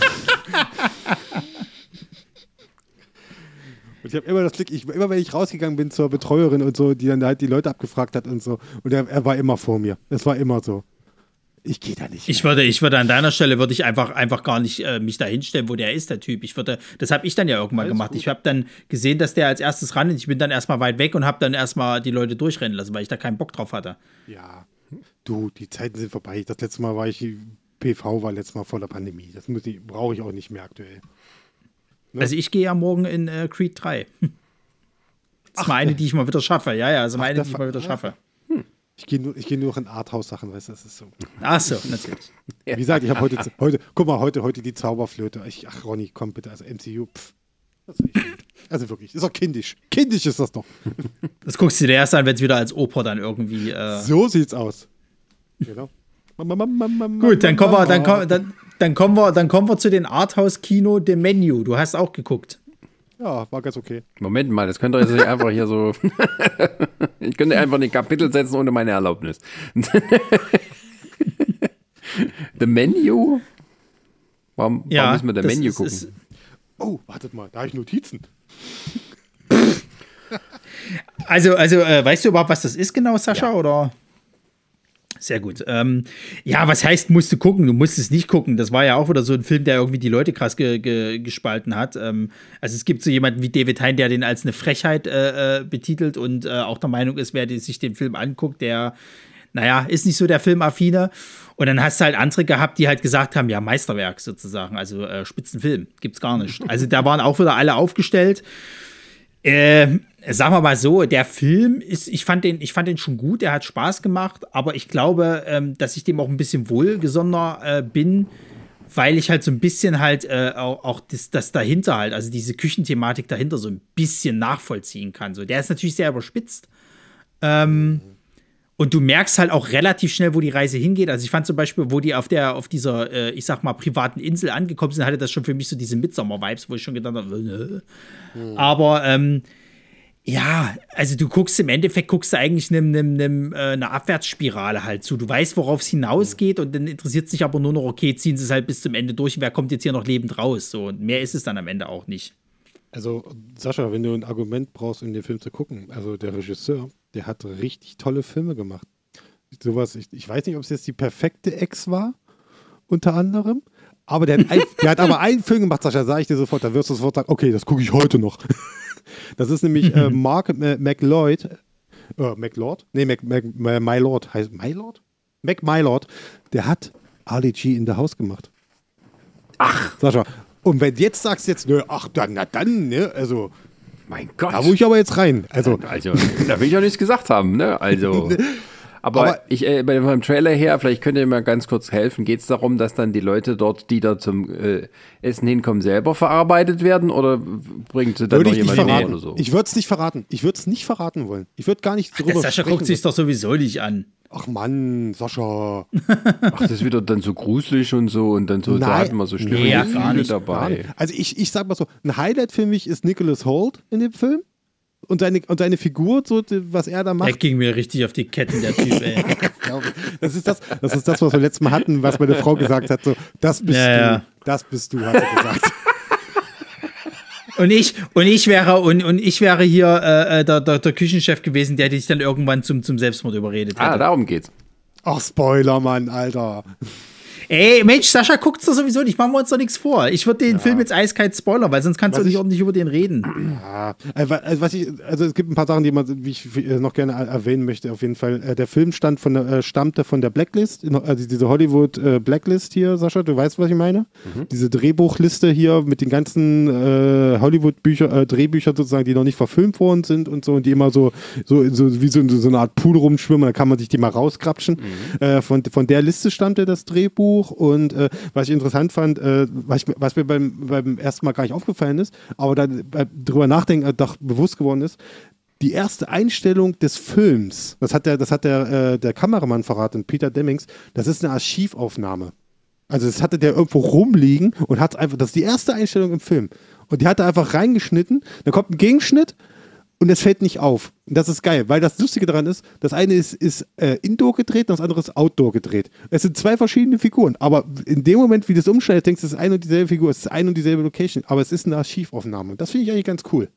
Und ich habe immer das Glück, ich, immer wenn ich rausgegangen bin zur Betreuerin und so, die dann halt die Leute abgefragt hat und so, und er, er war immer vor mir. Das war immer so. Ich gehe da nicht. ich mehr. würde, ich würde an deiner Stelle würde ich einfach, einfach gar nicht äh, mich da hinstellen, wo der ist, der Typ. Ich würde, das habe ich dann ja irgendwann Alles gemacht. gut. Ich habe dann gesehen, dass der als erstes ran ist. Ich bin dann erstmal weit weg und habe dann erstmal die Leute durchrennen lassen, weil ich da keinen Bock drauf hatte. Ja, du, die Zeiten sind vorbei. Das letzte Mal war ich, P V war letztes Mal vor der Pandemie. Das muss ich- brauche ich auch nicht mehr aktuell. Ja. Also ich gehe ja morgen in äh, Creed drei. Das ist mal eine, die ich mal wieder schaffe. Ja, ja, also mal eine, der die ich Fa- mal wieder ah. schaffe. Ich gehe nur, ich geh nur noch in Arthouse-Sachen, weißt du, das ist so. Ach so, natürlich. Wie gesagt, ich habe heute, heute, guck mal, heute, heute die Zauberflöte. Ich, ach, Ronny, komm bitte, also M C U, pff. Das ist echt, also wirklich, ist doch kindisch. Kindisch ist das doch. Das guckst du dir erst an, wenn es wieder als Oper dann irgendwie. Äh, So sieht's aus. Genau. Gut, dann kommen wir, dann, kommen- dann, dann kommen wir, dann kommen wir zu den Arthouse-Kino The Menu. Du hast auch geguckt. Ja, war ganz okay. Moment mal, das könnt ihr jetzt nicht einfach hier so. Ich könnte einfach ein Kapitel setzen ohne meine Erlaubnis. The Menu? Warum, warum Ja, müssen wir The das Menu ist- gucken? ist- Oh, wartet mal, da habe ich Notizen. Also, also äh, weißt du überhaupt, was das ist genau, Sascha? Oder? Sehr gut. Ähm, ja, was heißt, musst du gucken? Du musst es nicht gucken. Das war ja auch wieder so ein Film, der irgendwie die Leute krass ge ge gespalten hat. Ähm, also es gibt so jemanden wie David Hein, der den als eine Frechheit äh, äh, betitelt und äh, auch der Meinung ist, wer die, sich den Film anguckt, der, naja, ist nicht so der Filmaffine. Und dann hast du halt andere gehabt, die halt gesagt haben, ja, Meisterwerk sozusagen, also äh, Spitzenfilm, gibt's gar nicht. Also da waren auch wieder alle aufgestellt. Äh, sagen wir mal so, der Film ist, ich fand den, ich fand den schon gut, der hat Spaß gemacht, aber ich glaube, ähm, dass ich dem auch ein bisschen wohlgesonnener äh, bin, weil ich halt so ein bisschen halt äh, auch, auch das, das dahinter halt, also diese Küchenthematik dahinter so ein bisschen nachvollziehen kann. So, der ist natürlich sehr überspitzt. Ähm, und du merkst halt auch relativ schnell, wo die Reise hingeht. Also ich fand zum Beispiel, wo die auf der, auf dieser, äh, ich sag mal, privaten Insel angekommen sind, hatte das schon für mich so diese Midsommar-Vibes, wo ich schon gedacht habe, äh. mhm. aber ähm, ja, also du guckst im Endeffekt, guckst du eigentlich einem, einem, einem, äh, einer Abwärtsspirale halt zu. Du weißt, worauf es hinausgeht und dann interessiert sich aber nur noch, okay, ziehen sie es halt bis zum Ende durch, wer kommt jetzt hier noch lebend raus. So, und mehr ist es dann am Ende auch nicht. Also, Sascha, wenn du ein Argument brauchst, um den Film zu gucken, also der Regisseur, der hat richtig tolle Filme gemacht. Sowas, ich, ich weiß nicht, ob es jetzt die perfekte Ex war, unter anderem, aber der hat, ein, der hat aber einen Film gemacht, Sascha, sage ich dir sofort, da wirst du sofort sagen, okay, das gucke ich heute noch. Das ist nämlich äh, Mark äh, McLeod, äh, McLeod? Nee, Mac, Mac, Mylord, heißt Mylord? Mac Mylord, der hat Ali G in the House gemacht. Ach, Sascha, und wenn du jetzt sagst, jetzt, nö, ach, dann, na dann, ne, also, Mein Gott. da wo ich aber jetzt rein. Also, Also, da will ich auch nichts gesagt haben, ne? Also. Aber, Aber- ich, äh, bei dem Trailer her, vielleicht könnt ihr mir ganz kurz helfen. Geht es darum, dass dann die Leute dort, die da zum äh, Essen hinkommen, selber verarbeitet werden? Oder bringt sie dann würde noch ich nicht jemand verraten. oder so? Ich würde es nicht verraten. Ich würde es nicht verraten wollen. Ich würde gar nicht Der drüber Sascha sprechen. guckt sich doch sowieso nicht an. Ach Mann, Sascha. Ach, das ist wieder dann so gruselig und so und dann so, da Nein. hatten wir so schlimme Nee, ja, Gefühle gar nicht, dabei. Also ich, ich sag mal so, ein Highlight für mich ist Nicholas Hoult in dem Film. Und seine, und seine Figur, so, was er da Der macht. ging mir richtig auf die Ketten, der Typ, ey. Das ist das, das ist das, was wir letztes Mal hatten, was meine Frau gesagt hat. So, das bist Ja, du. ja. Das bist du, hat sie gesagt. Und ich, und ich wäre, und, und ich wäre hier äh, der, der, der Küchenchef gewesen, der dich dann irgendwann zum, zum Selbstmord überredet hätte. Ah, darum geht's. Ach, Spoiler, Mann, Alter. Ey, Mensch, Sascha guckt's doch sowieso nicht, machen wir uns doch nichts vor. Ich würde den Film jetzt eiskalt spoilern, weil sonst kannst Was du nicht ich- ordentlich über den reden. Ja, also, also was ich, also es gibt ein paar Sachen, die man, wie ich äh, noch gerne er- erwähnen möchte, auf jeden Fall. Äh, Der Film stand von der, äh, stammte von der Blacklist, also diese Hollywood äh, Blacklist hier, Sascha, du weißt, was ich meine? Mhm. Diese Drehbuchliste hier mit den ganzen äh, Hollywood-Bücher, äh, Drehbüchern sozusagen, die noch nicht verfilmt worden sind und so und die immer so, so, so wie so, so eine Art Pool rumschwimmen, da kann man sich die mal rauskrapschen. Mhm. Äh, von, von der Liste stammte das Drehbuch und äh, was ich interessant fand, äh, was, ich, was mir beim, beim ersten Mal gar nicht aufgefallen ist, aber dann äh, drüber nachdenken äh, doch bewusst geworden ist, die erste Einstellung des Films, das hat der, das hat der, äh, der Kameramann verraten, Peter Demmings, das ist eine Archivaufnahme. Also das hatte der irgendwo rumliegen und hat einfach, das ist die erste Einstellung im Film. Und die hat er einfach reingeschnitten, dann kommt ein Gegenschnitt und es fällt nicht auf. Und das ist geil, weil das Lustige daran ist, das eine ist, ist äh, Indoor gedreht und das andere ist Outdoor gedreht. Es sind zwei verschiedene Figuren, aber in dem Moment, wie du es umschneidest, denkst du, es ist eine und dieselbe Figur, es ist eine und dieselbe Location, aber es ist eine Archivaufnahme. Und das finde ich eigentlich ganz cool.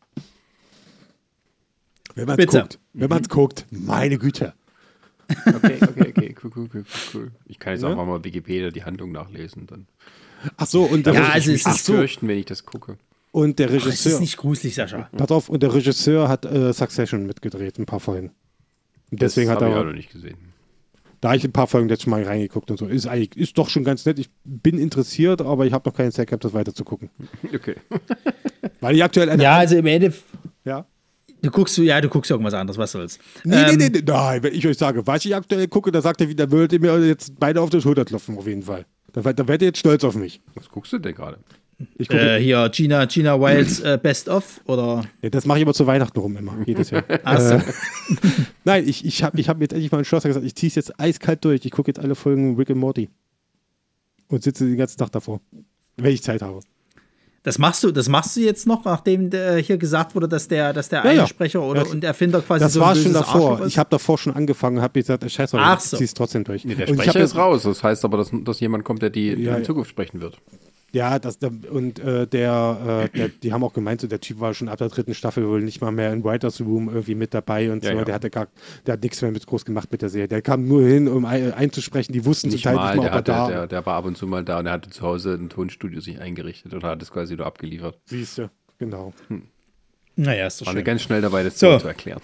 Wenn man es Bitte. guckt. Wenn man es guckt. Meine Güte. Okay, okay, okay, cool, cool, cool, cool. Ich kann jetzt Ja. auch mal Wikipedia die Handlung nachlesen. Dann Ach so, und der, Ja, Regisseur, also es ach ist so. fürchten, wenn ich das gucke. und der Ach, es Regisseur. ist nicht gruselig, Sascha. Pass auf, und der Regisseur hat äh, Succession mitgedreht, ein paar Folgen. Und deswegen das hat habe ich auch er, noch nicht gesehen. da habe ich ein paar Folgen letztes Mal reingeguckt und so. Ist eigentlich, ist doch schon ganz nett. Ich bin interessiert, aber ich habe noch keine Zeit gehabt, das weiter zu gucken. Okay. Weil ich aktuell eine. Ja, also im Endeffekt, ja. du guckst, ja, du guckst irgendwas anderes, was soll's. Nee, Ähm, nee, nee, nee, nein, wenn ich euch sage, was ich aktuell gucke, da sagt er wieder, würdet ihr mir jetzt beide auf die Schulter klopfen, auf jeden Fall. Da, da werdet ihr jetzt stolz auf mich. Was guckst du denn gerade? Ich gucke, Äh, hier, Gina, Gina Wilds äh, Best of, oder? ja, das mache ich aber zu Weihnachten rum immer, jedes Jahr. Ach so. äh, Nein, ich, ich habe ich hab jetzt endlich mal entschlossen gesagt, ich ziehe es jetzt eiskalt durch. Ich gucke jetzt alle Folgen Rick and Morty. Und sitze den ganzen Tag davor. Wenn ich Zeit habe. Das machst du, das machst du jetzt noch, nachdem äh, hier gesagt wurde, dass der, dass der Ja, ja. Einsprecher oder Ja, und Erfinder quasi Das so ein war schon böses davor. Arschloch ist? Ich habe davor schon angefangen, habe gesagt, äh, scheiße, Ach ich so. ziehe es trotzdem durch. Nee, der Und ich Sprecher hab ist raus. Das heißt aber, dass, dass jemand kommt, der die, die Ja, in ja. Zukunft sprechen wird. Ja, das, und äh, der, äh, der, die haben auch gemeint, so der Typ war schon ab der dritten Staffel wohl nicht mal mehr in Writers Room irgendwie mit dabei und Ja, so. ja. Der hatte gar, der hat nichts mehr mit groß gemacht mit der Serie. Der kam nur hin, um ein, einzusprechen. Die wussten Nicht zum Teil mal, nicht mal, der, ob er hatte, da der, der war ab und zu mal da und er hatte zu Hause ein Tonstudio sich eingerichtet und hat es quasi nur abgeliefert. Siehst du, genau. Naja, ist doch War schön. eine ganz schnell dabei, das So. zu erklären.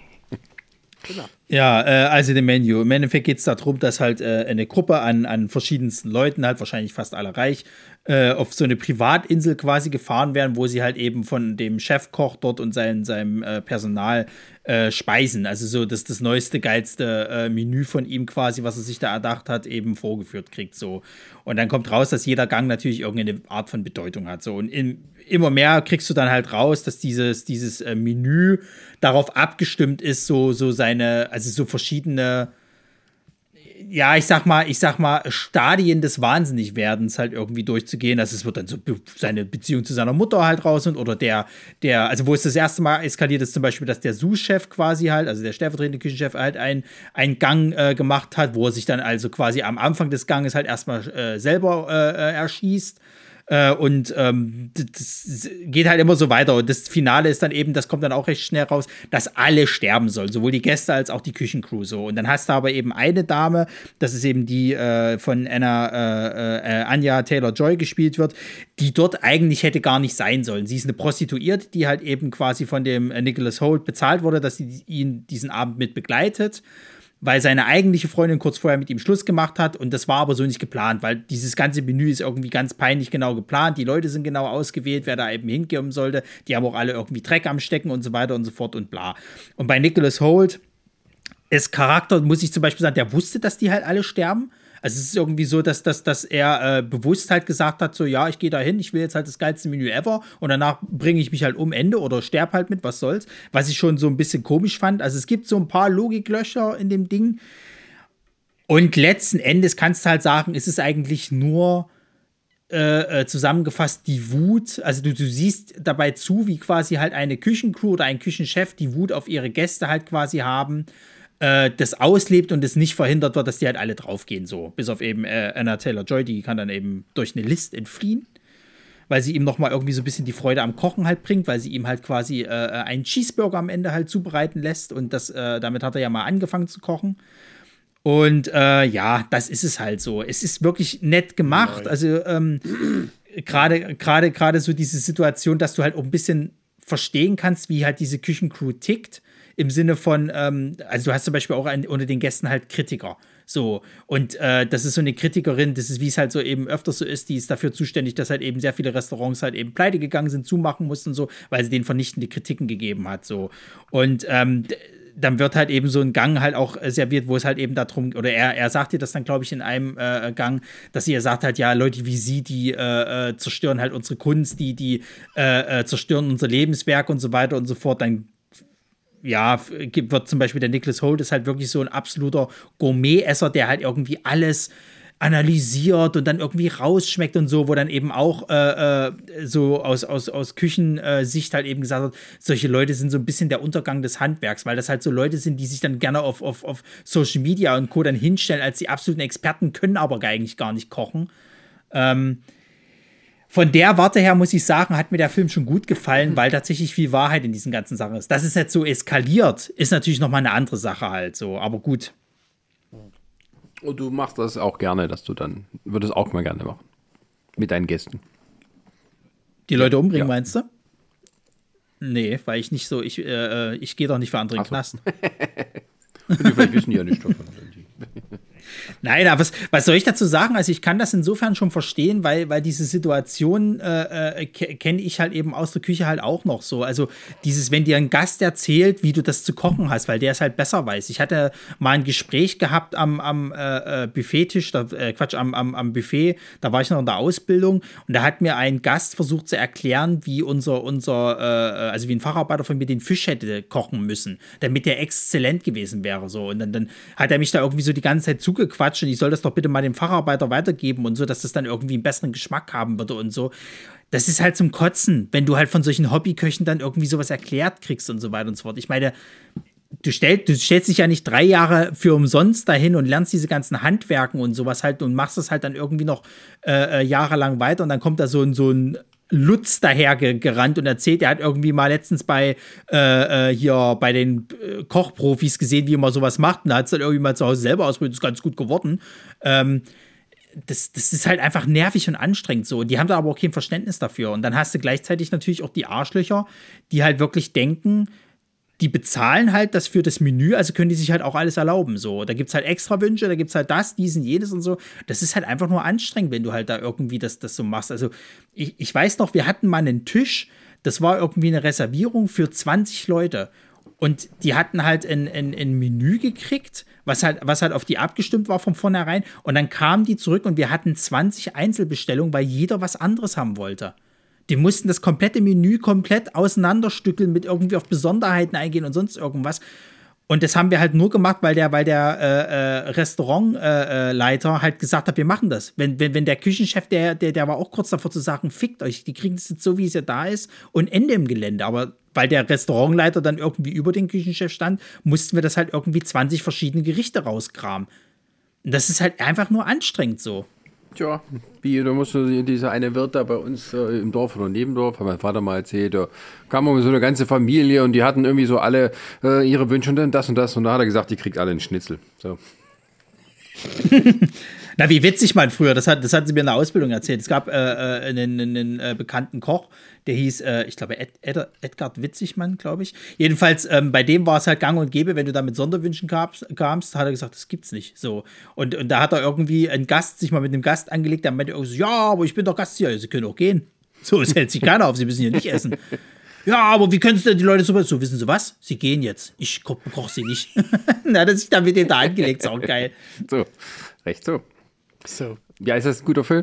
Ja, äh, also dem Menü. Im Endeffekt geht es darum, dass halt äh, eine Gruppe an, an verschiedensten Leuten, halt wahrscheinlich fast alle reich, äh, auf so eine Privatinsel quasi gefahren werden, wo sie halt eben von dem Chefkoch dort und sein, seinem äh, Personal äh, speisen. Also so das, das neueste, geilste äh, Menü von ihm quasi, was er sich da erdacht hat, eben vorgeführt kriegt. So. Und dann kommt raus, dass jeder Gang natürlich irgendeine Art von Bedeutung hat. So. Und in, immer mehr kriegst du dann halt raus, dass dieses, dieses äh, Menü darauf abgestimmt ist, so, so seine, also so verschiedene, ja, ich sag mal, ich sag mal, Stadien des Wahnsinnigwerdens halt irgendwie durchzugehen. Also es wird dann so be- seine Beziehung zu seiner Mutter halt raus und oder der, der, also wo es das erste Mal eskaliert ist, zum Beispiel, dass der Sous-Chef quasi halt, also der stellvertretende Küchenchef halt ein, einen Gang äh, gemacht hat, wo er sich dann also quasi am Anfang des Ganges halt erstmal äh, selber äh, erschießt. Äh, und ähm, das geht halt immer so weiter. Und das Finale ist dann eben, das kommt dann auch recht schnell raus, dass alle sterben sollen, sowohl die Gäste als auch die Küchencrew. So. Und dann hast du aber eben eine Dame, das ist eben die äh, von Anna, äh, äh, Anya Taylor-Joy gespielt wird, die dort eigentlich hätte gar nicht sein sollen. Sie ist eine Prostituierte, die halt eben quasi von dem äh, Nicholas Hoult bezahlt wurde, dass sie ihn diesen Abend mit begleitet, weil seine eigentliche Freundin kurz vorher mit ihm Schluss gemacht hat und das war aber so nicht geplant, weil dieses ganze Menü ist irgendwie ganz peinlich genau geplant, die Leute sind genau ausgewählt, wer da eben hinkommen sollte, die haben auch alle irgendwie Dreck am Stecken und so weiter und so fort und bla. Und bei Nicholas Hoult ist Charakter, muss ich zum Beispiel sagen, der wusste, dass die halt alle sterben. Also es ist irgendwie so, dass, dass, dass er äh, bewusst halt gesagt hat, so ja, ich gehe da hin, ich will jetzt halt das geilste Menü ever und danach bringe ich mich halt um Ende oder sterb halt mit, was soll's. Was ich schon so ein bisschen komisch fand. Also es gibt so ein paar Logiklöcher in dem Ding und letzten Endes kannst du halt sagen, es ist eigentlich nur äh, äh, zusammengefasst die Wut. Also du, du siehst dabei zu, wie quasi halt eine Küchencrew oder ein Küchenchef die Wut auf ihre Gäste halt quasi haben, das auslebt und es nicht verhindert wird, dass die halt alle draufgehen, so. Bis auf eben äh, Anna Taylor-Joy, die kann dann eben durch eine List entfliehen, weil sie ihm nochmal irgendwie so ein bisschen die Freude am Kochen halt bringt, weil sie ihm halt quasi äh, einen Cheeseburger am Ende halt zubereiten lässt und das, äh, damit hat er ja mal angefangen zu kochen. Und äh, ja, das ist es halt so. Es ist wirklich nett gemacht, Nein. also ähm, gerade gerade gerade so diese Situation, dass du halt auch ein bisschen verstehen kannst, wie halt diese Küchencrew tickt. Im Sinne von, ähm, also du hast zum Beispiel auch ein, unter den Gästen halt Kritiker. So, und äh, das ist so eine Kritikerin, das ist, wie es halt so eben öfters so ist, die ist dafür zuständig, dass halt eben sehr viele Restaurants halt eben pleite gegangen sind, zumachen mussten, so, weil sie denen vernichtende Kritiken gegeben hat. So. Und ähm, d- dann wird halt eben so ein Gang halt auch serviert, wo es halt eben darum, oder er, er sagt ihr das dann, glaube ich, in einem äh, Gang, dass sie ihr sagt halt, ja, Leute wie sie, die äh, äh, zerstören halt unsere Kunst, die, die äh, äh, zerstören unser Lebenswerk und so weiter und so fort. Dann ja, wird zum Beispiel der Nicholas Hoult ist halt wirklich so ein absoluter Gourmet-Esser, der halt irgendwie alles analysiert und dann irgendwie rausschmeckt und so, wo dann eben auch äh, äh, so aus, aus, aus Küchensicht halt eben gesagt hat, solche Leute sind so ein bisschen der Untergang des Handwerks, weil das halt so Leute sind, die sich dann gerne auf, auf, auf Social Media und Co. dann hinstellen als die absoluten Experten, können aber eigentlich gar nicht kochen. Ähm, Von der Warte her, muss ich sagen, hat mir der Film schon gut gefallen, weil tatsächlich viel Wahrheit in diesen ganzen Sachen ist. Dass es jetzt so eskaliert, ist natürlich nochmal eine andere Sache halt so, aber gut. Und du machst das auch gerne, dass du dann, würdest auch mal gerne machen. Mit deinen Gästen. Die Leute umbringen, Ja. meinst du? Nee, weil ich nicht so, ich, äh, ich gehe doch nicht für andere in den Ach so. Knast. Und die vielleicht wissen die ja nicht davon. Nein, aber was, was soll ich dazu sagen? Also ich kann das insofern schon verstehen, weil, weil diese Situation äh, äh, kenne ich halt eben aus der Küche halt auch noch so. Also dieses, wenn dir ein Gast erzählt, wie du das zu kochen hast, weil der es halt besser weiß. Ich hatte mal ein Gespräch gehabt am, am äh, Buffettisch, da, äh, Quatsch, am, am, am Buffet, da war ich noch in der Ausbildung und da hat mir ein Gast versucht zu erklären, wie unser, unser äh, also wie ein Facharbeiter von mir den Fisch hätte kochen müssen, damit der exzellent gewesen wäre. So. Und dann, dann hat er mich da irgendwie so die ganze Zeit zugequatscht und ich soll das doch bitte mal dem Facharbeiter weitergeben und so, dass das dann irgendwie einen besseren Geschmack haben würde und so. Das ist halt zum Kotzen, wenn du halt von solchen Hobbyköchen dann irgendwie sowas erklärt kriegst und so weiter und so fort. Ich meine, du, stell, du stellst dich ja nicht drei Jahre für umsonst dahin und lernst diese ganzen Handwerken und sowas halt und machst das halt dann irgendwie noch äh, jahrelang weiter und dann kommt da so ein, so ein Lutz daher gerannt und erzählt, er hat irgendwie mal letztens bei äh, hier bei den äh, Kochprofis gesehen, wie man sowas macht und da hat es dann irgendwie mal zu Hause selber ausprobiert, ist ganz gut geworden. Ähm, das, das ist halt einfach nervig und anstrengend so. Die haben da aber auch kein Verständnis dafür. Und dann hast du gleichzeitig natürlich auch die Arschlöcher, die halt wirklich denken, die bezahlen halt das für das Menü, also können die sich halt auch alles erlauben. So, da gibt es halt extra Wünsche, da gibt es halt das, diesen, jenes und so. Das ist halt einfach nur anstrengend, wenn du halt da irgendwie das, das so machst. Also ich, ich weiß noch, wir hatten mal einen Tisch, das war irgendwie eine Reservierung für zwanzig Leute. Und die hatten halt ein, ein, ein Menü gekriegt, was halt, was halt auf die abgestimmt war von vornherein. Und dann kamen die zurück und wir hatten zwanzig Einzelbestellungen, weil jeder was anderes haben wollte. Die mussten das komplette Menü komplett auseinanderstückeln, mit irgendwie auf Besonderheiten eingehen und sonst irgendwas. Und das haben wir halt nur gemacht, weil der, weil der äh, äh, Restaurantleiter äh, halt gesagt hat, wir machen das. Wenn, wenn, wenn der Küchenchef, der, der, der war auch kurz davor zu sagen, fickt euch, die kriegen das jetzt so, wie es ja da ist und Ende im Gelände. Aber weil der Restaurantleiter dann irgendwie über den Küchenchef stand, mussten wir das halt irgendwie zwanzig verschiedene Gerichte rauskramen. Und das ist halt einfach nur anstrengend so. Tja, wie, da musst du dieser eine Wirt da bei uns äh, im Dorf oder Nebendorf, hat mein Vater mal erzählt, da kam irgendwie so eine ganze Familie und die hatten irgendwie so alle äh, ihre Wünsche und dann das und das und da hat er gesagt, die kriegt alle einen Schnitzel. So. Na, wie witzig man früher, das hat, das hat sie mir in der Ausbildung erzählt. Es gab äh, einen, einen äh, bekannten Koch, der hieß, äh, ich glaube, Ed, Ed, Edgard Witzigmann, glaube ich. Jedenfalls, ähm, bei dem war es halt gang und gäbe, wenn du da mit Sonderwünschen kamst, kamst, hat er gesagt, das gibt's nicht. So. Und, und da hat er irgendwie ein Gast, sich mal mit einem Gast angelegt, der meinte irgendwie so, ja, aber ich bin doch Gast hier, Sie können auch gehen. So, es hält sich keiner auf, Sie müssen hier nicht essen. Ja, aber wie können denn die Leute so, so, wissen Sie was? Sie gehen jetzt. Ich ko- koche sie nicht. Dann hat er sich da mit dem da angelegt, ist auch geil. So, recht so. So. Ja, ist das ein guter Film?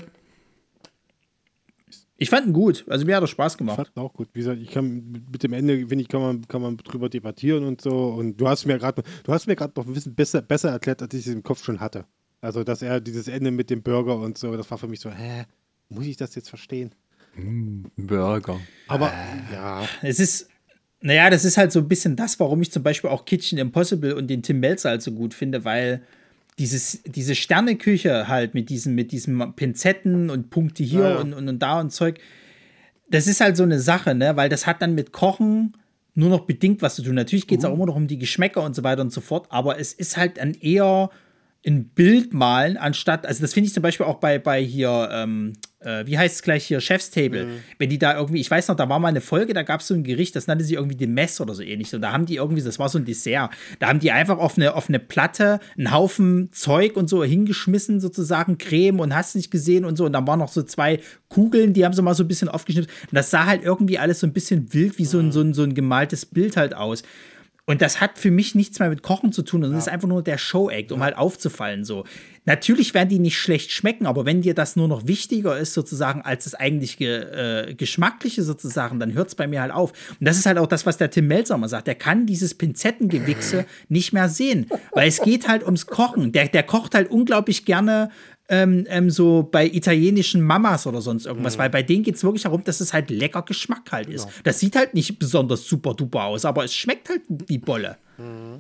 Ich fand ihn gut. Also mir hat er Spaß gemacht. Ich fand ihn auch gut. Wie gesagt, ich kann mit dem Ende, finde ich, kann man, kann man drüber debattieren und so. Und du hast mir gerade, du hast mir gerade noch ein bisschen besser, besser erklärt, als ich es im Kopf schon hatte. Also, dass er dieses Ende mit dem Burger und so, das war für mich so, hä, muss ich das jetzt verstehen? Mm, Burger. Aber, äh. ja. Es ist, naja, das ist halt so ein bisschen das, warum ich zum Beispiel auch Kitchen Impossible und den Tim Melzer halt so gut finde, weil Dieses, diese Sterneküche halt mit diesen, mit diesen Pinzetten und Punkte hier ja, ja. Und, und, und da und Zeug, das ist halt so eine Sache, ne? Weil das hat dann mit Kochen nur noch bedingt was zu tun. Natürlich geht es uh. auch immer noch um die Geschmäcker und so weiter und so fort, aber es ist halt dann eher ein Bild malen, anstatt, also das finde ich zum Beispiel auch bei, bei hier, ähm, äh, wie heißt es gleich hier, Chef's Table, mhm. wenn die da irgendwie, ich weiß noch, da war mal eine Folge, da gab es so ein Gericht, das nannte sich irgendwie die Mess oder so ähnlich, und da haben die irgendwie, das war so ein Dessert, da haben die einfach auf eine, auf eine Platte einen Haufen Zeug und so hingeschmissen, sozusagen, Creme und hast nicht gesehen und so, und dann waren noch so zwei Kugeln, die haben sie mal so ein bisschen aufgeschnitten, und das sah halt irgendwie alles so ein bisschen wild, wie so ein, so ein, so ein gemaltes Bild halt aus. Und das hat für mich nichts mehr mit Kochen zu tun. Das ja. ist einfach nur der Show-Act, um ja. halt aufzufallen. So. Natürlich werden die nicht schlecht schmecken, aber wenn dir das nur noch wichtiger ist, sozusagen, als das eigentlich äh, Geschmackliche sozusagen, dann hört es bei mir halt auf. Und das ist halt auch das, was der Tim Melzer mal sagt. Der kann dieses Pinzettengewichse nicht mehr sehen. Weil es geht halt ums Kochen. Der, der kocht halt unglaublich gerne Ähm, ähm, so bei italienischen Mamas oder sonst irgendwas, mhm. weil bei denen geht es wirklich darum, dass es halt lecker Geschmack halt ist. Genau. Das sieht halt nicht besonders super duper aus, aber es schmeckt halt wie Bolle. Mhm.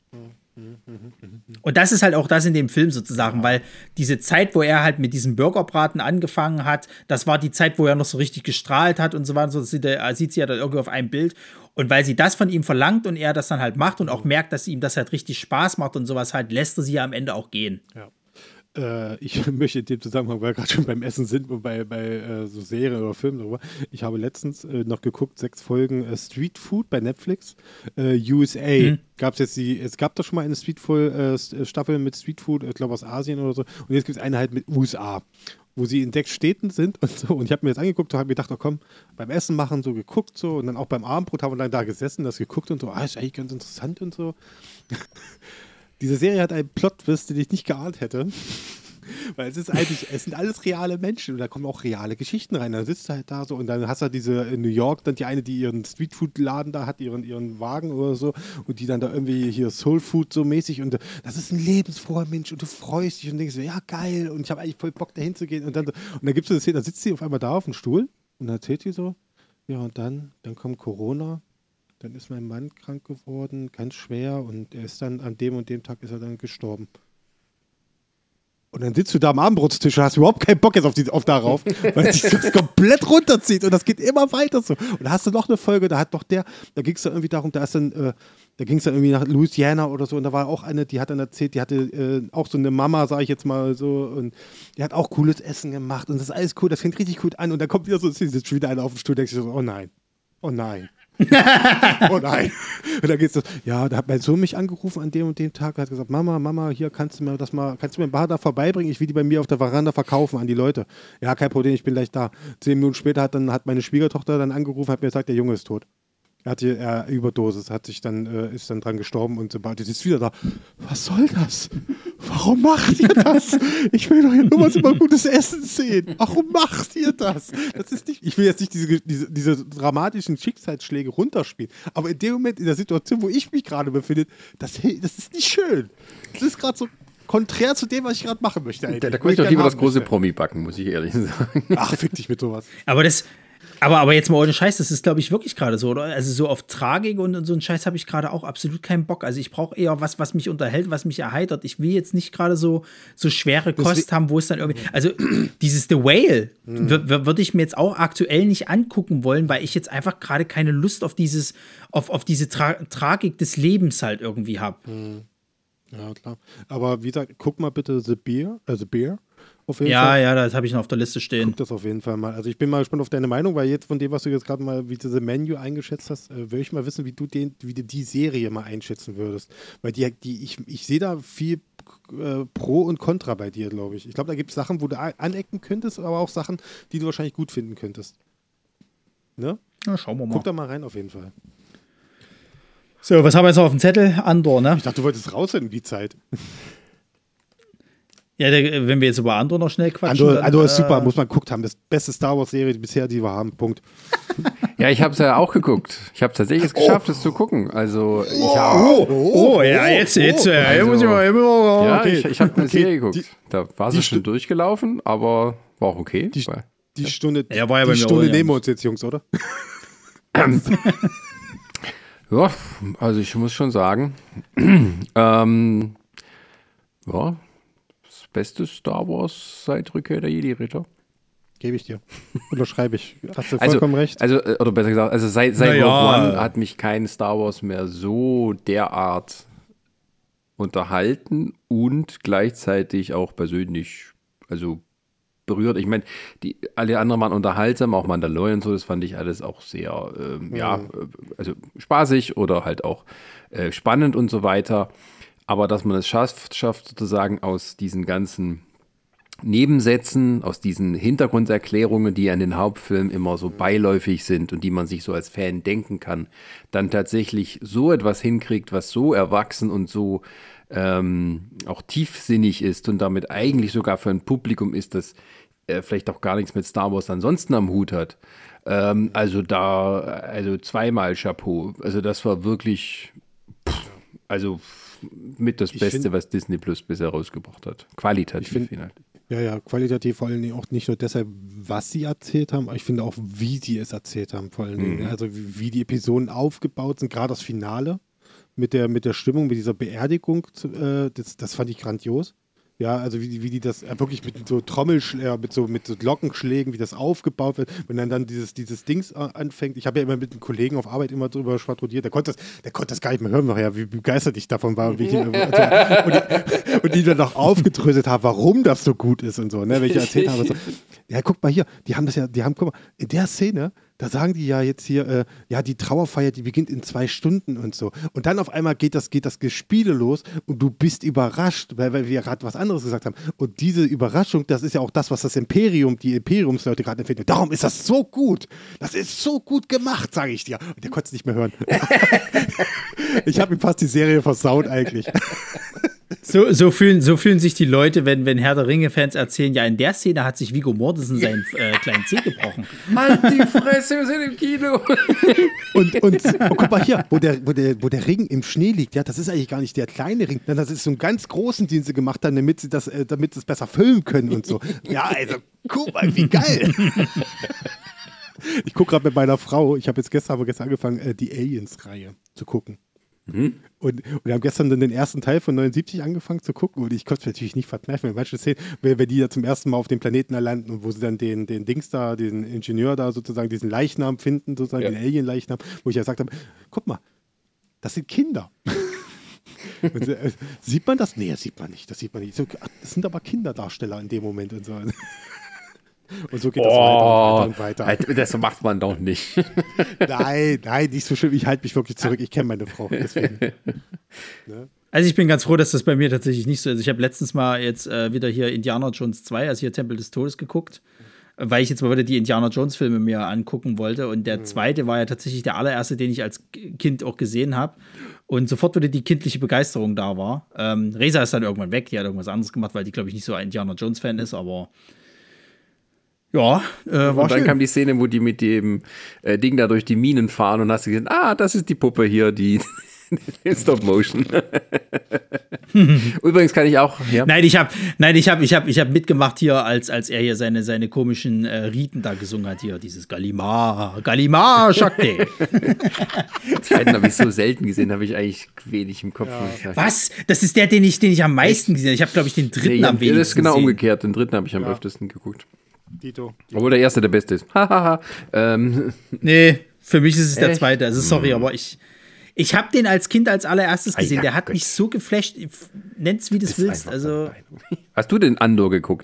Und das ist halt auch das in dem Film sozusagen, ja. weil diese Zeit, wo er halt mit diesem Burgerbraten angefangen hat, das war die Zeit, wo er noch so richtig gestrahlt hat und so weiter, so sieht, er, sieht sie ja dann irgendwie auf einem Bild. Und weil sie das von ihm verlangt und er das dann halt macht und auch merkt, dass ihm das halt richtig Spaß macht und sowas halt, lässt er sie ja am Ende auch gehen. Ja. Äh, ich möchte in dem Zusammenhang, weil wir gerade schon beim Essen sind und bei, bei äh, so Serien oder Filmen darüber. Ich habe letztens äh, noch geguckt, sechs Folgen äh, Street Food bei Netflix. Äh, U S A mhm. gab es jetzt die, es gab doch schon mal eine Street Food äh, Staffel mit Street Food, ich glaube aus Asien oder so. Und jetzt gibt es eine halt mit U S A, wo sie in sechs Städten sind und so. Und ich habe mir jetzt angeguckt und habe mir gedacht, oh komm, beim Essen machen, so geguckt so. Und dann auch beim Abendbrot haben wir dann da gesessen, das geguckt und so. Ah, ist eigentlich ganz interessant und so. Diese Serie hat einen Plot-Twist, den ich nicht geahnt hätte. Weil es ist eigentlich, es sind alles reale Menschen und da kommen auch reale Geschichten rein. Dann sitzt du halt da so und dann hast du diese in New York, dann die eine, die ihren Streetfood-Laden da hat, ihren, ihren Wagen oder so und die dann da irgendwie hier Soulfood so mäßig und das ist ein lebensfroher Mensch und du freust dich und denkst so, ja geil und ich habe eigentlich voll Bock da hinzugehen und dann, und dann gibt's so eine Szene, da sitzt sie auf einmal da auf dem Stuhl und dann erzählt sie so, ja und dann, dann kommt Corona. Dann ist mein Mann krank geworden, ganz schwer und er ist dann an dem und dem Tag ist er dann gestorben. Und dann sitzt du da am Abendbrotstisch und hast überhaupt keinen Bock jetzt auf, die, auf darauf, weil sich das komplett runterzieht und das geht immer weiter so. Und da hast du noch eine Folge, da hat doch der, da ging es dann irgendwie darum, da ist dann, äh, da ging es dann irgendwie nach Louisiana oder so und da war auch eine, die hat dann erzählt, die hatte äh, auch so eine Mama, sag ich jetzt mal so, und die hat auch cooles Essen gemacht und das ist alles cool, das fängt richtig gut an und dann kommt wieder so, sitzt schon wieder einer auf dem Stuhl und denkst du so, oh nein, oh nein. Oh nein. Und dann geht's so, ja, da hat mein Sohn mich angerufen an dem und dem Tag und hat gesagt, Mama, Mama, hier kannst du mir das mal, kannst du mir ein Bar da vorbeibringen? Ich will die bei mir auf der Veranda verkaufen an die Leute. Ja, kein Problem, ich bin gleich da. Zehn Minuten später hat dann hat meine Schwiegertochter dann angerufen, hat mir gesagt, der Junge ist tot. Er hatte äh, Überdosis, hat sich dann, äh, ist dann dran gestorben und so, die sitzt wieder da. Was soll das? Warum macht ihr das? Ich will doch hier nur was über gutes Essen sehen. Warum macht ihr das? Das ist nicht, ich will jetzt nicht diese, diese, diese dramatischen Schicksalsschläge runterspielen, aber in dem Moment, in der Situation, wo ich mich gerade befinde, das, das ist nicht schön. Das ist gerade so konträr zu dem, was ich gerade machen möchte. Da, da gucke ich doch lieber das große möchte. Promi backen, muss ich ehrlich sagen. Ach, fick dich mit sowas. Aber das Aber, aber jetzt mal ohne Scheiß, das ist, glaube ich, wirklich gerade so, oder? Also so auf Tragik und, und so einen Scheiß habe ich gerade auch absolut keinen Bock. Also ich brauche eher was, was mich unterhält, was mich erheitert. Ich will jetzt nicht gerade so, so schwere Kost Deswegen, haben, wo es dann irgendwie. Also dieses The Whale mhm. würde ich mir jetzt auch aktuell nicht angucken wollen, weil ich jetzt einfach gerade keine Lust auf dieses, auf, auf diese Tra- Tragik des Lebens halt irgendwie habe. Mhm. Ja, klar. Aber wie gesagt, guck mal bitte The Bear, äh, The Bear. Auf jeden ja, Fall. ja, das habe ich noch auf der Liste stehen. Guck das auf jeden Fall mal. Also ich bin mal gespannt auf deine Meinung, weil jetzt von dem, was du jetzt gerade mal, wie diese Menu eingeschätzt hast, äh, würde ich mal wissen, wie du den, wie du die Serie mal einschätzen würdest. Weil die, die ich, ich sehe da viel äh, Pro und Contra bei dir, glaube ich. Ich glaube, da gibt es Sachen, wo du anecken könntest, aber auch Sachen, die du wahrscheinlich gut finden könntest. Ne? Ja, schauen wir mal. Guck da mal rein auf jeden Fall. So, was haben wir jetzt noch auf dem Zettel? Andor, ne? Ich dachte, du wolltest raus in die Zeit. Ja, der, wenn wir jetzt über Andor noch schnell quatschen. Andor, dann, Andor ist äh, super, muss man geguckt haben. Das beste Star Wars-Serie bisher, die wir haben. Punkt. Ja, ich habe es ja auch geguckt. Ich habe tatsächlich es geschafft, es oh. zu gucken. Also, ich habe. Oh, oh, oh, ja, jetzt, jetzt. Oh, also, muss ich mal immer. Oh, ja, okay. ich, ich habe eine okay. Serie geguckt. Die, da war sie schon St- durchgelaufen, aber war auch okay. Die, weil, die Stunde, ja, war ja die bei Stunde mir nehmen wir uns jetzt, Jungs, oder? Ja, also ich muss schon sagen, ähm, ja, das beste Star Wars seit Rückkehr der Jedi-Ritter. Gebe ich dir. Unterschreibe ich. Hast du also, vollkommen recht. Also, oder besser gesagt, also seit, seit naja. Rogue One hat mich kein Star Wars mehr so derart unterhalten und gleichzeitig auch persönlich, also berührt. Ich meine, die alle anderen waren unterhaltsam, auch Mandalorian und so, das fand ich alles auch sehr, ähm, mhm. ja, also spaßig oder halt auch äh, spannend und so weiter. Aber dass man es schafft, schafft sozusagen aus diesen ganzen Nebensätzen, aus diesen Hintergrunderklärungen, die an den Hauptfilmen immer so beiläufig sind und die man sich so als Fan denken kann, dann tatsächlich so etwas hinkriegt, was so erwachsen und so ähm, auch tiefsinnig ist und damit eigentlich sogar für ein Publikum ist, das äh, vielleicht auch gar nichts mit Star Wars ansonsten am Hut hat. Ähm, also da, also zweimal Chapeau. Also das war wirklich, pff, also mit das ich Beste, find, was Disney Plus bisher rausgebracht hat. Qualitativ. Ich find, ja, ja, qualitativ vor allen Dingen auch nicht nur deshalb, was sie erzählt haben, aber ich finde auch, wie sie es erzählt haben, vor allen Dingen. Mhm. Also wie, wie die Episoden aufgebaut sind, gerade das Finale mit der, mit der Stimmung, mit dieser Beerdigung, äh, das, das fand ich grandios. Ja, also wie die, wie die das äh, wirklich mit so Trommelschlägen, mit so, mit so Glockenschlägen, wie das aufgebaut wird, wenn dann dann dieses, dieses Dings äh, anfängt. Ich habe ja immer mit einem Kollegen auf Arbeit immer drüber schwadroniert, der konnte das, der konnte das gar nicht mehr hören, nachher, wie begeistert ich davon war. Wie ich, also, und, die, und die dann noch aufgedröselt haben, warum das so gut ist und so, ne, wenn ich erzählt habe. So, ja, guck mal hier, die haben das ja, die haben, guck mal, in der Szene, da sagen die ja jetzt hier, äh, ja, die Trauerfeier, die beginnt in zwei Stunden und so. Und dann auf einmal geht das, geht das Gespiele los und du bist überrascht, weil, weil wir gerade was anderes gesagt haben. Und diese Überraschung, das ist ja auch das, was das Imperium, die Imperiumsleute gerade empfinden. Darum ist das so gut. Das ist so gut gemacht, sage ich dir. Und der konnte es nicht mehr hören. Ich habe ihm fast die Serie versaut eigentlich. So, so, fühlen, so fühlen sich die Leute, wenn, wenn Herr der Ringe-Fans erzählen, ja, in der Szene hat sich Viggo Mortensen seinen äh, kleinen Zeh gebrochen. Halt die Fresse, wir sind im Kino. Und, und, und guck mal hier, wo der, wo, der, wo der Ring im Schnee liegt, ja, das ist eigentlich gar nicht der kleine Ring, das ist so einen ganz großen, den sie gemacht haben, damit sie das, äh, damit sie es besser filmen können und so. Ja, also, guck mal, wie geil. Ich gucke gerade mit meiner Frau, ich habe jetzt gestern, habe gestern angefangen, äh, die Aliens-Reihe zu gucken. Mhm. Und, und wir haben gestern dann den ersten Teil von neunundsiebzig angefangen zu gucken und ich konnte es natürlich nicht verkneifen, wenn manche Szenen, wenn, wenn die da zum ersten Mal auf dem Planeten landen und wo sie dann den, den Dings da, den Ingenieur da sozusagen, diesen Leichnam finden, sozusagen, ja. Den Alien-Leichnam, wo ich ja gesagt habe, guck mal, das sind Kinder. Und, äh, sieht man das? Nee, das sieht man nicht, das sieht man nicht. So, ach, das sind aber Kinderdarsteller in dem Moment und so. Und so geht das oh, weiter und weiter und weiter. Das macht man doch nicht. Nein, nein, nicht so schlimm. Ich halte mich wirklich zurück. Ich kenne meine Frau. Deswegen. Ne? Also ich bin ganz froh, dass das bei mir tatsächlich nicht so ist. Ich habe letztens mal jetzt äh, wieder hier Indiana Jones zwei, also hier Tempel des Todes geguckt, weil ich jetzt mal wieder die Indiana Jones Filme mir angucken wollte. Und der mhm. zweite war ja tatsächlich der allererste, den ich als Kind auch gesehen habe. Und sofort wieder die kindliche Begeisterung da war. Ähm, Reza ist dann irgendwann weg. Die hat irgendwas anderes gemacht, weil die, glaube ich, nicht so ein Indiana Jones Fan ist, aber ja, äh, war Und dann schön. kam die Szene, wo die mit dem äh, Ding da durch die Minen fahren und hast du gesehen, ah, das ist die Puppe hier, die in Stop Motion. Übrigens kann ich auch, ja. Nein, ich habe nein, ich habe ich habe ich habe mitgemacht hier, als als er hier seine seine komischen äh, Riten da gesungen hat hier, dieses Gallimar, Gallimar Shakti. Den zweiten habe ich so selten gesehen, habe ich eigentlich wenig im Kopf. Ja. Was? Das ist der, den ich den ich am meisten gesehen habe. Ich habe, glaube ich, den dritten nee, am wenigsten. Das ist genau gesehen. Umgekehrt, den dritten habe ich am ja. öftesten geguckt. Dito. Obwohl der erste der beste ist. Hahaha. ähm. Nee, für mich ist es der Echt? zweite. Also sorry, aber ich ich habe den als Kind als allererstes gesehen. Ah, ja, der hat Gott. mich so geflasht. Nenn's wie du es willst. Also hast du den Andor geguckt?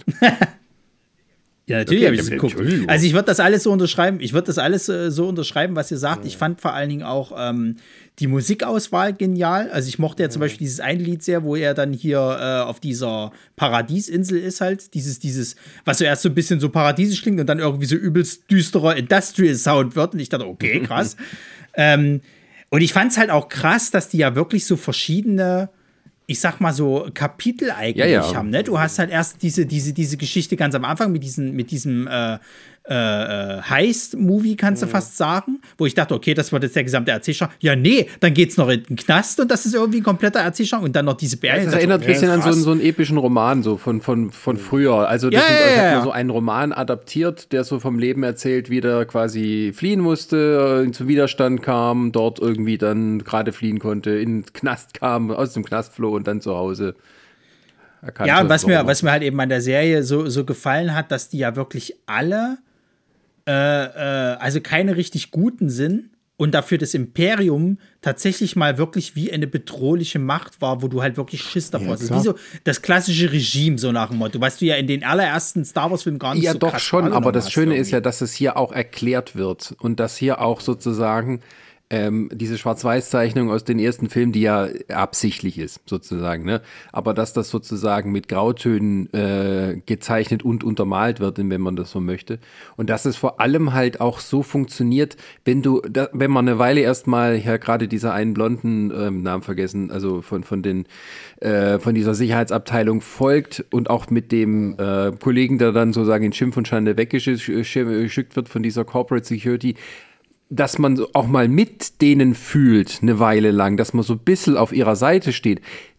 ja, natürlich Okay, habe ich es geguckt. Entschuldigung. Also ich würde das alles so unterschreiben. Ich würde das alles äh, so unterschreiben, was ihr sagt. Ich fand vor allen Dingen auch ähm, die Musikauswahl genial. Also ich mochte ja zum Beispiel dieses eine Lied sehr, wo er dann hier äh, auf dieser Paradiesinsel ist halt. Dieses, dieses, was so erst so ein bisschen so paradiesisch klingt und dann irgendwie so übelst düsterer Industrial Sound wird. Und ich dachte, okay, krass. ähm, und ich fand es halt auch krass, dass die ja wirklich so verschiedene, ich sag mal so, Kapitel eigentlich ja, ja. haben. Ne? Du hast halt erst diese, diese, diese Geschichte ganz am Anfang mit, diesen, mit diesem äh, äh, Heist-Movie, kannst du fast sagen, wo ich dachte, okay, das wird jetzt der gesamte Erzählstrang. Ja, nee, dann geht's noch in den Knast und das ist irgendwie ein kompletter Erzählstrang und dann noch diese Berge. Das erinnert ein bisschen an so, so einen epischen Roman, so von, von, von früher. Also das Ja, ist, ja, als ja, hätte ja. man so einen Roman adaptiert, der so vom Leben erzählt, wie der quasi fliehen musste, äh, zum Widerstand kam, dort irgendwie dann gerade fliehen konnte, in den Knast kam, aus dem Knast floh und dann zu Hause erkannte. Ja, und was mir, warum. was mir halt eben an der Serie so, so gefallen hat, dass die ja wirklich alle, äh, äh, also keine richtig guten sind und dafür das Imperium tatsächlich mal wirklich wie eine bedrohliche Macht war, wo du halt wirklich Schiss davor Ja, hast. klar. Wie so das klassische Regime, so nach dem Motto, was du ja in den allerersten Star Wars-Filmen gar nicht Ja, so doch krass schon, aber wahrgenommen das hast Schöne irgendwie. ist ja, dass es hier auch erklärt wird und dass hier auch sozusagen ähm, diese Schwarz-Weiß-Zeichnung aus den ersten Filmen, die ja absichtlich ist, sozusagen, ne? Aber dass das sozusagen mit Grautönen äh, gezeichnet und untermalt wird, wenn man das so möchte. Und dass es vor allem halt auch so funktioniert, wenn du, da, wenn man eine Weile erstmal, ja, gerade dieser einen blonden ähm, Namen vergessen, also von, von den, äh, von dieser Sicherheitsabteilung folgt und auch mit dem äh, Kollegen, der dann sozusagen in Schimpf und Schande weggeschickt wird von dieser Corporate Security, dass man so auch mal mit denen fühlt, eine Weile lang, dass man so ein bisschen auf ihrer Seite steht.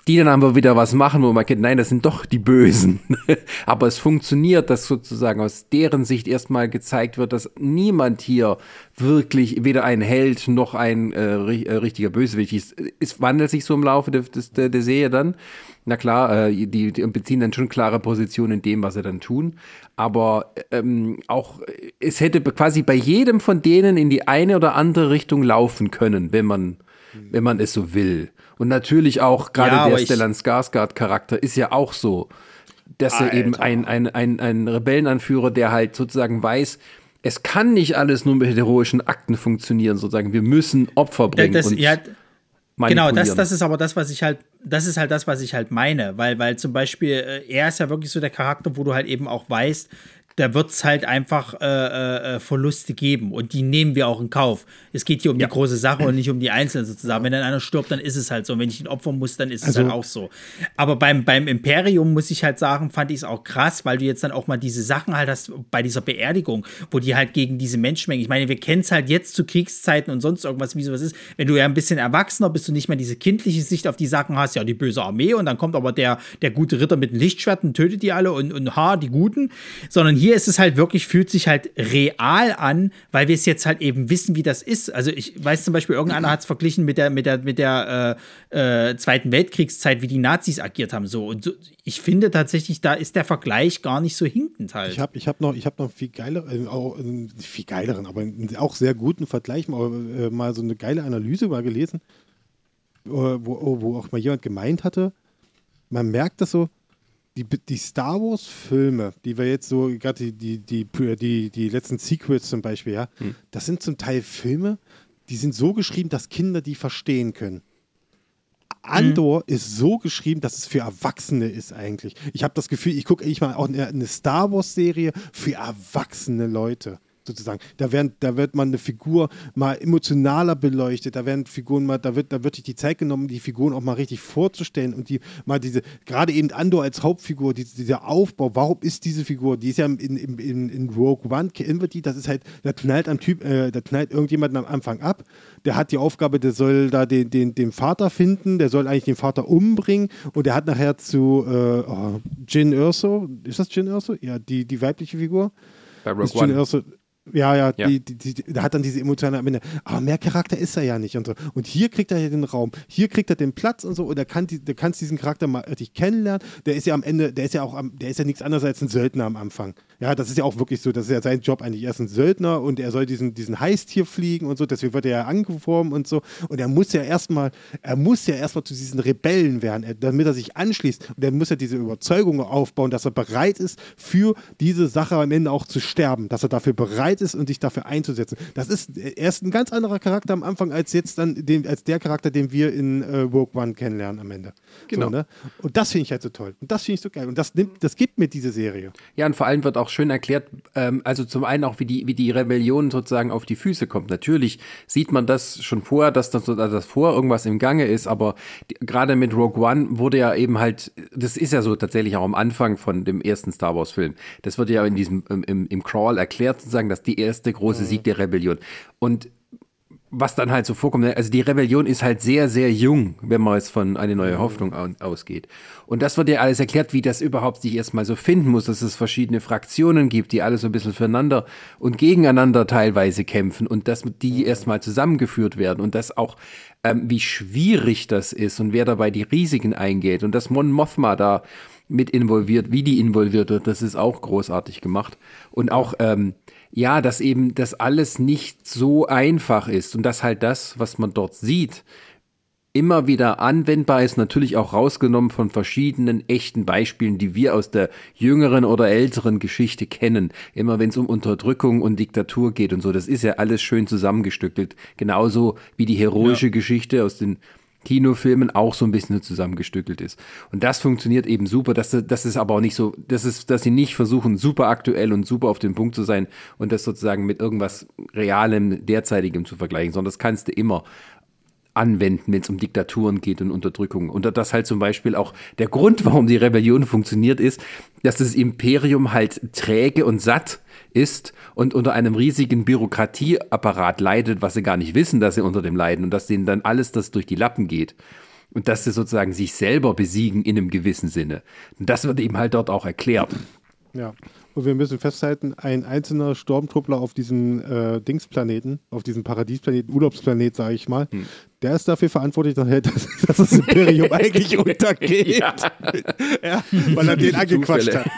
die dann aber wieder was machen, wo man kennt, nein, das sind doch die Bösen. Aber es funktioniert, dass sozusagen aus deren Sicht erstmal gezeigt wird, dass niemand hier wirklich weder ein Held noch ein äh, richtiger Bösewicht ist. Es wandelt sich so im Laufe der, der, der Serie dann. Na klar, äh, die, die beziehen dann schon klare Positionen in dem, was sie dann tun. Aber ähm, auch, es hätte quasi bei jedem von denen in die eine oder andere Richtung laufen können, wenn man, wenn man es so will. Und natürlich auch, gerade ja, der Stellan Skarsgård-Charakter ist ja auch so, dass Alter. er eben ein, ein, ein, ein Rebellenanführer, der halt sozusagen weiß, es kann nicht alles nur mit heroischen Akten funktionieren, sozusagen. Wir müssen Opfer bringen. Das, und ja, genau, das, das ist aber das, was ich halt, das ist halt das, was ich halt meine, weil, weil zum Beispiel, er ist ja wirklich so der Charakter, wo du halt eben auch weißt, da wird es halt einfach äh, äh, Verluste geben und die nehmen wir auch in Kauf. Es geht hier um ja. die große Sache und nicht um die Einzelnen sozusagen. Wenn dann einer stirbt, dann ist es halt so. Und wenn ich ihn opfern muss, dann ist also, es halt auch so. Aber beim, beim Imperium muss ich halt sagen, fand ich es auch krass, weil du jetzt dann auch mal diese Sachen halt hast bei dieser Beerdigung, wo die halt gegen diese Menschenmengen, ich meine, wir kennen es halt jetzt zu Kriegszeiten und sonst irgendwas, wie sowas ist. Wenn du ja ein bisschen erwachsener bist und nicht mehr diese kindliche Sicht auf die Sachen hast, ja, die böse Armee und dann kommt aber der, der gute Ritter mit dem Lichtschwert und tötet die alle und, und ha, die Guten. Sondern hier ist es halt wirklich, fühlt sich halt real an, weil wir es jetzt halt eben wissen, wie das ist. Also ich weiß zum Beispiel, irgendeiner hat es verglichen mit der, mit der, mit der äh, äh, Zweiten Weltkriegszeit, wie die Nazis agiert haben. So. Und so, ich finde tatsächlich, da ist der Vergleich gar nicht so hinkend halt. Ich habe ich hab noch, ich hab noch viel geileren, äh, auch, äh, viel geileren, aber einen auch sehr guten Vergleich, mal, äh, mal so eine geile Analyse mal gelesen, äh, wo, wo auch mal jemand gemeint hatte, man merkt das so, Die, die Star Wars-Filme, die wir jetzt so, gerade die, die, die, die, die letzten Sequels zum Beispiel, ja, hm. das sind zum Teil Filme, die sind so geschrieben, dass Kinder die verstehen können. Andor hm. ist so geschrieben, dass es für Erwachsene ist eigentlich. Ich habe das Gefühl, ich gucke eigentlich mal auch eine, eine Star Wars-Serie für erwachsene Leute. Sozusagen. Da, werden, da wird man eine Figur mal emotionaler beleuchtet, da werden Figuren mal, da wird, da wird sich die Zeit genommen, die Figuren auch mal richtig vorzustellen und die mal diese, gerade eben Andor als Hauptfigur, die, dieser Aufbau, warum ist diese Figur, die ist ja in, in, in, in Rogue One, kennen wir die, das ist halt, da knallt am Typ, äh, da knallt irgendjemand am Anfang ab, der hat die Aufgabe, der soll da den, den, den Vater finden, der soll eigentlich den Vater umbringen und der hat nachher zu äh, oh, Jyn Erso, ist das Jyn Erso? Ja, die, die weibliche Figur. Bei Rogue One. Erso, Ja, ja, ja. Die, die, die, der hat dann diese emotionale Ende. Aber mehr Charakter ist er ja nicht und so. Und hier kriegt er ja den Raum, hier kriegt er den Platz und so und er kann die, der kannst diesen Charakter mal richtig kennenlernen. Der ist ja am Ende, der ist ja auch am, der ist ja nichts anderes als ein Söldner am Anfang. Ja, das ist ja auch wirklich so, das ist ja sein Job eigentlich. Er ist ein Söldner und er soll diesen, diesen Heist hier fliegen und so, deswegen wird er ja angeworben und so. Und er muss ja erstmal, er muss ja erstmal zu diesen Rebellen werden, er, damit er sich anschließt. Und er muss ja diese Überzeugung aufbauen, dass er bereit ist, für diese Sache am Ende auch zu sterben, dass er dafür bereit ist und sich dafür einzusetzen. Das ist erst ein ganz anderer Charakter am Anfang als jetzt dann den, als der Charakter, den wir in äh, Rogue One kennenlernen am Ende. Genau. So, ne? Und das finde ich halt so toll. Und das finde ich so geil. Und das nimmt, das gibt mir diese Serie. Ja, und vor allem wird auch schön erklärt, ähm, also zum einen auch, wie die, wie die Rebellion sozusagen auf die Füße kommt. Natürlich sieht man das schon vorher, dass das, dass das vor irgendwas im Gange ist, aber gerade mit Rogue One wurde ja eben halt, das ist ja so tatsächlich auch am Anfang von dem ersten Star Wars Film, das wird ja in diesem, im, im Crawl erklärt sozusagen, dass die erste große Sieg der Rebellion. Und was dann halt so vorkommt, also die Rebellion ist halt sehr, sehr jung, wenn man jetzt von Eine neue Hoffnung ausgeht. Und das wird ja alles erklärt, wie das überhaupt sich erstmal so finden muss, dass es verschiedene Fraktionen gibt, die alle so ein bisschen füreinander und gegeneinander teilweise kämpfen und dass die erstmal zusammengeführt werden und das auch, ähm, wie schwierig das ist und wer dabei die Risiken eingeht und dass Mon Mothma da mit involviert, wie die involviert wird, das ist auch großartig gemacht. Und auch, ähm, ja, dass eben das alles nicht so einfach ist und dass halt das, was man dort sieht, immer wieder anwendbar ist, natürlich auch rausgenommen von verschiedenen echten Beispielen, die wir aus der jüngeren oder älteren Geschichte kennen. Immer wenn es um Unterdrückung und Diktatur geht und so, das ist ja alles schön zusammengestückelt. Genauso wie die heroische ja. Geschichte aus den Kinofilmen auch so ein bisschen zusammengestückelt ist. Und das funktioniert eben super, dass das ist aber auch nicht so, das ist, dass sie nicht versuchen, super aktuell und super auf den Punkt zu sein und das sozusagen mit irgendwas Realem, Derzeitigem zu vergleichen, sondern das kannst du immer anwenden, wenn es um Diktaturen geht und Unterdrückung. Und das halt zum Beispiel auch der Grund, warum die Rebellion funktioniert, ist, dass das Imperium halt träge und satt ist und unter einem riesigen Bürokratieapparat leidet, was sie gar nicht wissen, dass sie unter dem leiden und dass denen dann alles das durch die Lappen geht. Und dass sie sozusagen sich selber besiegen in einem gewissen Sinne. Und das wird eben halt dort auch erklärt. Ja. Und wir müssen festhalten, ein einzelner Stormtruppler auf diesem äh, Dingsplaneten, auf diesem Paradiesplaneten, Urlaubsplanet, sage ich mal, hm. der ist dafür verantwortlich, dass, dass das Imperium eigentlich untergeht. Ja. Ja, weil er den angequatscht hat.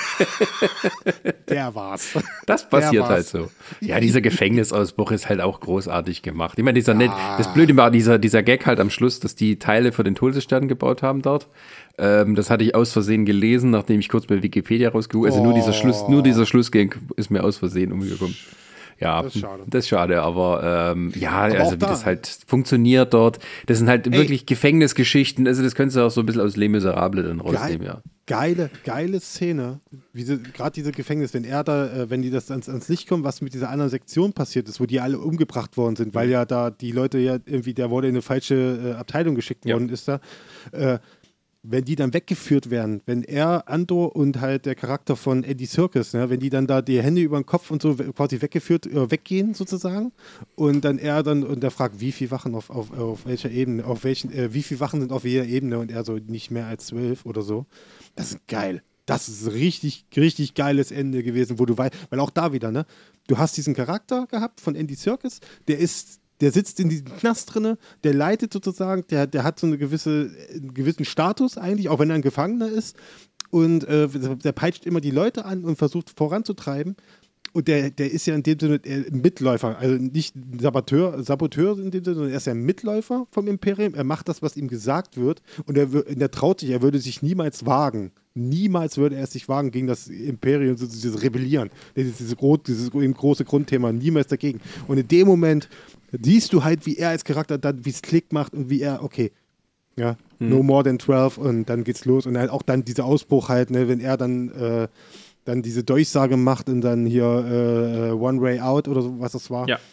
Der war's. Das passiert halt so. Ja, dieser Gefängnisausbruch ist halt auch großartig gemacht. Ich meine, dieser net, das Blöde war dieser, dieser Gag halt am Schluss, dass die Teile für den Todesstern gebaut haben dort. Ähm, das hatte ich aus Versehen gelesen, nachdem ich kurz bei Wikipedia rausgeguckt habe. Also nur dieser Schluss, nur dieser Schlussgang ist mir aus Versehen umgekommen. Ja, das ist schade, das ist schade aber ähm, ja, aber also wie da. das halt funktioniert dort. Das sind halt Ey. wirklich Gefängnisgeschichten. Also das könntest du auch so ein bisschen aus Les Miserables dann rausnehmen, Geil, ja. Geile, geile Szene. Gerade diese Gefängnis, wenn er da, äh, wenn die das ans, ans Licht kommen, was mit dieser anderen Sektion passiert ist, wo die alle umgebracht worden sind, weil ja da die Leute ja irgendwie, der wurde in eine falsche äh, Abteilung geschickt ja. worden ist da. Äh, wenn die dann weggeführt werden, wenn er, Andor und halt der Charakter von Andy Serkis, ne, wenn die dann da die Hände über den Kopf und so quasi weggeführt, äh, weggehen sozusagen und dann er dann, und er fragt, wie viele Wachen auf, auf, auf welcher Ebene, auf welchen, äh, wie viele Wachen sind auf jeder Ebene und er so, nicht mehr als zwölf oder so. Das ist geil. Das ist ein richtig, richtig geiles Ende gewesen, wo du weißt, weil auch da wieder, ne, du hast diesen Charakter gehabt von Andy Serkis, der ist Der sitzt in diesem Knast drinne, der leitet sozusagen, der, der hat so eine gewisse, einen gewissen Status eigentlich, auch wenn er ein Gefangener ist. Und äh, der peitscht immer die Leute an und versucht voranzutreiben. Und der, der ist ja in dem Sinne ein Mitläufer, also nicht ein Saboteur, Saboteur in dem Sinne, sondern er ist ja ein Mitläufer vom Imperium. Er macht das, was ihm gesagt wird. Und er, er traut sich, er würde sich niemals wagen. Niemals würde er es sich wagen, gegen das Imperium zu, zu rebellieren. Dieses, dieses, dieses große Grundthema, niemals dagegen. Und in dem Moment siehst du halt, wie er als Charakter dann, wie es Klick macht und wie er, okay, ja, hm. no more than twelve und dann geht's los. Und halt auch dann dieser Ausbruch halt, ne, wenn er dann, äh, dann diese Durchsage macht und dann hier äh, One Way Out oder so, was das war. Ja.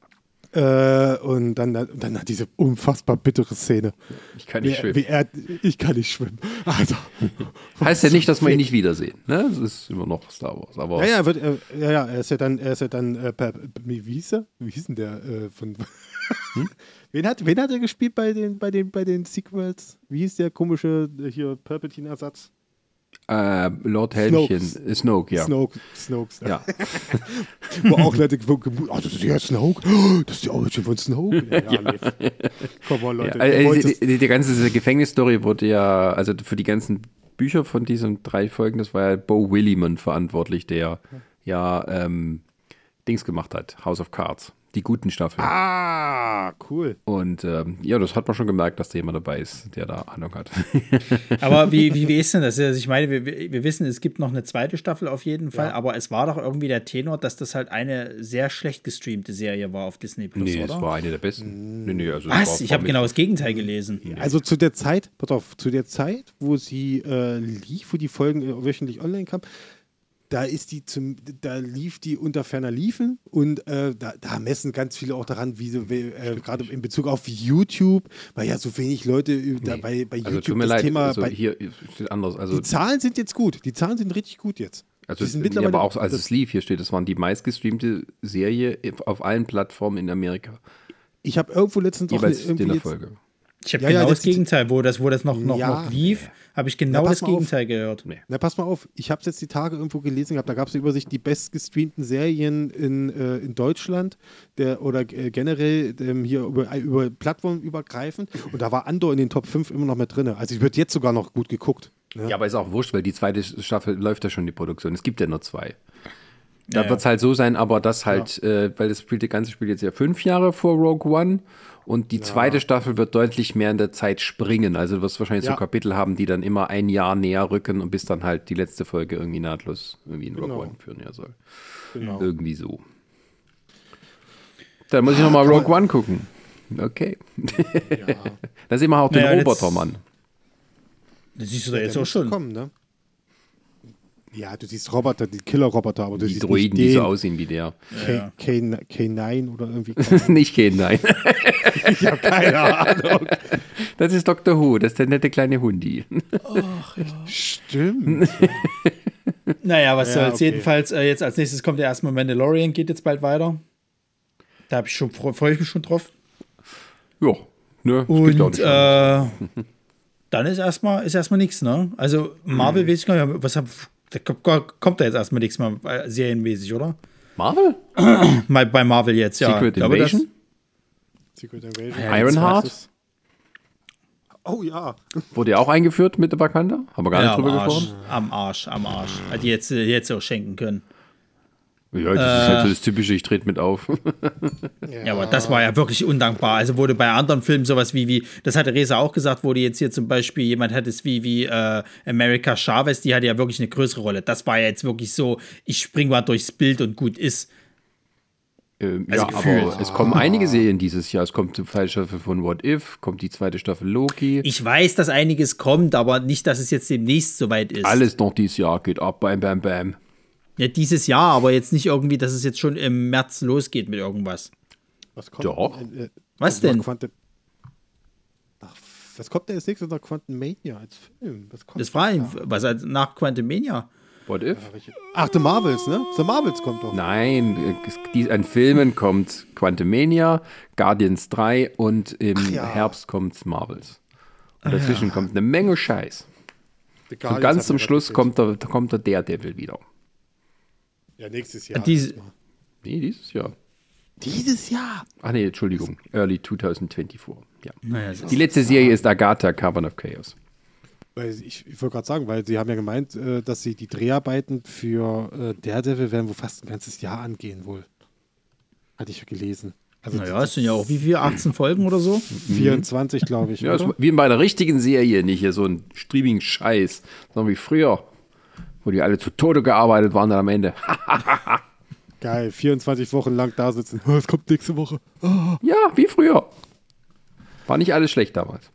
Äh, und dann, dann hat diese unfassbar bittere Szene. Ich kann nicht wie, schwimmen. Wie er, ich kann nicht schwimmen. Alter. Heißt ja nicht, dass wir ihn nicht wiedersehen. Ne? Das ist immer noch Star Wars. Aber ja, ja, wird, äh, ja, ja, er ist ja dann, er ist ja dann, äh, per, wie hieß er? Wie hieß denn der äh, von. hm? wen, hat, wen hat er gespielt bei den, bei den, bei den Sequels? Wie hieß der komische äh, hier Palpatine-Ersatz? Äh, Lord Helmchen, Snoke, Snoke, ja. Snoke, Snoke, ja. Wo auch Leute, oh, das ist ja Snoke, das ist die Origin von Snoke. Ja, ja, ja. Nee. Komm mal, Leute. Ja, also die, die, die ganze Gefängnisstory wurde ja, also für die ganzen Bücher von diesen drei Folgen, das war ja Bo Williman verantwortlich, der ja ähm, Dings gemacht hat, House of Cards. Die guten Staffeln. Ah, cool. Und ähm, ja, das hat man schon gemerkt, dass da jemand dabei ist, der da Ahnung hat. Aber wie, wie, wie ist denn das? Also ich meine, wir, wir wissen, es gibt noch eine zweite Staffel auf jeden Fall, ja. aber es war doch irgendwie der Tenor, dass das halt eine sehr schlecht gestreamte Serie war auf Disney Plus, nee, oder? es war eine der besten. Nee, nee, also Was? Ich habe genau das Gegenteil gelesen. Nee. Also zu der Zeit, pass auf, zu der Zeit, wo sie äh, lief, wo die Folgen äh, wöchentlich online kamen, Da ist die zum, da lief die unter ferner Liefen und äh, da, da messen ganz viele auch daran, wie, so, wie äh, gerade in Bezug auf YouTube, weil ja so wenig Leute nee. da, bei, bei YouTube also, tut mir das leid, Thema. Also bei, hier steht anders. Also die Zahlen sind jetzt gut, die Zahlen sind richtig gut jetzt. Also die sind mittlerweile, ja, aber auch als es lief, hier steht, es waren die meistgestreamte Serie auf allen Plattformen in Amerika. Ich habe irgendwo letztens auch irgendwie in der Folge. Ich habe ja, genau ja, das, das Gegenteil, wo das, wo das noch, noch, ja, noch lief, habe ich genau na, das Gegenteil auf. gehört. Nee. Na, pass mal auf, ich habe es jetzt die Tage irgendwo gelesen gehabt, da gab es eine Übersicht, die bestgestreamten Serien in, äh, in Deutschland der, oder äh, generell ähm, hier über, über Plattformen übergreifend und da war Andor in den Top fünf immer noch mit drin. Also ich wird jetzt sogar noch gut geguckt. Ne? Ja, aber ist auch wurscht, weil die zweite Staffel läuft ja schon, die Produktion. Es gibt ja nur zwei. Da ja, wird es halt so sein, aber das halt, ja. äh, weil das Spiel, das ganze Spiel jetzt ja fünf Jahre vor Rogue One und die ja. zweite Staffel wird deutlich mehr in der Zeit springen. Also du wirst wahrscheinlich ja. so Kapitel haben, die dann immer ein Jahr näher rücken und bis dann halt die letzte Folge irgendwie nahtlos irgendwie in Rogue genau. One führen ja soll. Genau. Irgendwie so. Dann muss ich nochmal Rogue One gucken. Okay. Ja. Da sehen wir auch den naja, Robotermann. Das siehst du da jetzt auch schon. Kommen, ne? Ja, du siehst Roboter, die Killer-Roboter, aber du die siehst Droiden, nicht die so aussehen wie der. K- K- K neun oder irgendwie. Nicht K neun. Ich habe keine Ahnung. Das ist Doktor Who, das ist der nette kleine Hundi. Ach, ja. Stimmt. Naja, was ja, soll's. Okay. Jedenfalls, äh, jetzt als nächstes kommt ja erstmal Mandalorian, geht jetzt bald weiter. Da ich schon, freue ich mich schon drauf. Ja, Nö, das geht auch Und nicht. äh, dann ist erstmal ist erstmal nichts, ne? Also Marvel Mhm. weiß ich gar nicht, was hab, da kommt, kommt da jetzt erstmal nichts mehr äh, serienmäßig, oder? Marvel? Mal bei Marvel jetzt, ja. Secret Ich glaube, das- Invasion? Secret Invasion. Ja, Ironheart? Oh ja. Wurde ja auch eingeführt mit der Wakanda? Haben wir gar Ja, nicht am drüber Arsch, gesprochen? am Arsch, am Arsch. Die jetzt, die jetzt auch schenken können. Ja, das ist halt so das Typische, ich trete mit auf. Ja, aber das war ja wirklich undankbar. Also wurde bei anderen Filmen sowas wie, wie das hatte Reza auch gesagt, wurde jetzt hier zum Beispiel jemand hat es wie, wie äh, America Chavez, die hatte ja wirklich eine größere Rolle. Das war ja jetzt wirklich so, ich spring mal durchs Bild und gut ist. Ähm, Also ja, gefühlt. aber es kommen einige Serien dieses Jahr. Es kommt die zweite Staffel von What If, kommt die zweite Staffel Loki. Ich weiß, dass einiges kommt, aber nicht, dass es jetzt demnächst soweit ist. Alles noch dieses Jahr geht ab, bam, bam, bam. Ja, dieses Jahr, aber jetzt nicht irgendwie, dass es jetzt schon im März losgeht mit irgendwas. Was kommt Doch. Äh, äh, Was nach denn? Quantum Ach, was kommt denn als nächstes nach Quantum Mania als Film? Was kommt Das war da? was als nach Quantumania. What If? Ach, The Marvels, ne? The Marvels kommt doch. Nein, es, die, an Filmen kommt Quantumania, Guardians drei und im ja. Herbst kommt Marvels. Und dazwischen kommt eine Menge Scheiß. The Und Guardians ganz hat zum mir Schluss was kommt der, kommt der Daredevil wieder. Ja, nächstes Jahr. Diese- erstmal. Nee, dieses Jahr. Dieses Jahr? Ach nee, Entschuldigung. Early zwanzig vierundzwanzig. Ja. Naja, das Die letzte Serie ist Agatha, Cavern of Chaos. Weil ich, ich wollte gerade sagen, weil sie haben ja gemeint, äh, dass sie die Dreharbeiten für äh, Daredevil werden wohl fast ein ganzes Jahr angehen wohl. Hatte ich gelesen. Also naja, es sind ja auch wie viel, achtzehn Folgen oder so? vierundzwanzig, glaube ich. Ja, das oder? ist wie bei einer richtigen Serie, nicht hier so ein streaming Scheiß, sondern wie früher, wo die alle zu Tode gearbeitet waren dann am Ende. Geil, vierundzwanzig Wochen lang da sitzen. Oh, es kommt nächste Woche. Ja, wie früher. War nicht alles schlecht damals.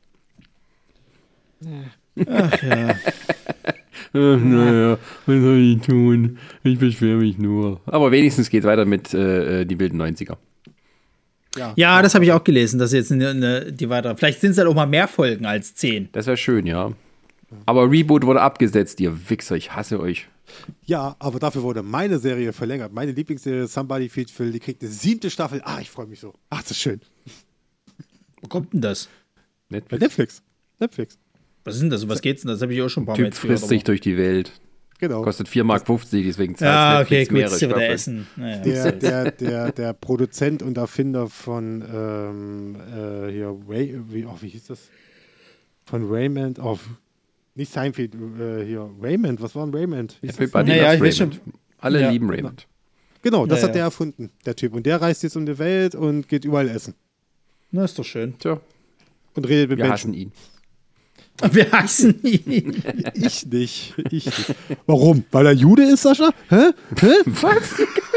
Ach ja. Ach, naja, was soll ich tun? Ich beschwere mich nur. Aber wenigstens geht weiter mit äh, die wilden neunziger. Ja, das habe ich auch gelesen, dass jetzt eine, eine, die weiter. Vielleicht sind es dann auch mal mehr Folgen als zehn. Das wäre schön, ja. Aber Reboot wurde abgesetzt, ihr Wichser, ich hasse euch. Ja, aber dafür wurde meine Serie verlängert. Meine Lieblingsserie Somebody Feed Phil, die kriegt eine siebte Staffel. Ah, ich freue mich so. Ach, das ist schön. Wo kommt denn das? Bei Netflix. Netflix. Netflix. Was ist denn das? Um was geht's denn? Das habe ich auch schon ein paar Mal Typ jetzt gehört. frisst sich durch die Welt. Genau. Kostet vier Mark fünfzig, deswegen zahlt Ja, okay, Netflix gut, mehrere ist ja wieder Staffeln. Essen. Naja. Der, der, der, der Produzent und Erfinder von ähm, äh, hier, Ray, wie, oh, wie hieß das? Von Raymond, oh, nicht Seinfeld, äh, hier, Raymond, was war ein Raymond? Wie hieß das? Everybody Naja, loves ich weiß Raymond. schon. Alle Ja. lieben Raymond. Genau, das Ja, hat ja. der erfunden, der Typ. Und der reist jetzt um die Welt und geht überall essen. Na, ist doch schön. Tja, Und redet mit wir Menschen. hassen ihn. Wir heißen ihn. Ich nicht. Ich nicht. Warum? Weil er Jude ist, Sascha? Hä? Hä? Was?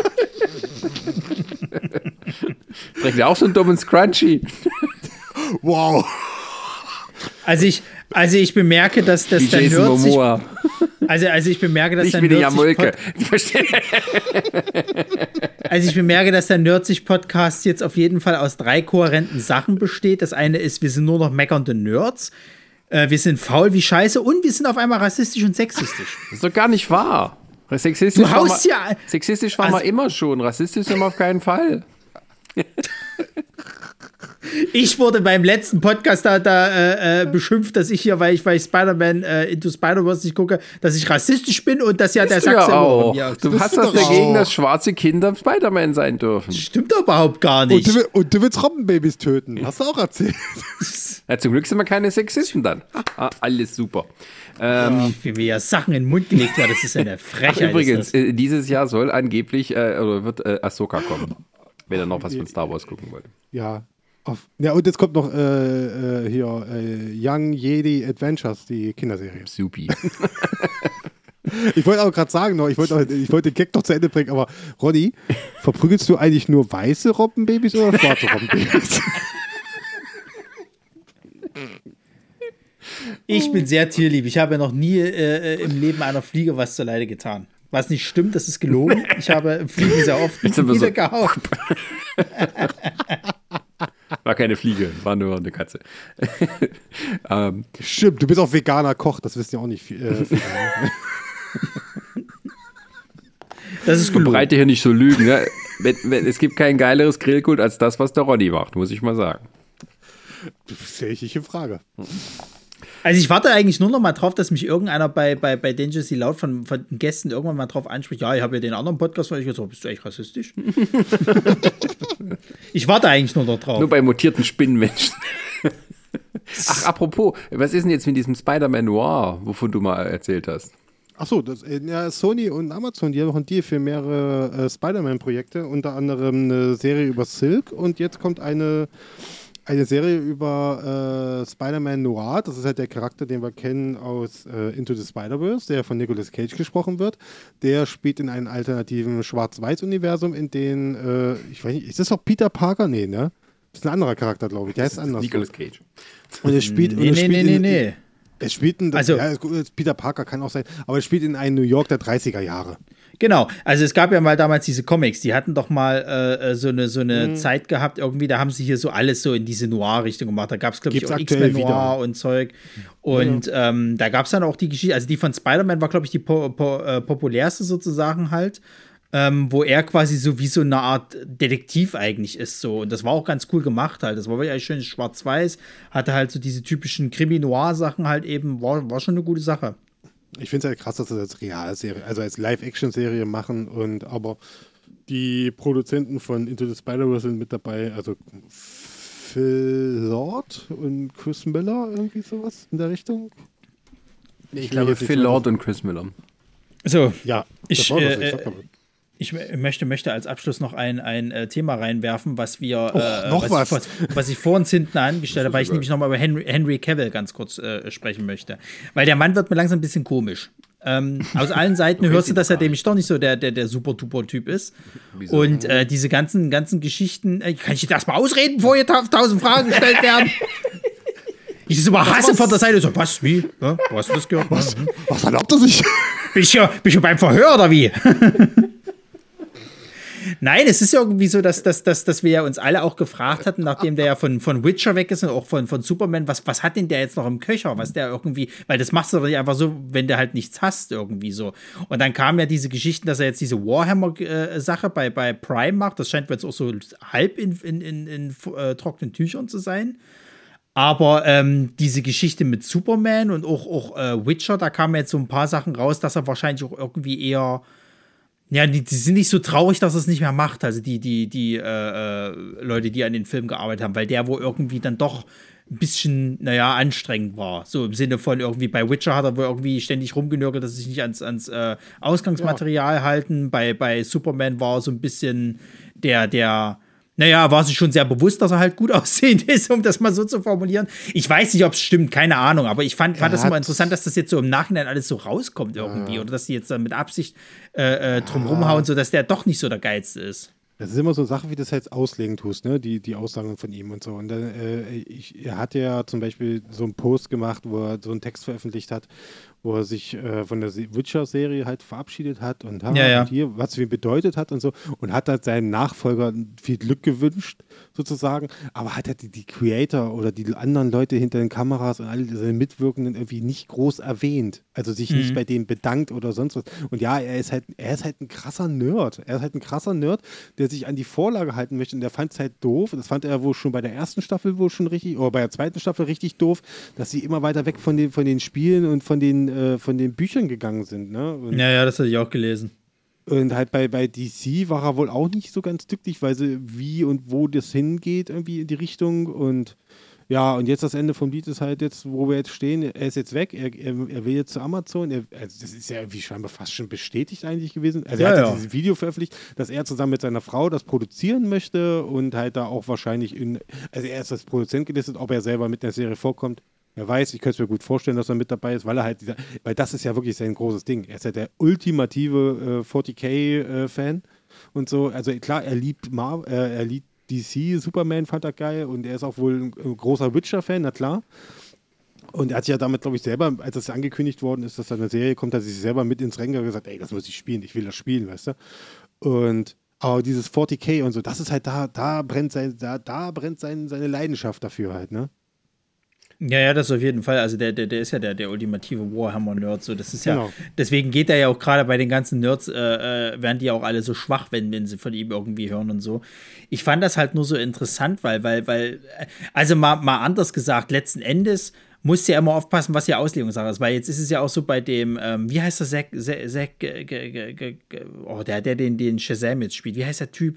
Trägt er auch so einen dummen Scrunchie? Wow. Also ich, also ich bemerke, dass, dass Wie der Jason Nerd sich, Momoa. also, also ich bemerke, dass Ich der bin die Nerd sich Jamulke. Pod, Ich verstehe. also ich bemerke, dass der Nerd sich Podcast jetzt auf jeden Fall aus drei kohärenten Sachen besteht. Das eine ist, wir sind nur noch meckernde Nerds. Äh, wir sind faul wie Scheiße und wir sind auf einmal rassistisch und sexistisch. Das ist doch gar nicht wahr. Sexistisch Du war, haust mal, ja- sexistisch war Also- mal immer schon. Rassistisch sind wir auf keinen Fall. Ich wurde beim letzten Podcast da, da äh, äh, beschimpft, dass ich hier, weil ich, weil ich Spider-Man äh, Into Spider-Verse nicht gucke, dass ich rassistisch bin und dass ja der Bist du ja Sachse auch. Ja, Du bist hast du das doch dagegen, auch. dass schwarze Kinder Spider-Man sein dürfen. stimmt doch überhaupt gar Und nicht. du, will- und du willst Robbenbabys töten. Hast du auch erzählt. Ja, zum Glück sind wir keine Sexisten dann. Ah, alles super. Ähm, Wie mir ja Sachen in den Mund gelegt werden, das ist ja eine ach, Frechheit. übrigens, ist das. äh, dieses Jahr soll angeblich, äh, oder wird äh, Ahsoka kommen. Wenn er noch was von Star Wars gucken wollte. Ja. Auf, ja, und jetzt kommt noch äh, äh, hier äh, Young Jedi Adventures, die Kinderserie. Supi. Ich wollte auch gerade sagen, noch, ich wollte auch- ich wollte den Gag noch zu Ende bringen, aber Ronny, verprügelst du eigentlich nur weiße Robbenbabys oder schwarze Robbenbabys? Ich bin sehr tierlieb. Ich habe noch nie äh, im Leben einer Fliege was zur Leide getan. Was nicht stimmt, das ist gelogen. Ich habe Fliegen sehr oft Jetzt sind wir so- niedergehauen. War keine Fliege, war nur eine Katze. ähm, Stimmt, du bist auch veganer Koch, das wissen ja auch nicht viel, äh, viele. Das ist gelogen. Breite hier nicht so lügen. Ne? Wenn, wenn, es gibt kein geileres Grillkult als das, was der Ronny macht, muss ich mal sagen. Das stelle ich nicht in Frage. Also ich warte eigentlich nur noch mal drauf, dass mich irgendeiner bei, bei, bei Dangerously Loud von, von den Gästen irgendwann mal drauf anspricht, ja, ich habe ja den anderen Podcast, weil ich gesagt, bist du echt rassistisch? Ich warte eigentlich nur noch drauf. Nur bei mutierten Spinnenmenschen. Ach, apropos, was ist denn jetzt mit diesem Spider-Man Noir, wovon du mal erzählt hast? Achso, das, äh, ja, Sony und Amazon, die haben noch einen Deal für mehrere äh, Spider-Man-Projekte, unter anderem eine Serie über Silk und jetzt kommt eine, eine Serie über äh, Spider-Man Noir. Das ist halt der Charakter, den wir kennen aus äh, Into the Spider-Verse, der von Nicolas Cage gesprochen wird. Der spielt in einem alternativen Schwarz-Weiß-Universum, in dem, äh, ich weiß nicht, ist das auch Peter Parker? Nee, ne? Das ist ein anderer Charakter, glaube ich. Der heißt anders. Nicolas Cage. Und er spielt, nee, und er nee, spielt nee, in, nee, nee. Er spielt in, also, ja, Peter Parker kann auch sein, aber er spielt in einem New York der dreißiger Jahre. Genau, also es gab ja mal damals diese Comics, die hatten doch mal äh, so eine, so eine mhm. Zeit gehabt, irgendwie, da haben sie hier so alles so in diese Noir-Richtung gemacht. Da gab es, glaube ich, auch X-Men Noir wieder. Und Zeug. Und ja. ähm, da gab es dann auch die Geschichte, also die von Spider-Man war, glaube ich, die po- po- äh, populärste sozusagen halt. Ähm, wo er quasi so wie so eine Art Detektiv eigentlich ist. So. Und das war auch ganz cool gemacht halt. Das war wirklich eigentlich schön schwarz-weiß, hatte halt so diese typischen Krimi-Noir-Sachen halt eben, war, war schon eine gute Sache. Ich finde es halt krass, dass sie das als Realserie, also als Live-Action-Serie machen und aber die Produzenten von Into the Spider-Verse sind mit dabei, also Phil Lord und Chris Miller, irgendwie sowas in der Richtung. Nee, ich, ich glaube Phil Lord und Chris Miller. So, ja, ich, äh, äh, ich möchte, möchte als Abschluss noch ein, ein äh, Thema reinwerfen, was wir oh, äh, noch was, was. Ich, was, was ich vor uns hinten angestellt habe, weil ich nämlich nochmal über Henry, Henry Cavill ganz kurz äh, sprechen möchte. Weil der Mann wird mir langsam ein bisschen komisch. Ähm, aus allen Seiten hörst du, dass er nämlich doch nicht so der, der, der super-duper-Typ ist. Wieso? Und äh, diese ganzen, ganzen Geschichten, äh, kann ich jetzt erstmal ausreden, bevor hier tausend Fragen gestellt werden? Ich es immer hasse von der Seite so, was, wie? Ja, wo hast du das gehört? Was, was erlaubt er sich? Bin ich ja, bin ich ja beim Verhör oder wie? Nein, es ist ja irgendwie so, dass, dass, dass, dass wir ja uns alle auch gefragt hatten, nachdem der ja von, von Witcher weg ist und auch von, von Superman, was, was hat denn der jetzt noch im Köcher? Was der irgendwie, weil das machst du doch nicht einfach so, wenn du halt nichts hast, irgendwie so. Und dann kamen ja diese Geschichten, dass er jetzt diese Warhammer-Sache bei, bei Prime macht. Das scheint jetzt auch so halb in, in, in, in äh, trockenen Tüchern zu sein. Aber ähm, diese Geschichte mit Superman und auch, auch äh, Witcher, da kamen jetzt so ein paar Sachen raus, dass er wahrscheinlich auch irgendwie eher. Ja, die, die sind nicht so traurig, dass er es nicht mehr macht. Also die, die, die äh, Leute, die an den Film gearbeitet haben, weil der wohl irgendwie dann doch ein bisschen, naja, anstrengend war. So im Sinne von irgendwie bei Witcher hat er wohl irgendwie ständig rumgenörgelt, dass sie sich nicht ans, ans äh, Ausgangsmaterial ja. halten. Bei, bei Superman war so ein bisschen der, der Naja, war sich schon sehr bewusst, dass er halt gut aussehend ist, um das mal so zu formulieren. Ich weiß nicht, ob es stimmt, keine Ahnung, aber ich fand, fand das immer interessant, dass das jetzt so im Nachhinein alles so rauskommt irgendwie. Ja. Oder dass die jetzt dann mit Absicht äh, äh, drum ja. rumhauen, sodass der doch nicht so der Geilste ist. Das ist immer so eine Sache, wie du das jetzt auslegen tust, ne? Die, die Aussagen von ihm und so. Und dann, äh, ich, er hat ja zum Beispiel so einen Post gemacht, wo er so einen Text veröffentlicht hat, wo er sich äh, von der Witcher-Serie halt verabschiedet hat und, ha, ja, ja. und hier, was es ihm bedeutet hat und so. Und hat halt seinem Nachfolger viel Glück gewünscht, sozusagen. Aber hat er die, die Creator oder die anderen Leute hinter den Kameras und alle seine Mitwirkenden irgendwie nicht groß erwähnt. Also sich mhm. nicht bei denen bedankt oder sonst was. Und ja, er ist halt, er ist halt ein krasser Nerd. Er ist halt ein krasser Nerd, der sich an die Vorlage halten möchte. Und der fand es halt doof. Das fand er wohl schon bei der ersten Staffel wohl schon richtig, oder bei der zweiten Staffel richtig doof, dass sie immer weiter weg von den, von den Spielen und von den, äh, von den Büchern gegangen sind. Ne? Und ja, ja, das hatte ich auch gelesen. Und halt bei, bei D C war er wohl auch nicht so ganz glücklich, weil sie wie und wo das hingeht, irgendwie in die Richtung. Und ja, und jetzt das Ende vom Lied ist halt jetzt, wo wir jetzt stehen, er ist jetzt weg, er, er, er will jetzt zu Amazon. Er, also das ist ja irgendwie scheinbar fast schon bestätigt eigentlich gewesen. Also ja, er hat ja ja. dieses Video veröffentlicht, dass er zusammen mit seiner Frau das produzieren möchte und halt da auch wahrscheinlich in, also er ist als Produzent gelistet, ob er selber mit der Serie vorkommt. Wer weiß, ich könnte es mir gut vorstellen, dass er mit dabei ist, weil er halt dieser, weil das ist ja wirklich sein großes Ding. Er ist ja der ultimative äh, vierzig K-Fan äh, und so. Also klar, er liebt Mar äh, er liebt D C, Superman fand er geil und er ist auch wohl ein, ein großer Witcher-Fan, na klar. Und er hat sich ja damit, glaube ich, selber, als das angekündigt worden ist, dass da eine Serie kommt, hat er sich selber mit ins Rennen gesagt, ey, das muss ich spielen, ich will das spielen, weißt du. Und aber dieses vierzig K und so, das ist halt da, da brennt sein, da, da brennt sein, seine Leidenschaft dafür halt, ne? Ja, ja, das auf jeden Fall. Also der, der, der ist ja der, der ultimative Warhammer-Nerd. So, das ist ja, Genau. deswegen geht er ja auch gerade bei den ganzen Nerds, äh, äh, werden die auch alle so schwach, wenn, wenn sie von ihm irgendwie hören und so. Ich fand das halt nur so interessant, weil, weil, weil, also mal, mal anders gesagt, letzten Endes musst du ja immer aufpassen, was die Auslegungssache ist, weil jetzt ist es ja auch so bei dem, ähm, wie heißt der Zack, Zack, Zack g, g, g, g, oh, der, der den, den Shazam jetzt spielt, wie heißt der Typ?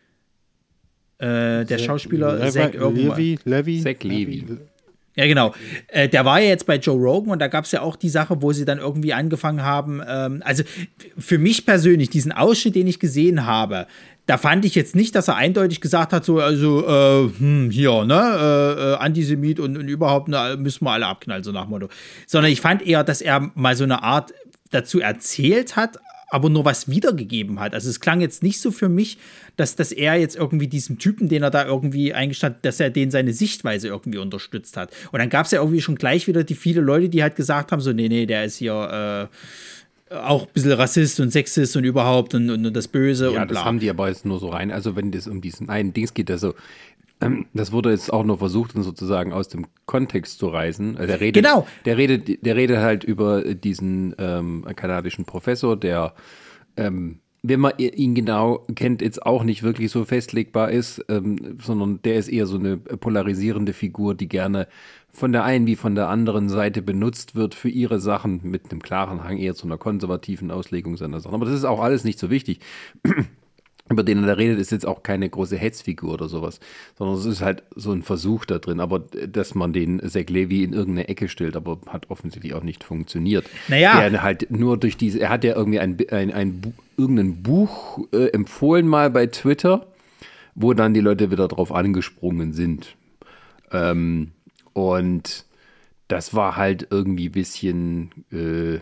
Äh, der Schauspieler Levi, Zack irgendwas. Levi, Levi, Zack Levi. Ja, genau. Äh, der war ja jetzt bei Joe Rogan und da gab es ja auch die Sache, wo sie dann irgendwie angefangen haben, ähm, also für mich persönlich, diesen Ausschnitt, den ich gesehen habe, da fand ich jetzt nicht, dass er eindeutig gesagt hat, so, also, äh, hm, hier, ne, äh, äh, Antisemit und, und überhaupt, ne, müssen wir alle abknallen, so nach dem Motto. Sondern ich fand eher, dass er mal so eine Art dazu erzählt hat, aber nur was wiedergegeben hat. Also es klang jetzt nicht so für mich, dass, dass er jetzt irgendwie diesem Typen, den er da irgendwie eingestanden hat, dass er den seine Sichtweise irgendwie unterstützt hat. Und dann gab es ja irgendwie schon gleich wieder die viele Leute, die halt gesagt haben, so, nee, nee, der ist hier äh, auch ein bisschen Rassist und Sexist und überhaupt und, und, und das Böse Ja, und bla. das haben die aber jetzt nur so rein. Also wenn das um diesen einen Dings geht, also ähm, das wurde jetzt auch nur versucht, sozusagen aus dem Kontext zu reißen. Also der redet, Genau. Der redet, der redet halt über diesen ähm, kanadischen Professor, der ähm, wenn man ihn genau kennt, jetzt auch nicht wirklich so festlegbar ist, ähm, sondern der ist eher so eine polarisierende Figur, die gerne von der einen wie von der anderen Seite benutzt wird für ihre Sachen, mit einem klaren Hang eher zu einer konservativen Auslegung seiner Sachen. Aber das ist auch alles nicht so wichtig. Über den er da redet, ist jetzt auch keine große Hetzfigur oder sowas, sondern es ist halt so ein Versuch da drin, aber dass man den Zack Levi in irgendeine Ecke stellt, aber hat offensichtlich auch nicht funktioniert. Naja. Er halt nur durch diese, er hat ja irgendwie ein, ein, ein irgendein Buch äh, empfohlen mal bei Twitter, wo dann die Leute wieder drauf angesprungen sind. Ähm, und das war halt irgendwie ein bisschen äh,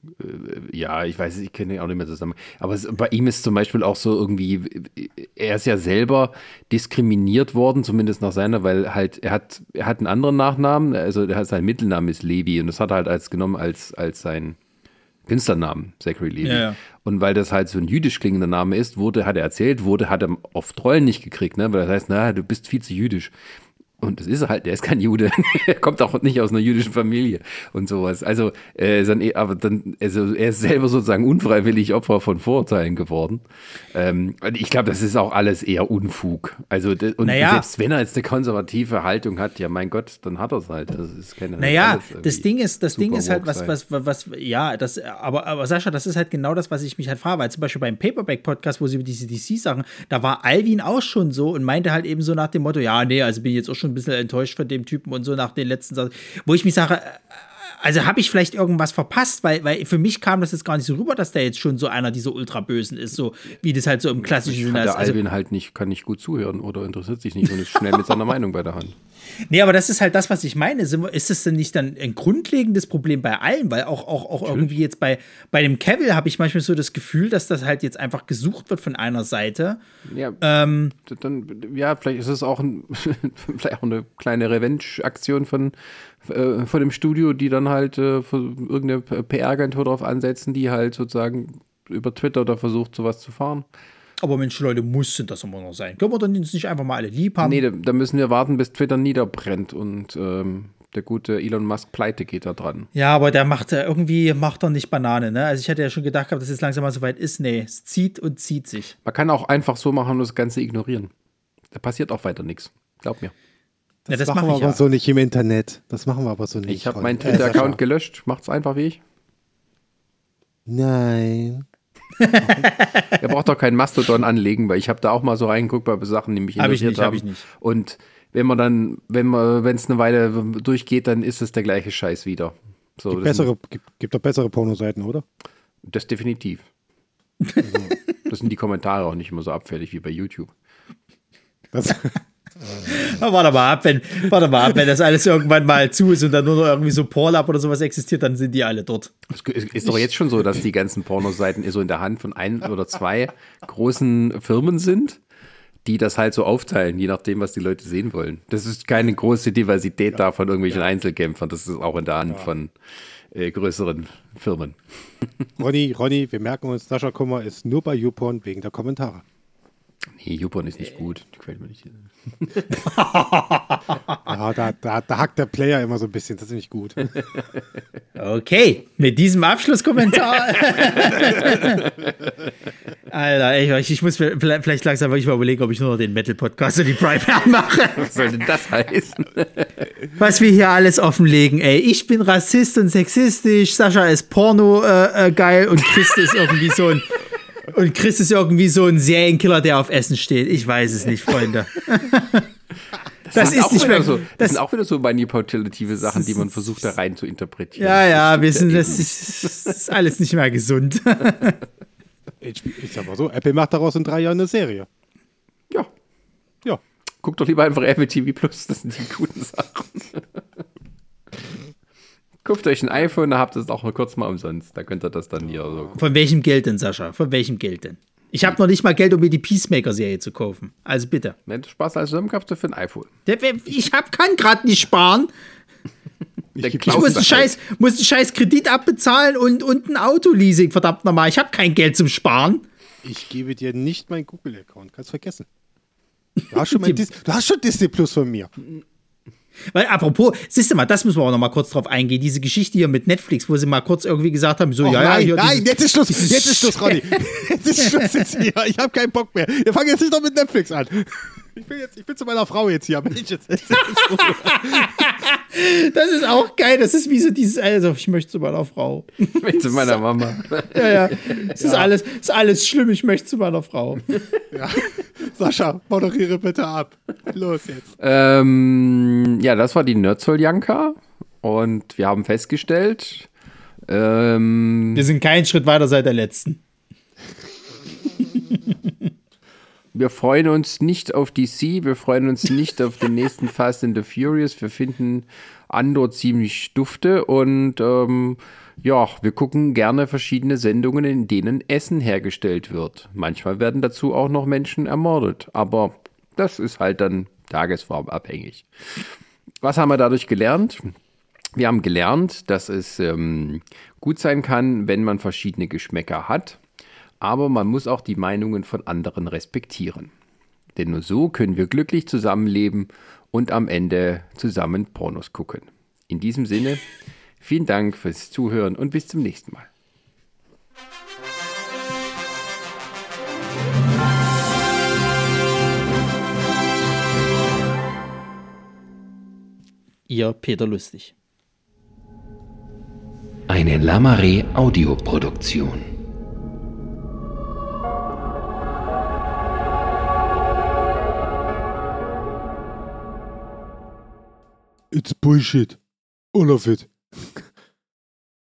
ja, ich weiß, ich kenne ihn auch nicht mehr zusammen. Aber es, bei ihm ist zum Beispiel auch so irgendwie, er ist ja selber diskriminiert worden, zumindest nach seiner, weil halt, er hat, er hat einen anderen Nachnamen, also der hat, sein Mittelname ist Levi und das hat er halt als genommen als, als sein Künstlernamen, Zachary Levi. Ja, ja. Und weil das halt so ein jüdisch klingender Name ist, wurde, hat er erzählt, wurde, hat er oft Trollen nicht gekriegt, ne? Weil das heißt, na, du bist viel zu jüdisch. Und das ist er halt, der ist kein Jude. Er kommt auch nicht aus einer jüdischen Familie und sowas. Also, äh, dann, aber dann, also er ist selber sozusagen unfreiwillig Opfer von Vorurteilen geworden. Ähm, und ich glaube, das ist auch alles eher Unfug. Also, und naja. selbst wenn er jetzt eine konservative Haltung hat, ja, mein Gott, dann hat er es halt. Das ist keine, Naja, das Ding ist, das Ding ist halt, was, sein. was, was, was, ja, das, aber, aber Sascha, das ist halt genau das, was ich mich halt frage, weil zum Beispiel beim Paperback-Podcast, wo sie über diese D C-Sachen, da war Alvin auch schon so und meinte halt eben so nach dem Motto, ja, nee, also bin ich jetzt auch schon ein bisschen enttäuscht von dem Typen und so nach den letzten Sachen, wo ich mich sage, also habe ich vielleicht irgendwas verpasst, weil, weil für mich kam das jetzt gar nicht so rüber, dass der jetzt schon so einer dieser Ultrabösen ist, so wie das halt so im klassischen Sinne ist. Der Alvin halt nicht, kann nicht gut zuhören oder interessiert sich nicht und ist schnell mit seiner Meinung bei der Hand. Nee, aber das ist halt das, was ich meine. Ist es denn nicht dann ein grundlegendes Problem bei allen? Weil auch, auch, auch irgendwie jetzt bei, bei dem Cavill habe ich manchmal so das Gefühl, dass das halt jetzt einfach gesucht wird von einer Seite. Ja, ähm, dann, ja vielleicht ist es auch, ein, vielleicht auch eine kleine Revenge-Aktion von, äh, von dem Studio, die dann halt äh, irgendeine P R-Agentur drauf ansetzen, die halt sozusagen über Twitter da versucht, sowas zu fahren. Aber Mensch, Leute, mussten das immer noch sein. Können wir dann nicht einfach mal alle lieb haben? Nee, da, da müssen wir warten, bis Twitter niederbrennt und ähm, der gute Elon Musk pleite geht da dran. Ja, aber der macht äh, irgendwie macht er nicht Banane, ne? Also ich hätte ja schon gedacht, dass es langsam mal so weit ist. Nee, es zieht und zieht sich. Man kann auch einfach so machen und das Ganze ignorieren. Da passiert auch weiter nichts. Glaub mir. Das, ja, das machen mach wir ich aber ja. so nicht im Internet. Das machen wir aber so nicht. Ich habe Freunde. meinen Twitter-Account gelöscht. Macht's einfach wie ich. Nein. Er braucht doch keinen Mastodon anlegen, weil ich habe da auch mal so reingeguckt bei Sachen, die mich Hab ich interessiert nicht, hab haben. ich nicht. Und wenn man dann, wenn man, wenn es eine Weile durchgeht, dann ist es der gleiche Scheiß wieder. So, Gibt, das, bessere, sind, gibt, gibt doch bessere Pornoseiten, oder? das definitiv. Also, das sind die Kommentare auch nicht immer so abfällig wie bei YouTube. Das, Na, warte mal ab, wenn, warte mal ab, wenn das alles irgendwann mal zu ist und dann nur noch irgendwie so Pornhub oder sowas existiert, dann sind die alle dort. Es ist doch jetzt schon so, dass die ganzen Pornoseiten so in der Hand von ein oder zwei großen Firmen sind, die das halt so aufteilen, je nachdem, was die Leute sehen wollen. Das ist keine große Diversität ja. da von irgendwelchen ja. Einzelkämpfern, das ist auch in der Hand ja. von äh, größeren Firmen. Ronny, Ronny, wir merken uns, Sascha Kummer ist nur bei YouPorn wegen der Kommentare. Nee, YouPorn ist nicht gut. Die gefällt mir nicht. Ja, da, da, da hackt der Player immer so ein bisschen. Das ist nicht gut. Okay, mit diesem Abschlusskommentar. Alter, ich, ich muss mir vielleicht langsam wirklich mal überlegen, ob ich nur noch den Metal-Podcast und die Primary mache. Was soll denn das heißen? Was wir hier alles offenlegen, ey. Ich bin Rassist und sexistisch, Sascha ist Porno äh, äh, geil und Chris ist irgendwie so ein und Chris ist irgendwie so ein Serienkiller, der auf Essen steht. Ich weiß es nicht, Freunde. Das, das sind ist auch nicht wieder mehr so. Das, das sind auch wieder so manipulative Sachen, die man versucht da rein zu interpretieren. Ja, ja, Das wir stimmt sind, ja das eben ist, das ist alles nicht mehr gesund. Ich, ich sag mal so, Apple macht daraus in drei Jahren eine Serie. Ja. Ja. Guckt doch lieber einfach Apple T V Plus, das sind die guten Sachen. Kauft euch ein iPhone, da habt ihr es auch mal kurz mal umsonst. Da könnt ihr das dann hier so. Von welchem Geld denn, Sascha? Von welchem Geld denn? Ich habe noch nicht mal Geld, um mir die Peacemaker-Serie zu kaufen. Also bitte. Wenn du Spaß hast, zusammen kaufst du für ein iPhone. Ich hab, kann gerade nicht sparen. Der Ich Klaus muss den sagt, scheiß, muss den scheiß Kredit abbezahlen und, und ein Autoleasing, verdammt nochmal. Ich habe kein Geld zum Sparen. Ich gebe dir nicht meinen Google-Account. Kannst vergessen. Du hast schon, mein Dis- du hast schon Disney Plus von mir. Weil, apropos, siehst du mal, das müssen wir auch noch mal kurz drauf eingehen. Diese Geschichte hier mit Netflix, wo sie mal kurz irgendwie gesagt haben, so, Och, ja, nein, ja, hier nein, dieses- jetzt ist Schluss. Jetzt ist Schluss, Ronny. Jetzt ist Schluss jetzt hier. Ich habe keinen Bock mehr. Wir fangen jetzt nicht noch mit Netflix an. Ich bin, jetzt, ich bin zu meiner Frau jetzt hier. Ich jetzt, jetzt, Das ist auch geil. Das ist wie so dieses, also, ich möchte zu meiner Frau. ich möchte zu meiner Mama. Ja, ja. Es ist alles, ist alles schlimm. Ich möchte zu meiner Frau. ja. Sascha, moderiere bitte ab. Los jetzt. Ähm, ja, das war die Nerdzoll-Janka. Und wir haben festgestellt, ähm, Wir sind keinen Schritt weiter seit der letzten. wir freuen uns nicht auf D C, wir freuen uns nicht auf den nächsten Fast and the Furious. Wir finden Andor ziemlich dufte und ähm, ja, wir gucken gerne verschiedene Sendungen, in denen Essen hergestellt wird. Manchmal werden dazu auch noch Menschen ermordet, aber das ist halt dann tagesformabhängig. Was haben wir dadurch gelernt? Wir haben gelernt, dass es ähm, gut sein kann, wenn man verschiedene Geschmäcker hat. Aber man muss auch die Meinungen von anderen respektieren. Denn nur so können wir glücklich zusammenleben und am Ende zusammen Pornos gucken. In diesem Sinne, vielen Dank fürs Zuhören und bis zum nächsten Mal. Ihr Peter Lustig. Eine Lamare Audioproduktion. It's bullshit. All of it.